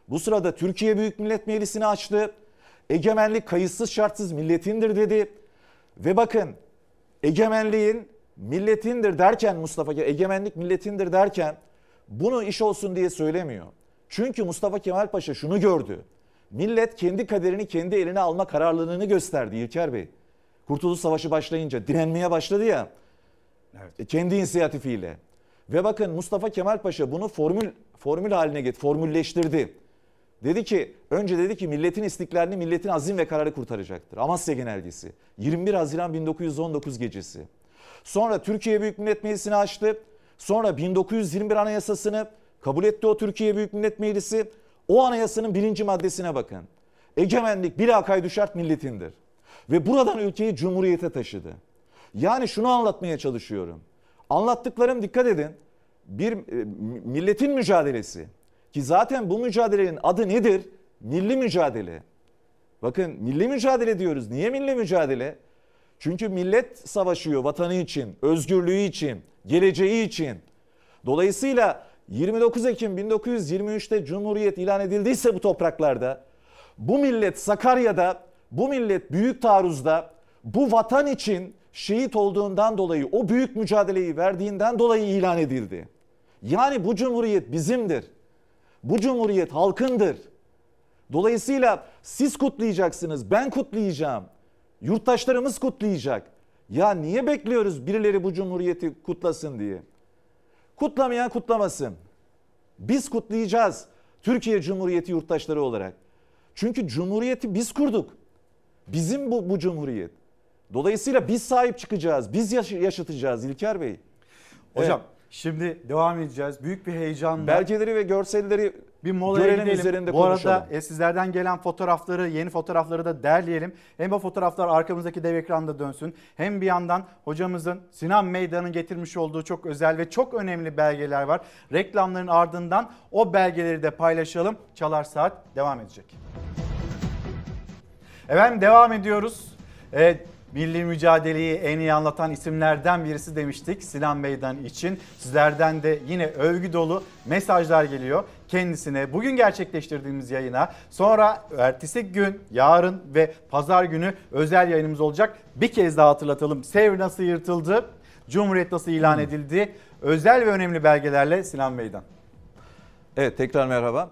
Bu sırada Türkiye Büyük Millet Meclisi'ni açtı. Egemenlik kayıtsız şartsız milletindir dedi. Ve bakın egemenliğin milletindir derken Mustafa Kemal, egemenlik milletindir derken bunu iş olsun diye söylemiyor. Çünkü Mustafa Kemal Paşa şunu gördü. Millet kendi kaderini kendi eline alma kararlılığını gösterdi İlker Bey. Kurtuluş Savaşı başlayınca direnmeye başladı ya. Evet. Kendi inisiyatifiyle. Ve bakın Mustafa Kemal Paşa bunu formül haline getirdi, formülleştirdi. Dedi ki, önce dedi ki milletin istiklalini, milletin azim ve kararı kurtaracaktır. Amasya Genelgesi. 21 Haziran 1919 gecesi. Sonra Türkiye Büyük Millet Meclisi'ni açtı. Sonra 1921 Anayasası'nı kabul etti o Türkiye Büyük Millet Meclisi. O anayasanın 1. maddesine bakın. Egemenlik bila kaydu şart milletindir. Ve buradan ülkeyi cumhuriyete taşıdı. Yani şunu anlatmaya çalışıyorum. Anlattıklarım dikkat edin. Bir milletin mücadelesi. Ki zaten bu mücadelenin adı nedir? Milli mücadele. Bakın milli mücadele diyoruz. Niye milli mücadele? Çünkü millet savaşıyor vatanı için, özgürlüğü için, geleceği için. Dolayısıyla 29 Ekim 1923'te Cumhuriyet ilan edildiyse bu topraklarda, bu millet Sakarya'da, bu millet Büyük Taarruz'da, bu vatan için şehit olduğundan dolayı, o büyük mücadeleyi verdiğinden dolayı ilan edildi. Yani bu Cumhuriyet bizimdir. Bu Cumhuriyet halkındır. Dolayısıyla siz kutlayacaksınız, ben kutlayacağım. Yurttaşlarımız kutlayacak. Ya niye bekliyoruz birileri bu Cumhuriyeti kutlasın diye? Kutlamayan kutlamasın. Biz kutlayacağız Türkiye Cumhuriyeti yurttaşları olarak. Çünkü Cumhuriyeti biz kurduk. Bizim bu Cumhuriyet. Dolayısıyla biz sahip çıkacağız, biz yaşatacağız İlker Bey. Hocam şimdi devam edeceğiz. Büyük bir heyecanla. Belgeleri ve görselleri bir molaya gidelim. Üzerinde bu konuşalım. arada sizlerden gelen fotoğrafları, yeni fotoğrafları da derleyelim. Hem bu fotoğraflar arkamızdaki dev ekranda dönsün. Hem bir yandan hocamızın Sinan Meydan'ın getirmiş olduğu çok özel ve çok önemli belgeler var. Reklamların ardından o belgeleri de paylaşalım. Çalar Saat devam edecek. Efendim devam ediyoruz. Evet. Milli mücadeleyi en iyi anlatan isimlerden birisi demiştik Sinan Meydan için. Sizlerden de yine övgü dolu mesajlar geliyor kendisine. Bugün gerçekleştirdiğimiz yayına, sonra ertesi gün, yarın ve pazar günü özel yayınımız olacak. Bir kez daha hatırlatalım. Sevr nasıl yırtıldı, Cumhuriyet nasıl ilan edildi, özel ve önemli belgelerle Sinan Meydan. Evet, tekrar merhaba.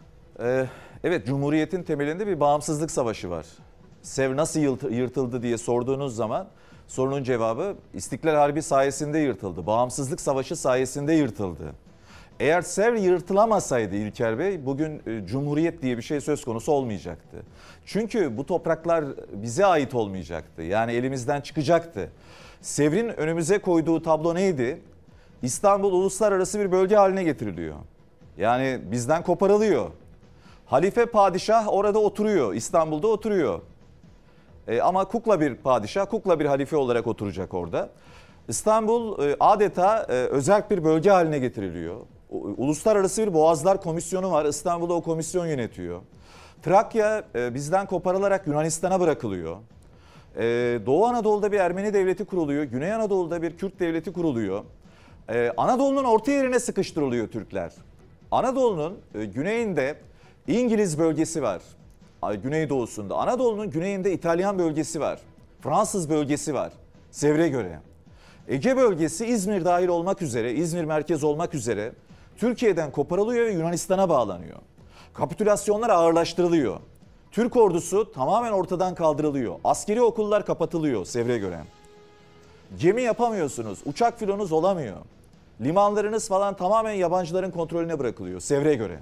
Evet, Cumhuriyet'in temelinde bir bağımsızlık savaşı var. Sevr nasıl yırtıldı diye sorduğunuz zaman sorunun cevabı İstiklal Harbi sayesinde yırtıldı. Bağımsızlık Savaşı sayesinde yırtıldı. Eğer Sevr yırtılamasaydı İlker Bey, bugün Cumhuriyet diye bir şey söz konusu olmayacaktı. Çünkü bu topraklar bize ait olmayacaktı. Yani elimizden çıkacaktı. Sevr'in önümüze koyduğu tablo neydi? İstanbul uluslararası bir bölge haline getiriliyor. Yani bizden koparılıyor. Halife padişah orada oturuyor, İstanbul'da oturuyor. Ama kukla bir padişah, kukla bir halife olarak oturacak orada. İstanbul adeta özerk bir bölge haline getiriliyor. Uluslararası bir Boğazlar Komisyonu var. İstanbul'da o komisyon yönetiyor. Trakya bizden koparılarak Yunanistan'a bırakılıyor. Doğu Anadolu'da bir Ermeni devleti kuruluyor. Güney Anadolu'da bir Kürt devleti kuruluyor. Anadolu'nun orta yerine sıkıştırılıyor Türkler. Anadolu'nun güneyinde İngiliz bölgesi var. Güneydoğusunda. Anadolu'nun güneyinde İtalyan bölgesi var. Fransız bölgesi var. Sevr'e göre. Ege bölgesi İzmir dahil olmak üzere, İzmir merkez olmak üzere Türkiye'den koparılıyor ve Yunanistan'a bağlanıyor. Kapitülasyonlar ağırlaştırılıyor. Türk ordusu tamamen ortadan kaldırılıyor. Askeri okullar kapatılıyor Sevr'e göre. Gemi yapamıyorsunuz, uçak filonuz olamıyor. Limanlarınız falan tamamen yabancıların kontrolüne bırakılıyor Sevr'e göre.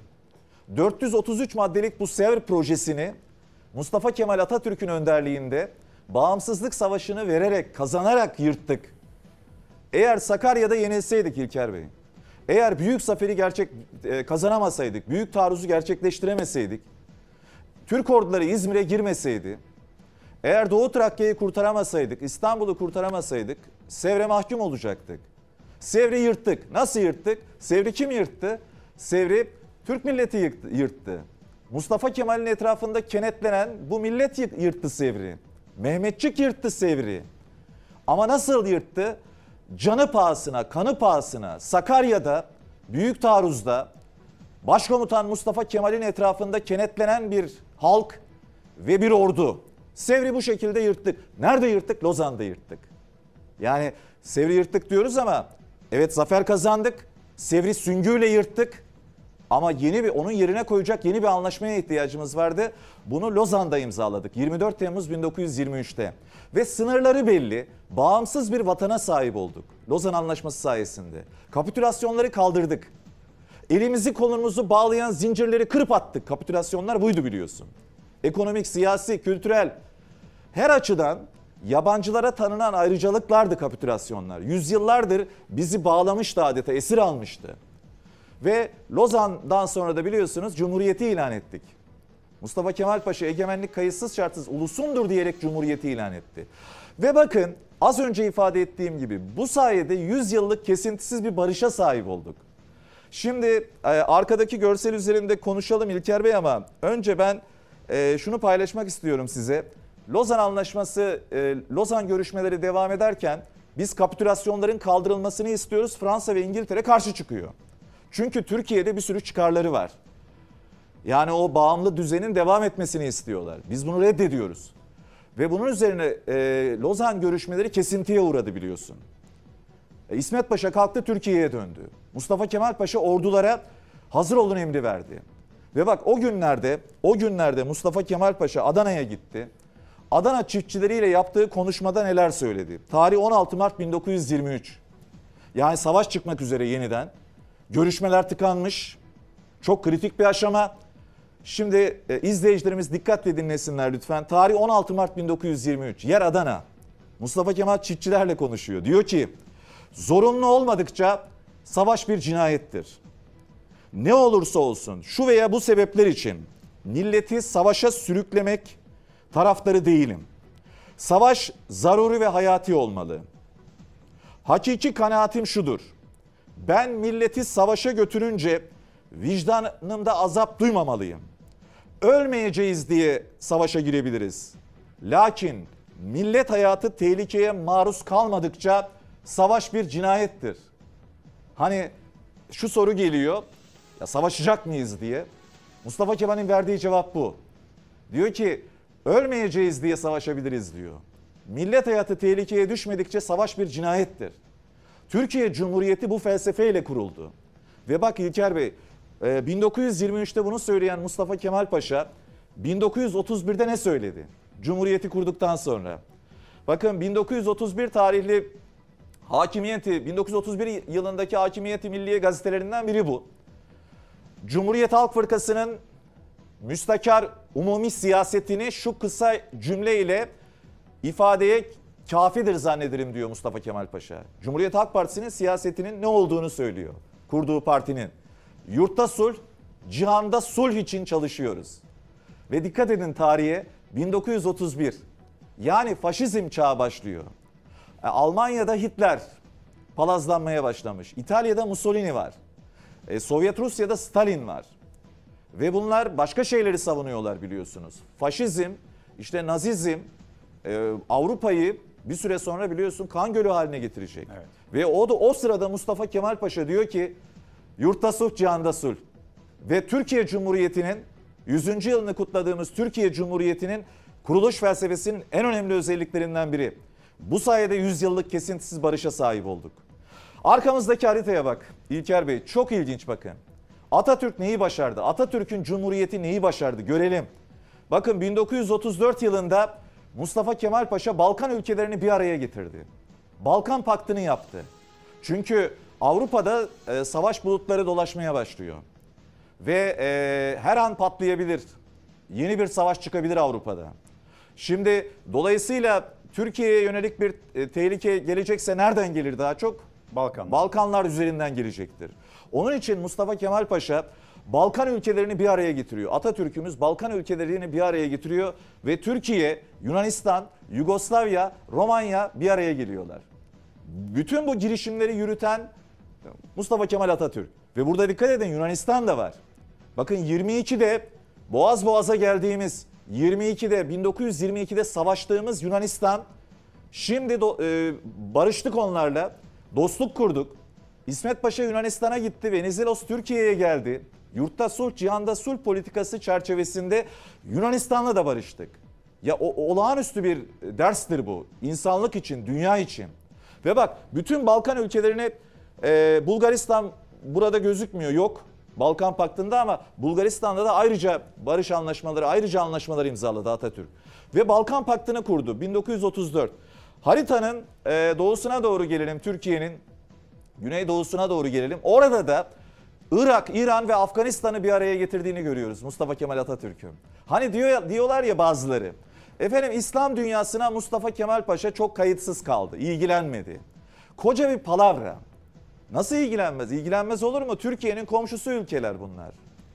433 maddelik bu Sevr projesini Mustafa Kemal Atatürk'ün önderliğinde bağımsızlık savaşını vererek, kazanarak yırttık. Eğer Sakarya'da yenilseydik İlker Bey, eğer büyük zaferi kazanamasaydık, büyük taarruzu gerçekleştiremeseydik, Türk orduları İzmir'e girmeseydi, eğer Doğu Trakya'yı kurtaramasaydık, İstanbul'u kurtaramasaydık, Sevr'e mahkum olacaktık. Sevr'i yırttık. Nasıl yırttık? Sevr'i kim yırttı? Sevr'i Türk milleti yırttı. Mustafa Kemal'in etrafında kenetlenen bu millet yırttı Sevr'i. Mehmetçik yırttı Sevr'i. Ama nasıl yırttı? Canı pahasına, kanı pahasına Sakarya'da, Büyük Taarruz'da Başkomutan Mustafa Kemal'in etrafında kenetlenen bir halk ve bir ordu. Sevr'i bu şekilde yırttık. Nerede yırttık? Lozan'da yırttık. Yani Sevr'i yırttık diyoruz ama evet zafer kazandık. Sevr'i süngüyle yırttık. Ama onun yerine koyacak yeni bir anlaşmaya ihtiyacımız vardı. Bunu Lozan'da imzaladık 24 Temmuz 1923'te. Ve sınırları belli, bağımsız bir vatana sahip olduk Lozan Anlaşması sayesinde. Kapitülasyonları kaldırdık. Elimizi kolumuzu bağlayan zincirleri kırıp attık. Kapitülasyonlar buydu biliyorsun. Ekonomik, siyasi, kültürel her açıdan yabancılara tanınan ayrıcalıklardı kapitülasyonlar. Yüzyıllardır bizi bağlamıştı adeta, esir almıştı. Ve Lozan'dan sonra da biliyorsunuz Cumhuriyeti ilan ettik. Mustafa Kemal Paşa egemenlik kayıtsız şartsız ulusundur diyerek Cumhuriyeti ilan etti. Ve bakın az önce ifade ettiğim gibi bu sayede 100 yıllık kesintisiz bir barışa sahip olduk. Şimdi arkadaki görsel üzerinde konuşalım İlker Bey ama önce ben şunu paylaşmak istiyorum size. Lozan Anlaşması, Lozan görüşmeleri devam ederken biz kapitülasyonların kaldırılmasını istiyoruz. Fransa ve İngiltere karşı çıkıyor. Çünkü Türkiye'de bir sürü çıkarları var. Yani o bağımlı düzenin devam etmesini istiyorlar. Biz bunu reddediyoruz. Ve bunun üzerine Lozan görüşmeleri kesintiye uğradı biliyorsun. İsmet Paşa kalktı Türkiye'ye döndü. Mustafa Kemal Paşa ordulara hazır olun emri verdi. Ve bak o günlerde Mustafa Kemal Paşa Adana'ya gitti. Adana çiftçileriyle yaptığı konuşmada neler söyledi? Tarih 16 Mart 1923. Yani savaş çıkmak üzere yeniden. Görüşmeler tıkanmış. Çok kritik bir aşama. Şimdi izleyicilerimiz dikkatle dinlesinler lütfen. Tarih 16 Mart 1923. Yer Adana. Mustafa Kemal çiftçilerle konuşuyor. Diyor ki zorunlu olmadıkça savaş bir cinayettir. Ne olursa olsun şu veya bu sebepler için milleti savaşa sürüklemek taraftarı değilim. Savaş zaruri ve hayati olmalı. Hakiki kanaatim şudur. Ben milleti savaşa götürünce vicdanımda azap duymamalıyım. Ölmeyeceğiz diye savaşa girebiliriz. Lakin millet hayatı tehlikeye maruz kalmadıkça savaş bir cinayettir. Hani şu soru geliyor, ya savaşacak mıyız diye. Mustafa Kemal'in verdiği cevap bu. Diyor ki ölmeyeceğiz diye savaşabiliriz diyor. Millet hayatı tehlikeye düşmedikçe savaş bir cinayettir. Türkiye Cumhuriyeti bu felsefeyle kuruldu. Ve bak İlker Bey, 1923'te bunu söyleyen Mustafa Kemal Paşa 1931'de ne söyledi? Cumhuriyeti kurduktan sonra. Bakın 1931 tarihli hakimiyeti, 1931 yılındaki Hakimiyeti Milliye gazetelerinden biri bu. Cumhuriyet Halk Fırkası'nın müstakar umumi siyasetini şu kısa cümleyle ifadeye kafidir zannederim diyor Mustafa Kemal Paşa. Cumhuriyet Halk Partisi'nin siyasetinin ne olduğunu söylüyor. Kurduğu partinin. Yurtta sulh, cihanda sulh için çalışıyoruz. Ve dikkat edin tarihe 1931. Yani faşizm çağı başlıyor. Almanya'da Hitler palazlanmaya başlamış. İtalya'da Mussolini var. Sovyet Rusya'da Stalin var. Ve bunlar başka şeyleri savunuyorlar biliyorsunuz. Faşizm, işte Nazizm Avrupa'yı bir süre sonra biliyorsun kan gölü haline getirecek. Evet. Ve o sırada Mustafa Kemal Paşa diyor ki yurtta sulh, cihanda sulh. Ve Türkiye Cumhuriyeti'nin 100. yılını kutladığımız Türkiye Cumhuriyeti'nin kuruluş felsefesinin en önemli özelliklerinden biri. Bu sayede 100 yıllık kesintisiz barışa sahip olduk. Arkamızdaki haritaya bak İlker Bey, çok ilginç bakın. Atatürk neyi başardı? Atatürk'ün Cumhuriyeti neyi başardı? Görelim. Bakın 1934 yılında Mustafa Kemal Paşa Balkan ülkelerini bir araya getirdi. Balkan Paktı'nı yaptı. Çünkü Avrupa'da savaş bulutları dolaşmaya başlıyor. Ve her an patlayabilir. Yeni bir savaş çıkabilir Avrupa'da. Şimdi dolayısıyla Türkiye'ye yönelik bir tehlike gelecekse nereden gelir daha çok? Balkanlar üzerinden gelecektir. Onun için Mustafa Kemal Paşa Balkan ülkelerini bir araya getiriyor. Atatürk'ümüz Balkan ülkelerini bir araya getiriyor ve Türkiye, Yunanistan, Yugoslavya, Romanya bir araya geliyorlar. Bütün bu girişimleri yürüten Mustafa Kemal Atatürk. Ve burada dikkat edin Yunanistan da var. Bakın 22'de boğaz boğaza geldiğimiz 1922'de savaştığımız Yunanistan, şimdi barıştık onlarla, dostluk kurduk. İsmet Paşa Yunanistan'a gitti, Venizelos Türkiye'ye geldi. Yurtta sulh, cihanda sulh politikası çerçevesinde Yunanistan'la da barıştık. Ya olağanüstü bir derstir bu. İnsanlık için, dünya için. Ve bak bütün Balkan ülkelerine Bulgaristan burada gözükmüyor, yok. Balkan Paktı'nda ama Bulgaristan'da da ayrıca barış anlaşmaları, ayrıca anlaşmalar imzaladı Atatürk. Ve Balkan Paktı'nı kurdu 1934. Haritanın doğusuna doğru gelelim, Türkiye'nin güneydoğusuna doğru gelelim. Orada da Irak, İran ve Afganistan'ı bir araya getirdiğini görüyoruz Mustafa Kemal Atatürk'ün. Hani diyorlar ya bazıları, efendim İslam dünyasına Mustafa Kemal Paşa çok kayıtsız kaldı, ilgilenmedi. Koca bir palavra. Nasıl ilgilenmez? İlgilenmez olur mu? Türkiye'nin komşusu ülkeler bunlar.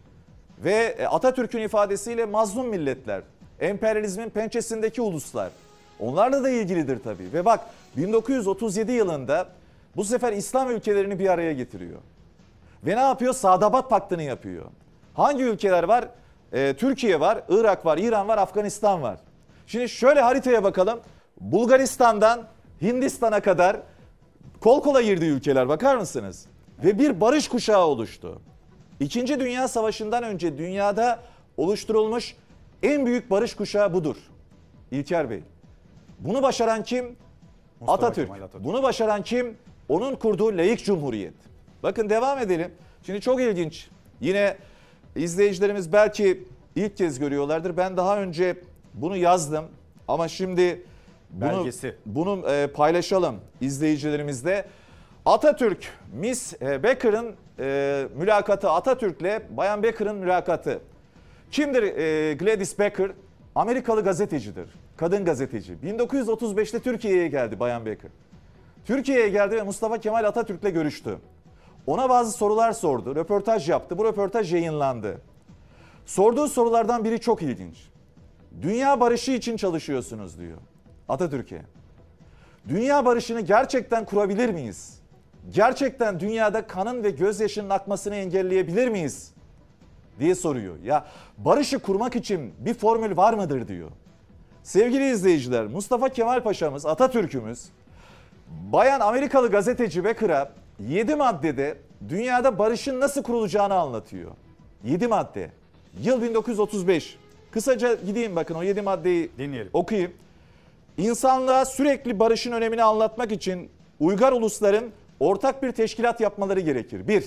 Ve Atatürk'ün ifadesiyle mazlum milletler, emperyalizmin pençesindeki uluslar. Onlarla da ilgilidir tabii. Ve bak 1937 yılında bu sefer İslam ülkelerini bir araya getiriyor. Ve ne yapıyor? Sadabat Paktı'nı yapıyor. Hangi ülkeler var? Türkiye var, Irak var, İran var, Afganistan var. Şimdi şöyle haritaya bakalım. Bulgaristan'dan Hindistan'a kadar kol kola girdiği ülkeler, bakar mısınız? Ve bir barış kuşağı oluştu. İkinci Dünya Savaşı'ndan önce dünyada oluşturulmuş en büyük barış kuşağı budur. İlker Bey. Bunu başaran kim? Atatürk. Bunu başaran kim? Onun kurduğu laik cumhuriyet. Bakın devam edelim. Şimdi çok ilginç. Yine izleyicilerimiz belki ilk kez görüyorlardır. Ben daha önce bunu yazdım ama şimdi bunu paylaşalım izleyicilerimizle. Atatürk, Miss Becker'ın mülakatı, Atatürk'le Bayan Becker'ın mülakatı. Kimdir Gladys Becker? Amerikalı gazetecidir. Kadın gazeteci. 1935'te Türkiye'ye geldi Bayan Becker. Türkiye'ye geldi ve Mustafa Kemal Atatürk'le görüştü. Ona bazı sorular sordu, röportaj yaptı. Bu röportaj yayınlandı. Sorduğu sorulardan biri çok ilginç. Dünya barışı için çalışıyorsunuz diyor Atatürk'e. Dünya barışını gerçekten kurabilir miyiz? Gerçekten dünyada kanın ve gözyaşının akmasını engelleyebilir miyiz? Diye soruyor. Ya barışı kurmak için bir formül var mıdır diyor. Sevgili izleyiciler, Mustafa Kemal Paşa'mız, Atatürk'ümüz Bayan Amerikalı gazeteci Becker'a 7 maddede dünyada barışın nasıl kurulacağını anlatıyor. 7 madde. Yıl 1935. Kısaca gideyim bakın o 7 maddeyi dinleyelim. Okuyayım. İnsanlığa sürekli barışın önemini anlatmak için uygar ulusların ortak bir teşkilat yapmaları gerekir. 1.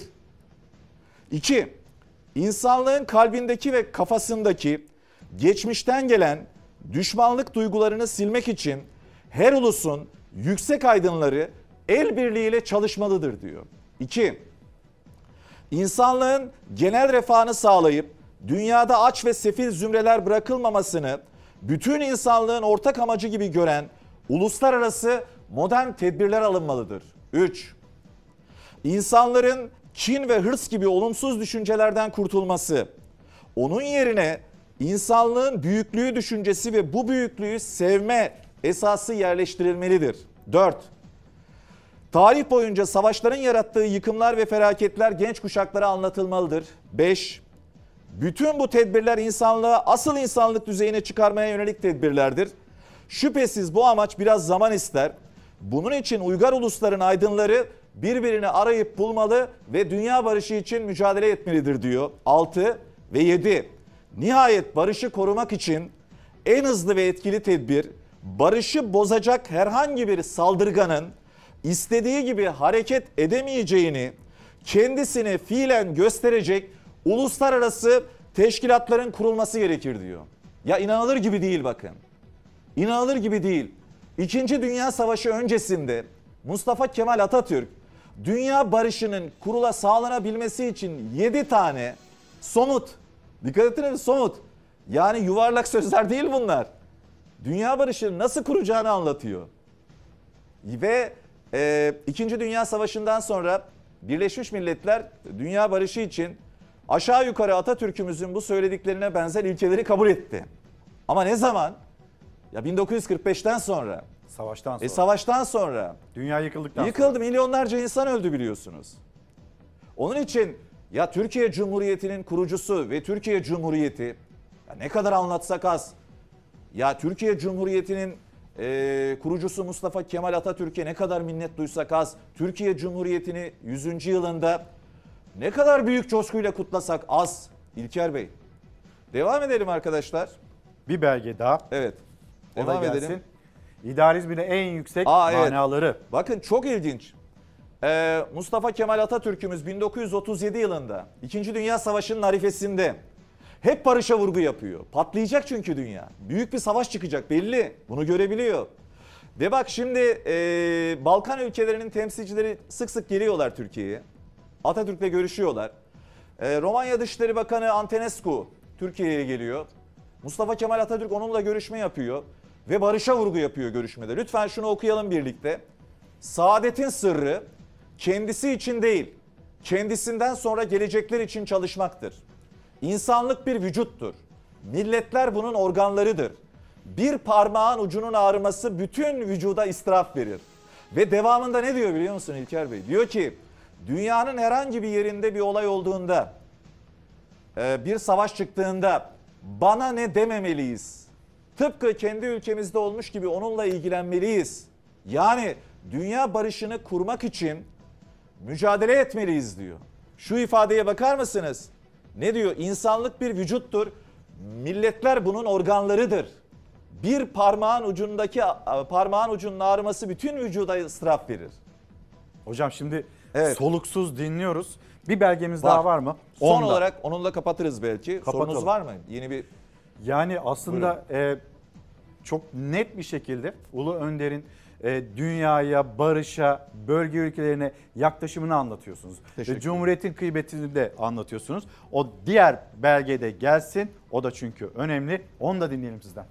2. İnsanlığın kalbindeki ve kafasındaki geçmişten gelen düşmanlık duygularını silmek için her ulusun yüksek aydınları el birliğiyle çalışmalıdır diyor. 2. İnsanlığın genel refahını sağlayıp dünyada aç ve sefil zümreler bırakılmamasını bütün insanlığın ortak amacı gibi gören uluslararası modern tedbirler alınmalıdır. 3. İnsanların kin ve hırs gibi olumsuz düşüncelerden kurtulması, onun yerine insanlığın büyüklüğü düşüncesi ve bu büyüklüğü sevme esası yerleştirilmelidir. 4. Tarih boyunca savaşların yarattığı yıkımlar ve felaketler genç kuşaklara anlatılmalıdır. 5. Bütün bu tedbirler insanlığı asıl insanlık düzeyine çıkarmaya yönelik tedbirlerdir. Şüphesiz bu amaç biraz zaman ister. Bunun için uygar ulusların aydınları birbirini arayıp bulmalı ve dünya barışı için mücadele etmelidir diyor. 6 ve 7. Nihayet barışı korumak için en hızlı ve etkili tedbir, barışı bozacak herhangi bir saldırganın istediği gibi hareket edemeyeceğini kendisini fiilen gösterecek uluslararası teşkilatların kurulması gerekir diyor. Ya inanılır gibi değil bakın. İnanılır gibi değil. İkinci Dünya Savaşı öncesinde Mustafa Kemal Atatürk dünya barışının sağlanabilmesi için 7 tane somut, dikkat ettiniz mi, somut, yani yuvarlak sözler değil bunlar. Dünya barışını nasıl kuracağını anlatıyor. Ve 2. Dünya Savaşı'ndan sonra Birleşmiş Milletler dünya barışı için aşağı yukarı Atatürk'ümüzün bu söylediklerine benzer ilkeleri kabul etti. Ama ne zaman? Ya 1945'ten sonra. Savaştan sonra. Savaştan sonra. Dünya yıkıldıktan sonra. Yıkıldı, milyonlarca insan öldü biliyorsunuz. Onun için ya Türkiye Cumhuriyeti'nin kurucusu ve Türkiye Cumhuriyeti, ya ne kadar anlatsak az. Ya Türkiye Cumhuriyeti'nin kurucusu Mustafa Kemal Atatürk'e ne kadar minnet duysak az. Türkiye Cumhuriyeti'ni 100. yılında Ne kadar büyük coşkuyla kutlasak az İlker Bey. Devam edelim arkadaşlar. Bir belge daha. Evet. O da Devam gelsin. edelim. İdealizmin en yüksek Evet. manaları. Bakın çok ilginç. Mustafa Kemal Atatürk'ümüz 1937 yılında 2. Dünya Savaşı'nın arifesinde hep barışa vurgu yapıyor. Patlayacak çünkü dünya. Büyük bir savaş çıkacak belli. Bunu görebiliyor. Ve bak şimdi Balkan ülkelerinin temsilcileri sık sık geliyorlar Türkiye'ye. Atatürk'le görüşüyorlar. Romanya Dışişleri Bakanı Antonescu Türkiye'ye geliyor. Mustafa Kemal Atatürk onunla görüşme yapıyor. Ve barışa vurgu yapıyor görüşmede. Lütfen şunu okuyalım birlikte. Saadetin sırrı kendisi için değil, kendisinden sonra gelecekler için çalışmaktır. İnsanlık bir vücuttur. Milletler bunun organlarıdır. Bir parmağın ucunun ağrıması bütün vücuda israf verir. Ve devamında ne diyor biliyor musun İlker Bey? Diyor ki dünyanın herhangi bir yerinde bir olay olduğunda, bir savaş çıktığında bana ne dememeliyiz. Tıpkı kendi ülkemizde olmuş gibi onunla ilgilenmeliyiz. Yani dünya barışını kurmak için mücadele etmeliyiz diyor. Şu ifadeye bakar mısınız? Ne diyor? İnsanlık bir vücuttur. Milletler bunun organlarıdır. Bir parmağın ucunun ağrıması bütün vücuda ıstırap verir. Hocam şimdi Evet. soluksuz dinliyoruz. Bir belgemiz daha var mı? Son 10'da. olarak onunla kapatırız belki. Kapatalım. Sorunuz var mı? Yeni bir... Yani aslında çok net bir şekilde Ulu Önder'in dünyaya, barışa, bölge ülkelerine yaklaşımını anlatıyorsunuz. Ve Cumhuriyet'in kıymetini de anlatıyorsunuz. O diğer belgede gelsin. O da çünkü önemli. Onu da dinleyelim sizden.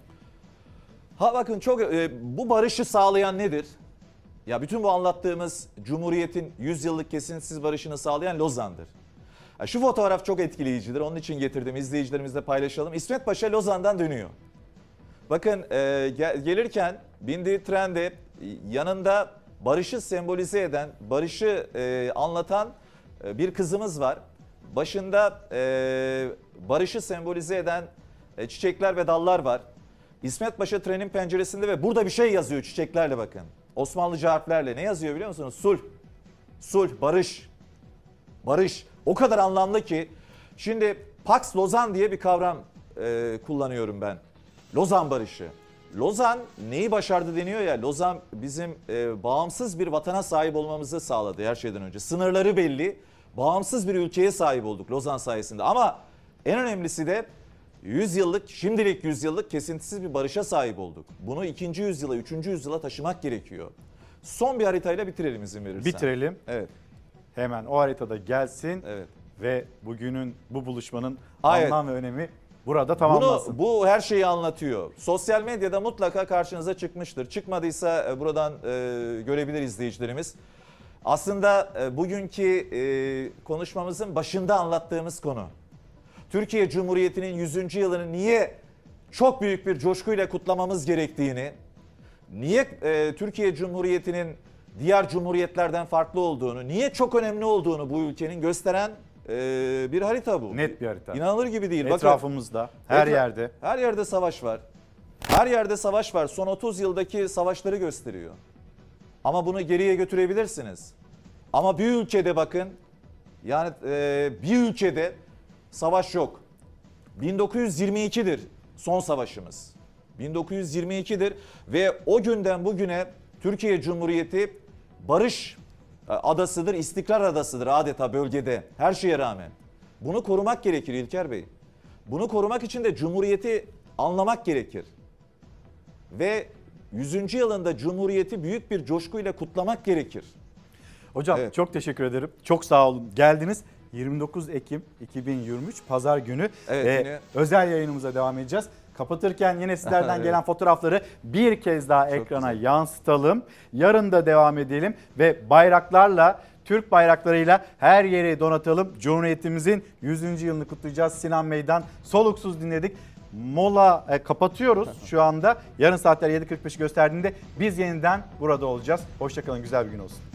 Ha bakın çok bu barışı sağlayan nedir? Ya bütün bu anlattığımız Cumhuriyet'in 100 yıllık kesintisiz barışını sağlayan Lozan'dır. Şu fotoğraf çok etkileyicidir. Onun için getirdim. İzleyicilerimizle paylaşalım. İsmet Paşa Lozan'dan dönüyor. Bakın gelirken bindiği trende yanında barışı sembolize eden, barışı anlatan bir kızımız var. Başında barışı sembolize eden çiçekler ve dallar var. İsmet Paşa trenin penceresinde ve burada bir şey yazıyor çiçeklerle bakın. Osmanlıca harflerle ne yazıyor biliyor musunuz? Sulh, sulh, barış, barış. O kadar anlamlı ki. Şimdi Pax Lozan diye bir kavram kullanıyorum ben. Lozan Barışı. Lozan neyi başardı deniyor ya. Lozan bizim bağımsız bir vatana sahip olmamızı sağladı her şeyden önce. Sınırları belli. Bağımsız bir ülkeye sahip olduk Lozan sayesinde. Ama en önemlisi de 100 yıllık, şimdilik 100 yıllık kesintisiz bir barışa sahip olduk. Bunu 2. yüzyıla, 3. yüzyıla taşımak gerekiyor. Son bir haritayla bitirelim izin verirsen. Bitirelim. Evet. Hemen o haritada gelsin. Evet. Ve bugünün, bu buluşmanın Evet. anlam ve önemi burada tamamlansın. Bu her şeyi anlatıyor. Sosyal medyada mutlaka karşınıza çıkmıştır. Çıkmadıysa buradan görebilir izleyicilerimiz. Aslında bugünkü konuşmamızın başında anlattığımız konu. Türkiye Cumhuriyeti'nin 100. yılını niye çok büyük bir coşkuyla kutlamamız gerektiğini, niye Türkiye Cumhuriyeti'nin diğer cumhuriyetlerden farklı olduğunu, niye çok önemli olduğunu bu ülkenin gösteren bir harita bu. Net bir harita. İnanılır gibi değil. Etrafımızda, her yerde. Her yerde savaş var. Her yerde savaş var. Son 30 yıldaki savaşları gösteriyor. Ama bunu geriye götürebilirsiniz. Ama bir ülkede bakın, yani bir ülkede savaş yok. 1922'dir son savaşımız. 1922'dir ve o günden bugüne Türkiye Cumhuriyeti barış adasıdır, istikrar adasıdır adeta bölgede her şeye rağmen. Bunu korumak gerekir İlker Bey. Bunu korumak için de Cumhuriyeti anlamak gerekir. Ve 100. yılında Cumhuriyeti büyük bir coşkuyla kutlamak gerekir. Hocam çok teşekkür ederim. Çok sağ olun. Geldiniz. 29 Ekim 2023 Pazar günü yine... özel yayınımıza devam edeceğiz. Kapatırken yine sizlerden gelen fotoğrafları bir kez daha ekrana yansıtalım. Yarın da devam edelim ve bayraklarla, Türk bayraklarıyla her yeri donatalım. Cumhuriyetimizin 100. yılını kutlayacağız. Sinan Meydan soluksuz dinledik. Mola kapatıyoruz şu anda. Yarın saatler 7.45'i gösterdiğinde biz yeniden burada olacağız. Hoşçakalın, güzel bir gün olsun.